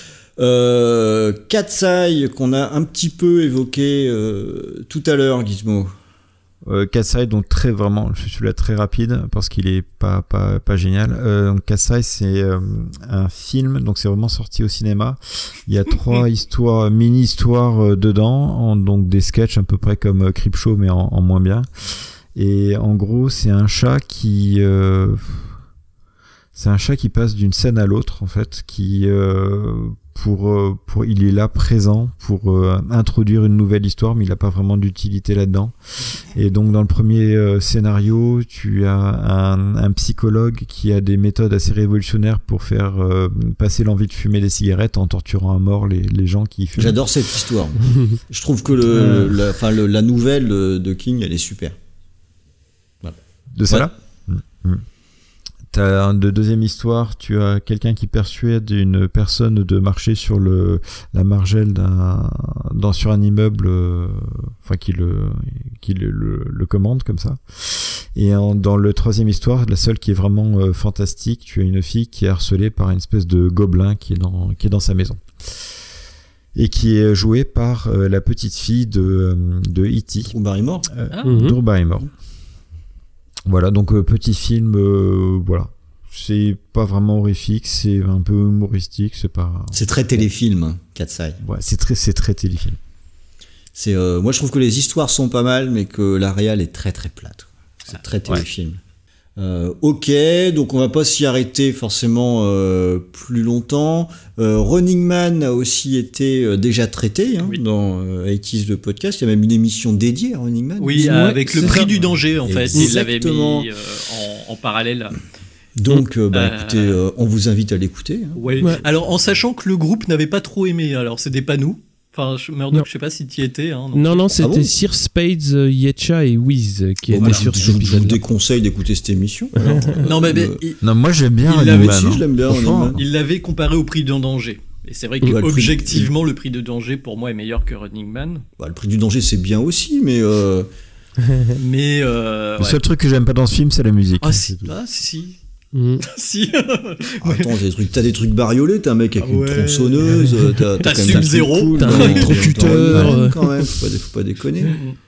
Euh, Cat's Eye qu'on a un petit peu évoqué euh, tout à l'heure, Gizmo. Euh, Cat's Eye, donc très vraiment, je suis là très rapide parce qu'il est pas pas pas génial. Euh, donc Cat's Eye, c'est euh, un film, donc c'est vraiment sorti au cinéma. Il y a trois histoires, mini histoires euh, dedans, en, donc des sketchs à peu près comme euh, Creepshow mais en, en moins bien. Et en gros, c'est un chat qui euh, c'est un chat qui passe d'une scène à l'autre en fait, qui euh, pour euh, pour il est là présent pour euh, introduire une nouvelle histoire, mais il n'a pas vraiment d'utilité là-dedans. Et donc dans le premier euh, scénario, tu as un, un psychologue qui a des méthodes assez révolutionnaires pour faire euh, passer l'envie de fumer des cigarettes en torturant à mort les, les gens qui fument. J'adore cette histoire. Je trouve que le, euh... la, enfin, le, la nouvelle de King, elle est super. Voilà. De celle-là ouais. mmh. T'as une deuxième histoire, tu as quelqu'un qui persuade une personne de marcher sur le la margelle d'un dans sur un immeuble, euh, enfin qui le qui le, le, le commande comme ça. Et en, dans le troisième histoire, la seule qui est vraiment euh, fantastique, tu as une fille qui est harcelée par une espèce de gobelin qui est dans qui est dans sa maison et qui est jouée par euh, la petite fille de de E T. Drew Barrymore. Euh, ah. Drew Barrymore. Voilà, donc euh, petit film, euh, voilà. C'est pas vraiment horrifique, c'est un peu humoristique, c'est pas... C'est très téléfilm, hein, Cat's Eye. Ouais, c'est très, c'est très téléfilm. C'est, euh, moi je trouve que les histoires sont pas mal, mais que la réal est très très plate. C'est très téléfilm. Ouais. Euh, ok, donc on va pas s'y arrêter forcément euh, plus longtemps. Euh, Running Man a aussi été euh, déjà traité hein, oui. dans euh, eighties de podcast. Il y a même une émission dédiée à Running Man. Oui, euh, avec le prix ça. du danger en fait. Il l'avait mis euh, en, en parallèle. Donc, euh, bah, écoutez, euh, on vous invite à l'écouter. Hein. Ouais. Ouais. Alors, en sachant que le groupe n'avait pas trop aimé, alors c'était pas nous. Enfin, Murdoch, je sais pas si tu y étais. Hein, non, non, non, c'était ah bon Sir Spades, uh, Yetcha et Wiz qui bon, étaient bah, sur cet épisode. Je vous déconseille d'écouter cette émission. Alors, non, mais, mais euh, il, non, moi j'aime bien. Il l'avait, si, je l'aime bien. Il l'avait comparé au prix du danger. Et c'est vrai que ouais, objectivement, le prix, de... le prix de danger pour moi est meilleur que Running Man. Bah, le prix du danger c'est bien aussi, mais. Euh... mais euh, le ouais. seul truc que j'aime pas dans ce film, c'est la musique. Ah si, ah, si. Mmh. si. Ah, attends, t'as des trucs, t'as des trucs bariolés, t'as un mec avec ah ouais. une tronçonneuse, t'as, t'as, t'as Sub-Zero, cool, t'as un électrocuteur, euh... quand même, faut pas, faut pas déconner.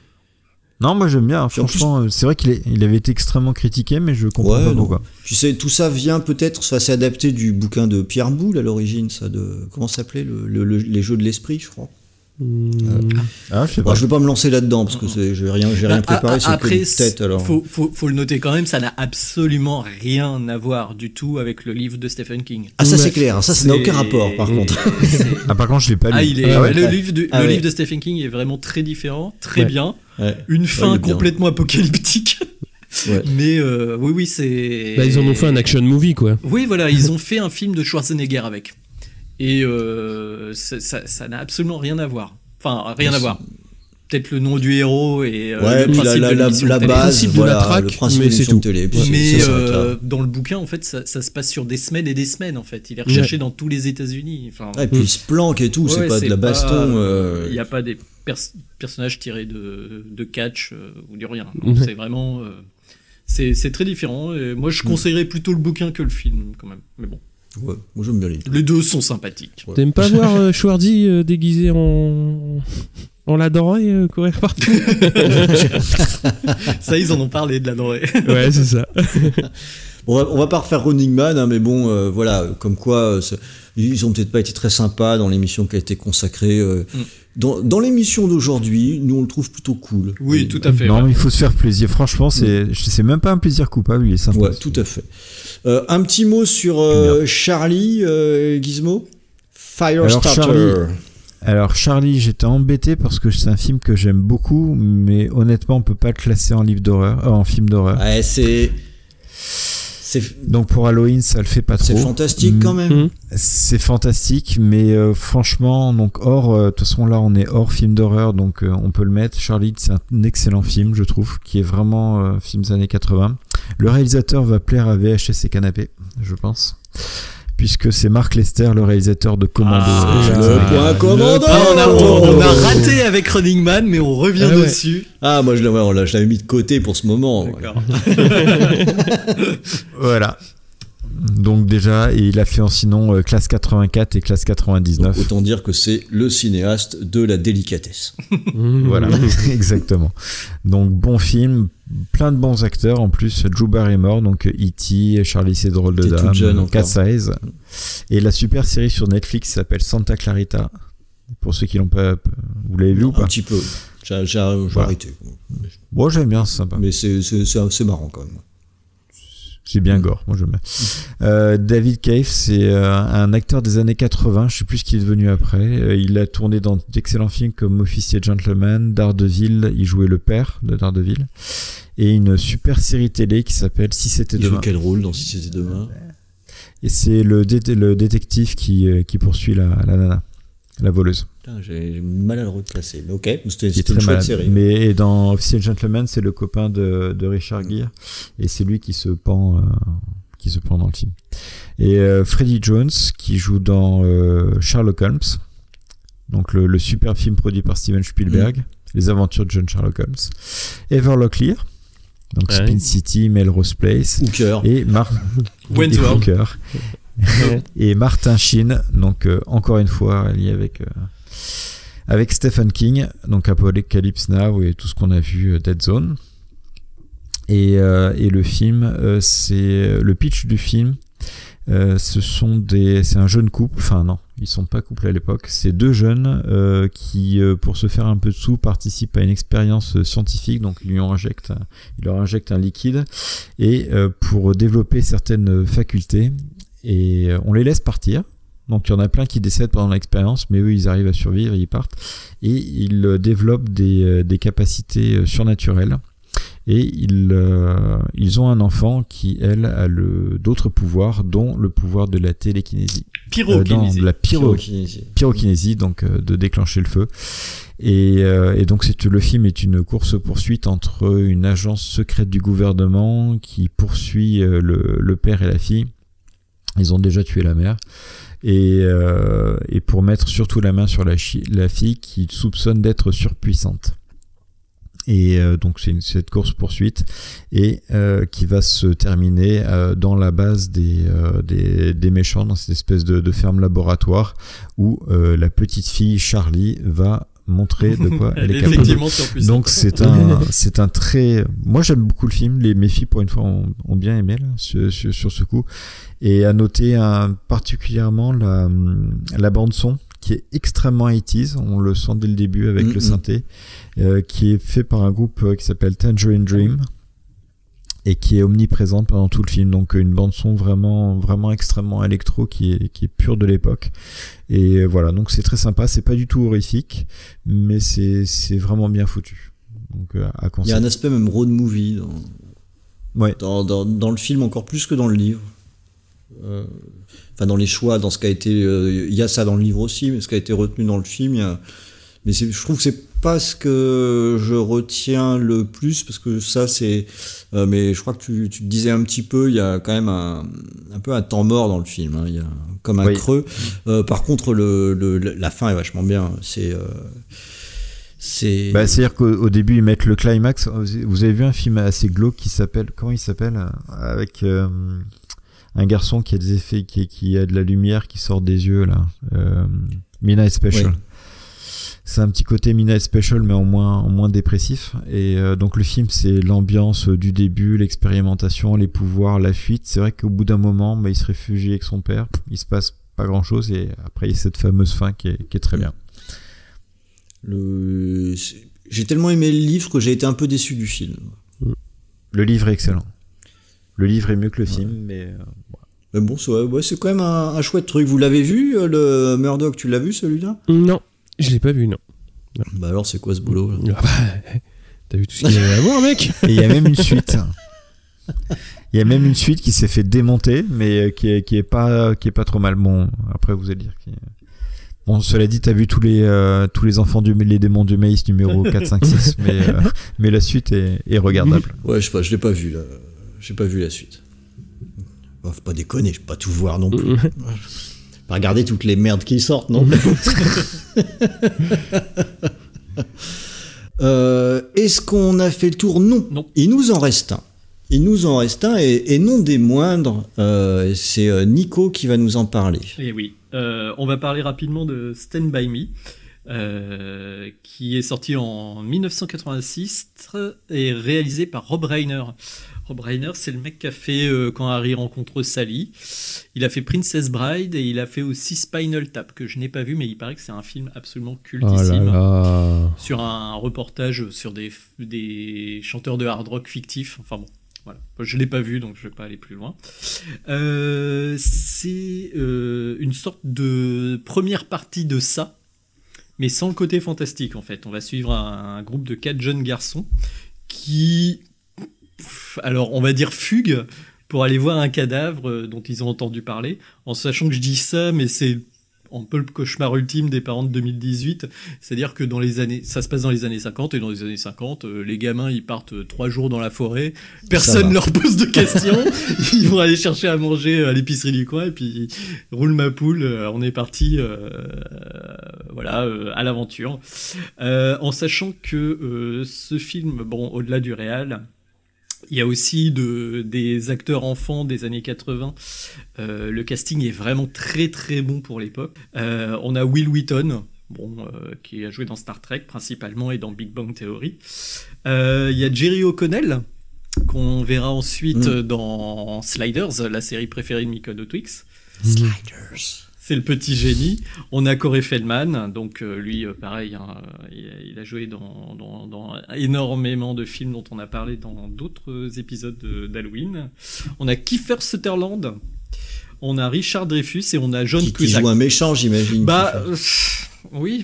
Non, moi j'aime bien. Franchement, plus... c'est vrai qu'il est, il avait été extrêmement critiqué, mais je comprends ouais, pas pourquoi. Tu sais, tout ça vient peut-être, ça s'est adapté du bouquin de Pierre Boulle à l'origine, ça de comment ça s'appelait le, le, le, les jeux de l'esprit, je crois. Mmh. Euh, ah, je sais bon, pas. je vais pas me lancer là-dedans parce que c'est, j'ai rien, j'ai rien préparé. Ah, après, c'est que tête, alors. Faut, faut, faut le noter quand même, ça n'a absolument rien à voir du tout avec le livre de Stephen King. Ah ça c'est clair, ça ça n'a aucun rapport par contre. Ah par contre je l'ai pas lu. Ah, il est, ah, ouais. le, livre de, ah, le ouais. livre de Stephen King est vraiment très différent, très ouais. bien, ouais. une fin ouais, complètement apocalyptique. Ouais. Mais euh, oui oui c'est. Bah, ils en ont fait un action movie quoi. Oui voilà, ils ont fait un film de Schwarzenegger avec. Et euh, ça, ça, ça n'a absolument rien à voir. Enfin, rien à voir. Peut-être le nom du héros et euh, ouais, le principe la, de la, l'émission la de base, télé. voilà, de la track, le principe mais de l'émission c'est de télé. Tout. Mais ça, euh, dans le bouquin, en fait, ça, ça se passe sur des semaines et des semaines. En fait, il est recherché ouais. dans tous les États-Unis. Enfin, ouais, et puis il se planque et tout. Ouais, c'est pas c'est de la baston. Il euh... n'y a pas des pers- personnages tirés de, de catch euh, ou du rien. Donc, c'est vraiment, euh, c'est, c'est très différent. Et moi, je conseillerais plutôt le bouquin que le film, quand même. Mais bon. Ouais, moi j'aime bien les deux. Les deux sont sympathiques. Ouais. T'aimes pas voir euh, Schwarzy euh, déguisé en... en la denrée euh, courir partout? Ça, ils en ont parlé de la denrée. Ouais, c'est ça. On va, on va pas refaire Running Man, hein, mais bon, euh, voilà, comme quoi, euh, ils ont peut-être pas été très sympas dans l'émission qui a été consacrée. Euh, mm. Dans, dans l'émission d'aujourd'hui, nous on le trouve plutôt cool. Oui, et, tout à fait. Non, ouais. mais il faut se faire plaisir. Franchement, c'est, mm. c'est même pas un plaisir coupable, il est sympa. Ouais, tout à fait. Euh, un petit mot sur euh, Charlie, euh, Gizmo Firestarter. Alors, Charlie, alors Charlie, j'étais embêté parce que c'est un film que j'aime beaucoup, mais honnêtement, on peut pas le classer en livre d'horreur, euh, en film d'horreur. Ouais, c'est. C'est... Donc pour Halloween, ça le fait pas trop. C'est fantastique quand même. Mmh. C'est fantastique, mais euh, franchement, donc hors, de euh, toute façon là, on est hors film d'horreur, donc euh, on peut le mettre. Charlie, c'est un excellent film, je trouve, qui est vraiment euh, film des années quatre-vingts. Le réalisateur va plaire à V H S et Canapé, je pense. Puisque c'est Mark Lester, le réalisateur de Commando. Ah, le point Commando. Ah, on, a, on, on a raté avec Running Man, mais on revient ah, ouais. dessus. Ah, moi je l'avais, ouais, je l'avais mis de côté pour ce moment. D'accord. Ouais. Voilà. Donc déjà, et il a fait en sinon euh, Classe quatre-vingt-quatre et Classe quatre-vingt-dix-neuf. Donc, autant dire que c'est le cinéaste de la délicatesse. Voilà, exactement. Donc bon film, plein de bons acteurs en plus. Drew Barrymore, donc E T, Charlie c'est drôle de dame, Cat Size, et la super série sur Netflix s'appelle Santa Clarita. Pour ceux qui l'ont pas, vous l'avez vu non, ou pas? Un petit peu. J'ai, j'ai, j'ai voilà. arrêté. Bon, j'aime bien, c'est sympa. Mais c'est, c'est, c'est, c'est marrant quand même. C'est bien gore, moi j'aime bien. Euh, David Cave, c'est euh, un acteur des années quatre-vingts, je sais plus ce qu'il est devenu après. Euh, il a tourné dans d'excellents films comme Officier Gentleman, Daredevil, il jouait le père de Daredevil, et une super série télé qui s'appelle Si c'était demain. Il joue quel rôle dans Si c'était demain? Et c'est le, dé- le détective qui, euh, qui poursuit la, la nana, la voleuse. Putain, j'ai mal à le reclasser, mais ok, c'était, c'était une chouette malade. série. Mais dans Officier Gentleman, c'est le copain de, de Richard Gere, et c'est lui qui se pend, euh, qui se pend dans le film. Et euh, Freddie Jones, qui joue dans euh, Sherlock Holmes, donc le, le super film produit par Steven Spielberg, mm. Les aventures de John Sherlock Holmes. Ever Locklear, donc ouais. Spin City, Melrose Place, Hooker. et Mar- Wentworth. Et Martin Sheen, donc euh, encore une fois lié avec euh, avec Stephen King, donc Apocalypse Now et tout ce qu'on a vu, euh, Dead Zone. Et euh, et le film, euh, c'est le pitch du film. Euh, ce sont des, c'est un jeune couple, enfin non, ils sont pas couplés à l'époque. C'est deux jeunes euh, qui, euh, pour se faire un peu de sous, participent à une expérience scientifique. Donc ils lui injectent, ils leur injectent un liquide et euh, pour développer certaines facultés. Et on les laisse partir. Donc il y en a plein qui décèdent pendant l'expérience, mais eux ils arrivent à survivre, ils partent. Et ils développent des, des capacités surnaturelles. Et ils, euh, ils ont un enfant qui, elle, a le, d'autres pouvoirs, dont le pouvoir de la télékinésie. Pyrokinésie. Euh, de la pyro, pyrokinésie. Pyrokinésie, donc euh, de déclencher le feu. Et, euh, et donc c'est, le film est une course-poursuite entre une agence secrète du gouvernement qui poursuit euh, le, le père et la fille. Ils ont déjà tué la mère. Et, euh, et pour mettre surtout la main sur la, chi- la fille qu'ils soupçonnent d'être surpuissante. Et euh, donc c'est une, cette course-poursuite et euh, qui va se terminer euh, dans la base des, euh, des, des méchants, dans cette espèce de, de ferme laboratoire où euh, la petite fille Charlie va montrer de quoi elle, elle est capable. Donc c'est un, c'est un très... Moi j'aime beaucoup le film, les, mes filles pour une fois ont, ont bien aimé là, sur, sur, sur ce coup. Et à noter un, particulièrement la, la bande-son qui est extrêmement eighties, on le sent dès le début avec mm-hmm. le synthé, euh, qui est fait par un groupe euh, qui s'appelle Tangerine Dream et qui est omniprésente pendant tout le film. Donc une bande son vraiment vraiment extrêmement électro qui est qui est pure de l'époque. Et euh, voilà, donc c'est très sympa, c'est pas du tout horrifique, mais c'est c'est vraiment bien foutu. Donc euh, à conseiller. Il y a un aspect même road movie dans ouais. dans, dans dans le film encore plus que dans le livre. Euh, enfin dans les choix, dans ce qui a été, il euh, y a ça dans le livre aussi, mais ce qui a été retenu dans le film, y a, mais c'est, je trouve que c'est pas ce que je retiens le plus, parce que ça c'est, euh, mais je crois que tu, tu te disais un petit peu, il y a quand même un, un peu un temps mort dans le film, il hein, y a comme un oui. creux. Euh, par contre le, le, la fin est vachement bien, c'est euh, C'est... Bah, c'est-à-dire qu'au au début ils mettent le climax. Vous avez vu un film assez glauque qui s'appelle, comment il s'appelle, avec euh, un garçon qui a des effets, qui, qui a de la lumière qui sort des yeux là. Euh, Midnight Special. Oui. C'est un petit côté Midnight Special, mais en moins, en moins dépressif. Et euh, donc le film, c'est l'ambiance du début, l'expérimentation, les pouvoirs, la fuite. C'est vrai qu'au bout d'un moment, bah, il se réfugie avec son père. Il se passe pas grand-chose, et après il y a cette fameuse fin qui est, qui est très bien. Le... J'ai tellement aimé le livre que j'ai été un peu déçu du film. Le livre est excellent. Le livre est mieux que le film, ouais. mais... Euh, mais bon, c'est, ouais, c'est quand même un, un chouette truc. Vous l'avez vu, le Murdoch, tu l'as vu celui-là ? Non, je l'ai pas vu, non. non. Bah alors, c'est quoi ce boulot là ? Ah bah, t'as vu tout ce qu'il y avait à voir, mec ? Et il y a même une suite. Il y a même une suite qui s'est fait démonter, mais qui est, qui est, pas, qui est pas trop mal. Bon, après, vous allez dire... Qui... Bon, cela dit, t'as vu tous les, euh, tous les enfants du les démons du maïs numéro quatre, cinq, six, mais, euh, mais la suite est, est regardable. Ouais, je sais pas, je l'ai pas vu, là. J'ai pas vu la suite. Bon, faut pas déconner, je peux pas tout voir non plus. Pas regarder toutes les merdes qui sortent, non plus. euh, Est-ce qu'on a fait le tour ? Non. Non. Il nous en reste un. Il nous en reste un, et, et non des moindres. Euh, c'est Nico qui va nous en parler. Et oui. Euh, on va parler rapidement de Stand By Me, euh, qui est sorti en dix-neuf cent quatre-vingt-six et réalisé par Rob Reiner. Rob Reiner, c'est le mec qui a fait euh, Quand Harry rencontre Sally. Il a fait Princess Bride et il a fait aussi Spinal Tap, que je n'ai pas vu, mais il paraît que c'est un film absolument cultissime. Oh là là. Sur un reportage sur des, des chanteurs de hard rock fictifs. Enfin bon. Voilà. Je ne l'ai pas vu, donc je ne vais pas aller plus loin. Euh, c'est euh, une sorte de première partie de ça, mais sans le côté fantastique, en fait. On va suivre un, un groupe de quatre jeunes garçons qui, alors on va dire fuguent pour aller voir un cadavre dont ils ont entendu parler, en sachant que je dis ça, mais c'est un peu le cauchemar ultime des parents de deux mille dix-huit, c'est-à-dire que dans les années, ça se passe dans les années cinquante, et dans les années cinquante, euh, les gamins ils partent euh, trois jours dans la forêt, personne leur pose de questions, ils vont aller chercher à manger à l'épicerie du coin, et puis roule ma poule, euh, on est parti euh, euh, voilà, euh, à l'aventure. Euh, en sachant que euh, ce film, bon, au-delà du réal, il y a aussi de, des acteurs enfants des années quatre-vingts. Euh, le casting est vraiment très très bon pour l'époque. Euh, on a Will Wheaton, bon, euh, qui a joué dans Star Trek principalement et dans Big Bang Theory. Euh, il y a Jerry O'Connell, qu'on verra ensuite mmh. dans Sliders, la série préférée de Mikado Twix. Sliders. C'est le petit génie. On a Corey Feldman, donc euh, lui, euh, pareil, hein, il, a, il a joué dans, dans, dans énormément de films dont on a parlé dans d'autres épisodes de, d'Halloween. On a Kiefer Sutherland, on a Richard Dreyfuss et on a John qui, Cusack. Qui joue un méchant, j'imagine. Bah, euh, oui.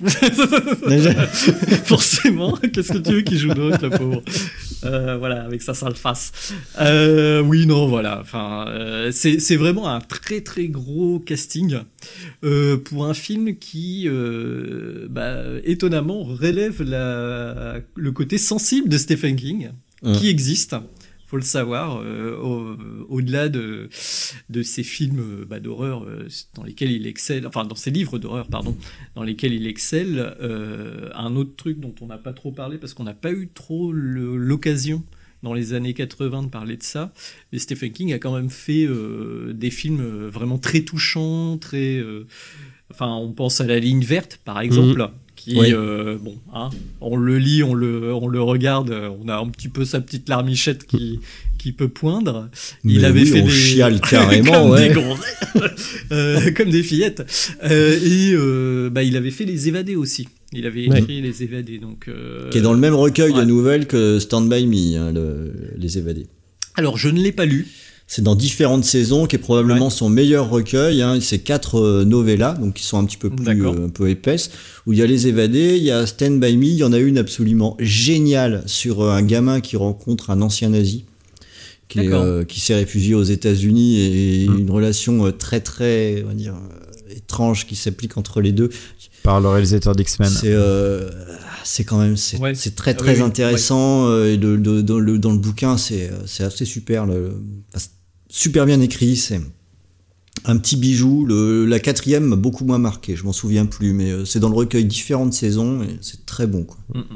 Forcément. Qu'est-ce que tu veux qu'il joue d'autre, la pauvre euh, voilà, avec sa sale face. Euh, oui, non, voilà. Enfin, euh, c'est, c'est vraiment un très très gros casting euh, pour un film qui, euh, bah, étonnamment, relève la, le côté sensible de Stephen King, mmh. qui existe. Faut le savoir, euh, au, au-delà de, de ces films bah, d'horreur euh, dans lesquels il excelle, enfin dans ces livres d'horreur, pardon, dans lesquels il excelle, euh, un autre truc dont on n'a pas trop parlé parce qu'on n'a pas eu trop le, l'occasion dans les années quatre-vingts de parler de ça, mais Stephen King a quand même fait euh, des films vraiment très touchants, très... Euh, enfin, on pense à La Ligne Verte, par exemple, mmh. qui, oui. euh, bon, hein, on le lit, on le, on le regarde, on a un petit peu sa petite larmichette qui, qui peut poindre. Mais il avait oui, fait on des chiale carrément, comme ouais. des gonzesses, euh, comme des fillettes. Euh, et euh, bah, il avait fait Les Évadés aussi. Il avait écrit ouais. Les Évadés, donc. Euh, qui est dans le même recueil ouais. de nouvelles que Stand By Me, hein, le, Les Évadés. Alors, je ne l'ai pas lu. C'est dans différentes saisons, qui est probablement ouais. son meilleur recueil. Hein. C'est quatre euh, novellas, donc qui sont un petit peu plus euh, un peu épaisses, où il y a Les Évadés, il y a Stand By Me, il y en a une absolument géniale sur euh, un gamin qui rencontre un ancien nazi, qui, est, euh, qui s'est réfugié aux États-Unis, et, et mmh. une relation euh, très très, on va dire, euh, étrange qui s'applique entre les deux. Par le réalisateur d'X-Men. C'est, euh, c'est quand même c'est, ouais. c'est très très ah, oui, intéressant. Oui. Euh, et de, de, dans, le, dans le bouquin, c'est, c'est assez super. Le, c'est super bien écrit. C'est un petit bijou. Le, la quatrième m'a beaucoup moins marqué. Je m'en souviens plus, mais c'est dans le recueil différentes saisons et c'est très bon, quoi. Mm-hmm.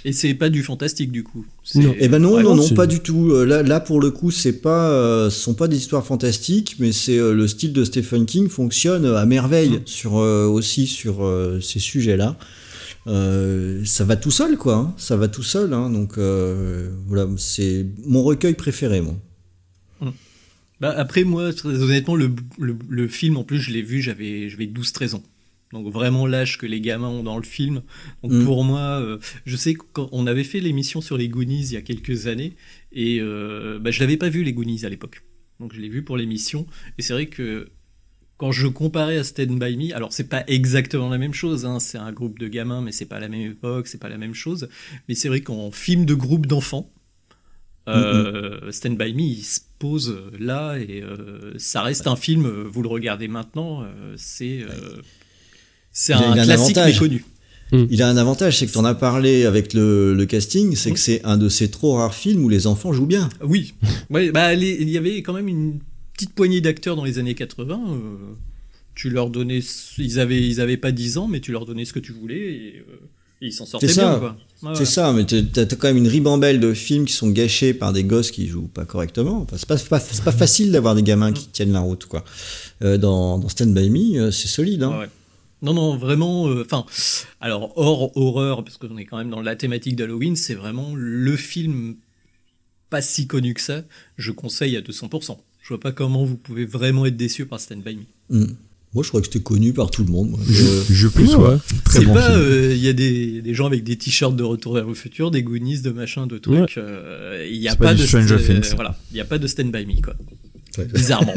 Et c'est pas du fantastique du coup. Non. Eh ben non, Vraiment, non, non, c'est... pas du tout. Là, là pour le coup, c'est pas, euh, ce sont pas des histoires fantastiques, mais c'est euh, le style de Stephen King fonctionne à merveille mmh. sur euh, aussi sur euh, ces sujets-là. Euh, ça va tout seul, quoi. Hein, ça va tout seul. Hein, donc euh, voilà, c'est mon recueil préféré, moi. Mmh. Bah, après, moi, très honnêtement, le, le, le film, en plus, je l'ai vu, j'avais, j'avais douze treize ans. Donc vraiment l'âge que les gamins ont dans le film. Donc mmh. pour moi, euh, je sais qu'on avait fait l'émission sur les Goonies il y a quelques années, et euh, bah, je l'avais pas vu les Goonies à l'époque. Donc je l'ai vu pour l'émission, et c'est vrai que quand je comparais à Stand By Me, alors c'est pas exactement la même chose, hein, c'est un groupe de gamins, mais c'est pas la même époque, c'est pas la même chose. Mais c'est vrai qu'en film de groupe d'enfants, euh, mmh. Stand By Me, il se pose là, et euh, ça reste un film, vous le regardez maintenant, euh, c'est... Euh, C'est un, un classique avantage. méconnu. Mmh. Il a un avantage, c'est que tu en as parlé avec le, le casting, c'est mmh. que c'est un de ces trop rares films où les enfants jouent bien. Oui, ouais, bah, les, il y avait quand même une petite poignée d'acteurs dans les années quatre-vingts. Euh, tu leur donnais, ils avaient, ils avaient pas dix ans, mais tu leur donnais ce que tu voulais et, euh, et ils s'en sortaient c'est bien. Ça. Quoi. Ouais, c'est ouais. ça, mais t'as, t'as quand même une ribambelle de films qui sont gâchés par des gosses qui jouent pas correctement. Enfin, c'est pas, c'est pas, c'est pas facile d'avoir des gamins qui tiennent la route, quoi. Euh, dans, dans Stand By Me, c'est solide, hein. Ouais, ouais. Non, non, vraiment, enfin, euh, alors, hors horreur, parce qu'on est quand même dans la thématique d'Halloween, c'est vraiment le film pas si connu que ça, je conseille à deux cents pour cent. Je vois pas comment vous pouvez vraiment être déçu par Stand By Me. Mmh. Moi, je crois que c'était connu par tout le monde. Moi. Je, je plus, ouais. Très c'est bon pas, il film. euh, y a des, des gens avec des t-shirts de Retour vers le futur, des Goonies, de machin, de trucs. Il ouais. euh, y a c'est pas, pas de Stranger st- Things. Euh, voilà, il y a pas de Stand By Me, quoi. Ouais. Bizarrement.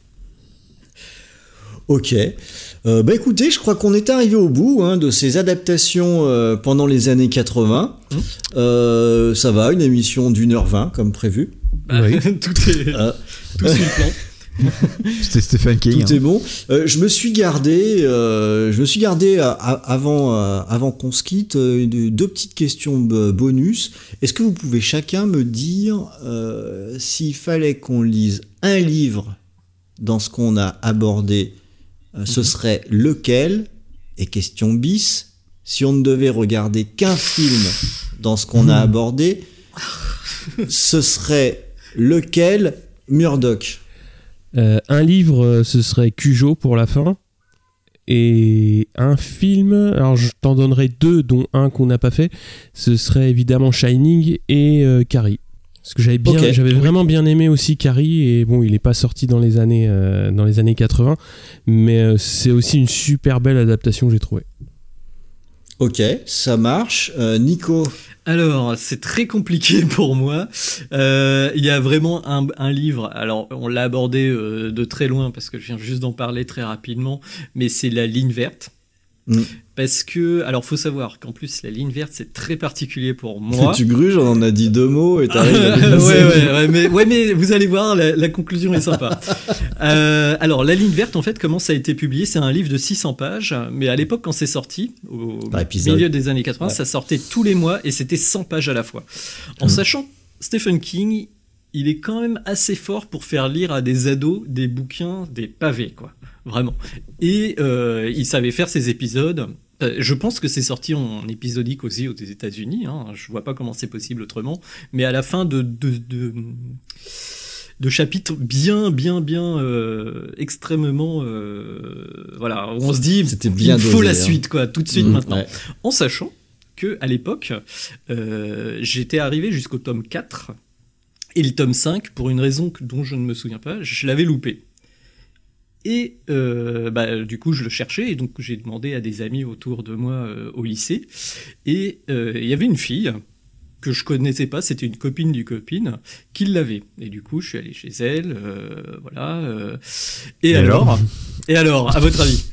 Ok. Euh, bah écoutez, je crois qu'on est arrivé au bout hein, de ces adaptations euh, pendant les années quatre-vingts. Mmh. Euh, ça va, une émission d'une heure vingt comme prévu. Bah, oui. tout est, euh. tout suit le plan. C'était Stephen King. Tout hein. est bon. Euh, je me suis gardé, euh, je me suis gardé à, à, avant, euh, avant qu'on se quitte, euh, deux petites questions bonus. Est-ce que vous pouvez chacun me dire euh, s'il fallait qu'on lise un livre dans ce qu'on a abordé? Euh, ce serait lequel? Et question bis, si on ne devait regarder qu'un film dans ce qu'on a abordé, ce serait lequel? Murdoch. Euh, un livre, ce serait Cujo pour la fin. Et un film, alors je t'en donnerai deux, dont un qu'on n'a pas fait, ce serait évidemment Shining et euh, Carrie. Parce que j'avais bien, okay. j'avais vraiment bien aimé aussi Carrie, et bon, il n'est pas sorti dans les années, euh, dans les années quatre-vingts, mais euh, c'est aussi une super belle adaptation que j'ai trouvée. Ok, ça marche. Euh, Nico? Alors, c'est très compliqué pour moi. Euh, il y a vraiment un, un livre, alors on l'a abordé euh, de très loin, parce que je viens juste d'en parler très rapidement, mais c'est La Ligne Verte. Mm. Parce que, alors faut savoir qu'en plus la ligne verte c'est très particulier pour moi. Tu gruges, on en a dit deux mots et t'arrives à ouais, ouais, ouais, mais, ouais, mais vous allez voir, la, la conclusion est sympa. euh, alors la ligne verte, en fait, comment ça a été publié? C'est un livre de six cents pages, mais à l'époque quand c'est sorti, au milieu des années quatre-vingts, ouais. ça sortait tous les mois et c'était cent pages à la fois. En mmh. sachant Stephen King, il est quand même assez fort pour faire lire à des ados des bouquins, des pavés, quoi. Vraiment. Et euh, il savait faire ses épisodes. Euh, je pense que c'est sorti en épisodique aussi aux États-Unis. Hein. Je vois pas comment c'est possible autrement. Mais à la fin de, de, de, de chapitres bien, bien, bien euh, extrêmement. Euh, voilà, où on se dit C'était bien il faut dosé, la hein. suite, quoi, tout de suite mmh, maintenant. Ouais. En sachant que à l'époque, euh, j'étais arrivé jusqu'au tome quatre. Et le tome cinq, pour une raison dont je ne me souviens pas, je l'avais loupé. Et euh, bah, du coup, je le cherchais, et donc j'ai demandé à des amis autour de moi euh, au lycée. Et il euh, y avait une fille que je connaissais pas, c'était une copine du copine, qui l'avait. Et du coup, je suis allé chez elle, euh, voilà. Euh, et, et alors, alors Et alors, à votre avis?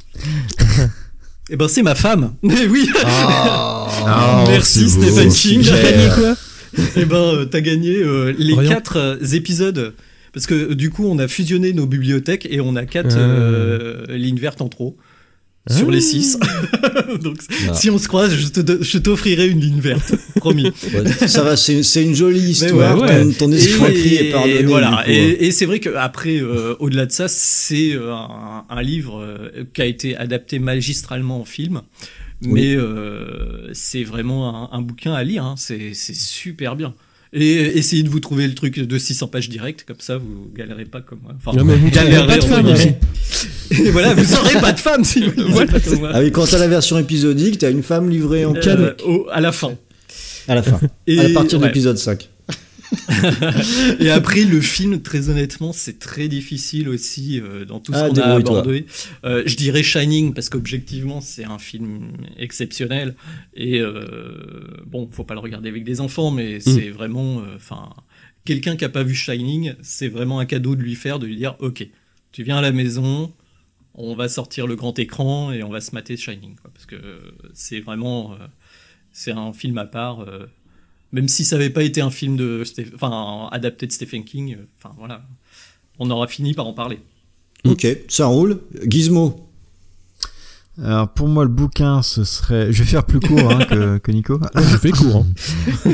Eh ben, c'est ma femme. Mais oui. Oh, merci Stephen King. T'as gagné quoi? Eh ben, euh, t'as gagné euh, les Rien. quatre euh, épisodes. Parce que du coup, on a fusionné nos bibliothèques et on a quatre euh, euh, lignes vertes en trop ah. sur les six. Donc, ah. si on se croise, je, te, je t'offrirai une ligne verte, promis. Ouais, ça va, c'est, c'est une jolie histoire. Ouais, ouais. Ton, ton escroquerie est pardonné. Voilà. Et, et c'est vrai qu'après, euh, au-delà de ça, c'est euh, un, un livre euh, qui a été adapté magistralement en film. mais oui. euh, c'est vraiment un, un bouquin à lire, hein. c'est, c'est super bien. Et essayez de vous trouver le truc de six cents pages direct, comme ça vous galérez pas comme moi. Enfin, non, mais vous galérez pas de femme aussi. Et voilà, vous aurez pas de femme si vous lisez voilà. pas comme moi. Ah oui, quand t'as la version épisodique, t'as une femme livrée en cadeau. Euh, au, à la fin. À la fin. Et à partir ouais. de l'épisode cinq. Et après le film, très honnêtement, c'est très difficile aussi euh, dans tout ce ah, qu'on a abordé. Euh, je dirais Shining parce qu'objectivement c'est un film exceptionnel et euh, bon, faut pas le regarder avec des enfants, mais mm. c'est vraiment, enfin, euh, quelqu'un qui a pas vu Shining, c'est vraiment un cadeau de lui faire, de lui dire, ok, tu viens à la maison, on va sortir le grand écran et on va se mater Shining, quoi, parce que c'est vraiment, euh, c'est un film à part. Euh, Même si ça n'avait pas été un film de, enfin, adapté de Stephen King, enfin voilà, on aura fini par en parler. Ok, ça roule. Gizmo. Alors pour moi le bouquin ce serait, je vais faire plus court hein, que, que Nico. Je fais court. Hein.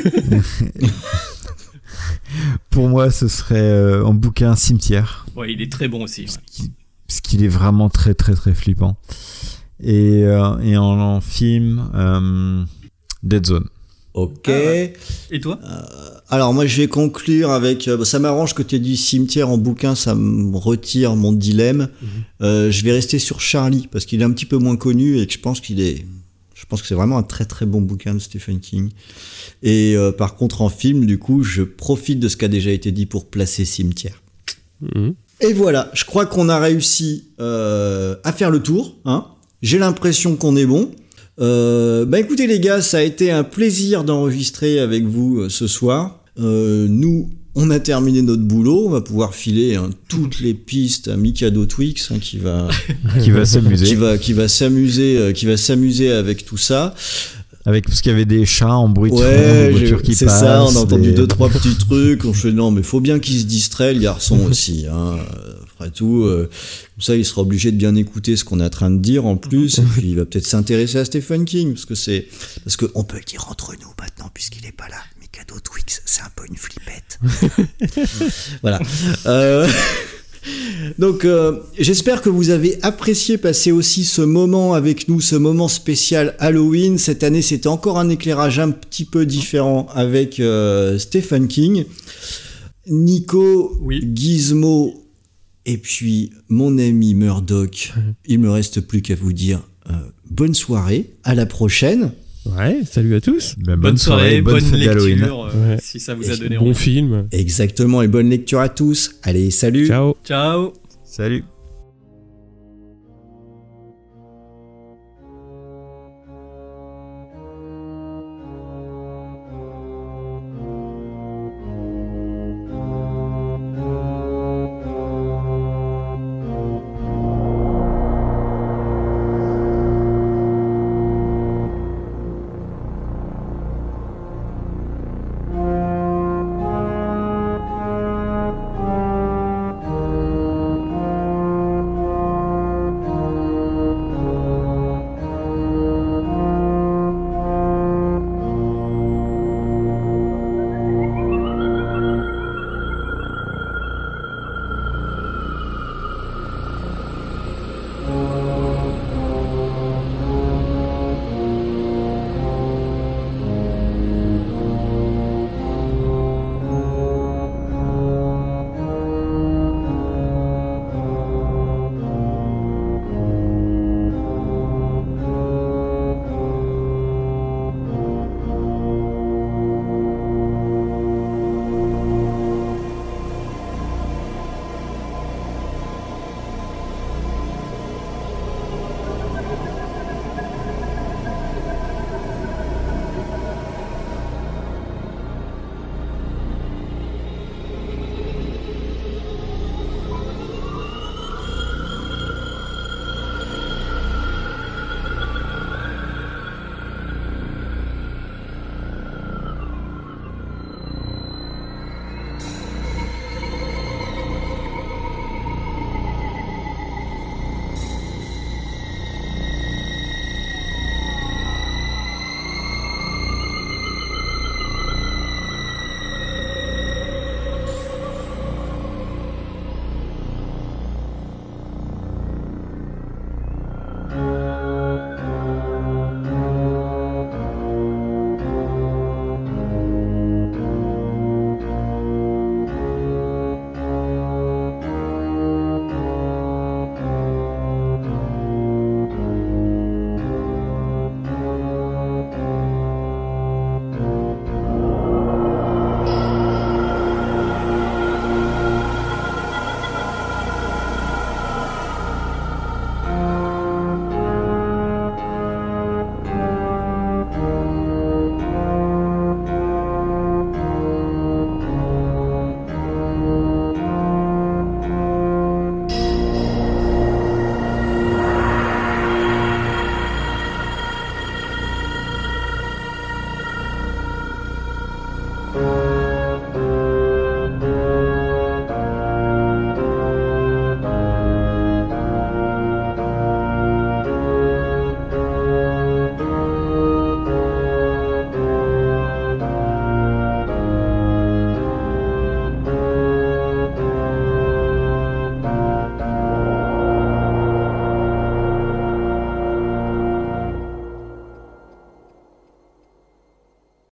Pour moi ce serait euh, un bouquin Cimetière. Ouais, il est très bon aussi. Ouais. Parce, qu'il, parce qu'il est vraiment très très très flippant. Et, euh, et en, en film, euh, Dead Zone. Ok. Ah ouais. Et toi ? euh, Alors moi je vais conclure avec... Euh, ça m'arrange que tu aies dit Cimetière en bouquin, ça me retire mon dilemme. Mm-hmm. Euh, je vais rester sur Charlie, parce qu'il est un petit peu moins connu et que je pense qu'il est... Je pense que c'est vraiment un très très bon bouquin de Stephen King. Et euh, par contre en film, du coup, je profite de ce qui a déjà été dit pour placer Cimetière. Mm-hmm. Et voilà, je crois qu'on a réussi euh, à faire le tour. Hein. J'ai l'impression qu'on est bon. Euh, bah écoutez les gars, ça a été un plaisir d'enregistrer avec vous euh, ce soir. Euh, nous, on a terminé notre boulot, on va pouvoir filer hein, toutes les pistes à Mikado Twix hein, qui va qui va s'amuser, qui va qui va s'amuser, euh, qui va s'amuser avec tout ça. Avec parce qu'il y avait des chats en bruit de ouais, fond, des voitures qui c'est passent. C'est ça, on a entendu des... deux trois petits trucs. On fait non, mais faut bien qu'il se distrait le garçon aussi. Hein. Après tout, euh, comme ça, il sera obligé de bien écouter ce qu'on est en train de dire en plus. Et puis il va peut-être s'intéresser à Stephen King parce que c'est parce que on peut le dire entre nous maintenant puisqu'il est pas là. Mikado Twix, c'est un peu une flippette. Voilà. Euh... Donc euh, j'espère que vous avez apprécié passer aussi ce moment avec nous, ce moment spécial Halloween. Cette année c'était encore un éclairage un petit peu différent avec euh, Stephen King. Nico, oui. Gizmo et puis mon ami Murdoch. Il me reste plus qu'à vous dire euh, bonne soirée, à la prochaine. Ouais, salut à tous. Ben, bonne, bonne soirée, bonne, bonne lecture, euh, ouais. si ça vous a et donné bon envie. Film. Exactement, et bonne lecture à tous. Allez, salut. Ciao. Ciao. Salut.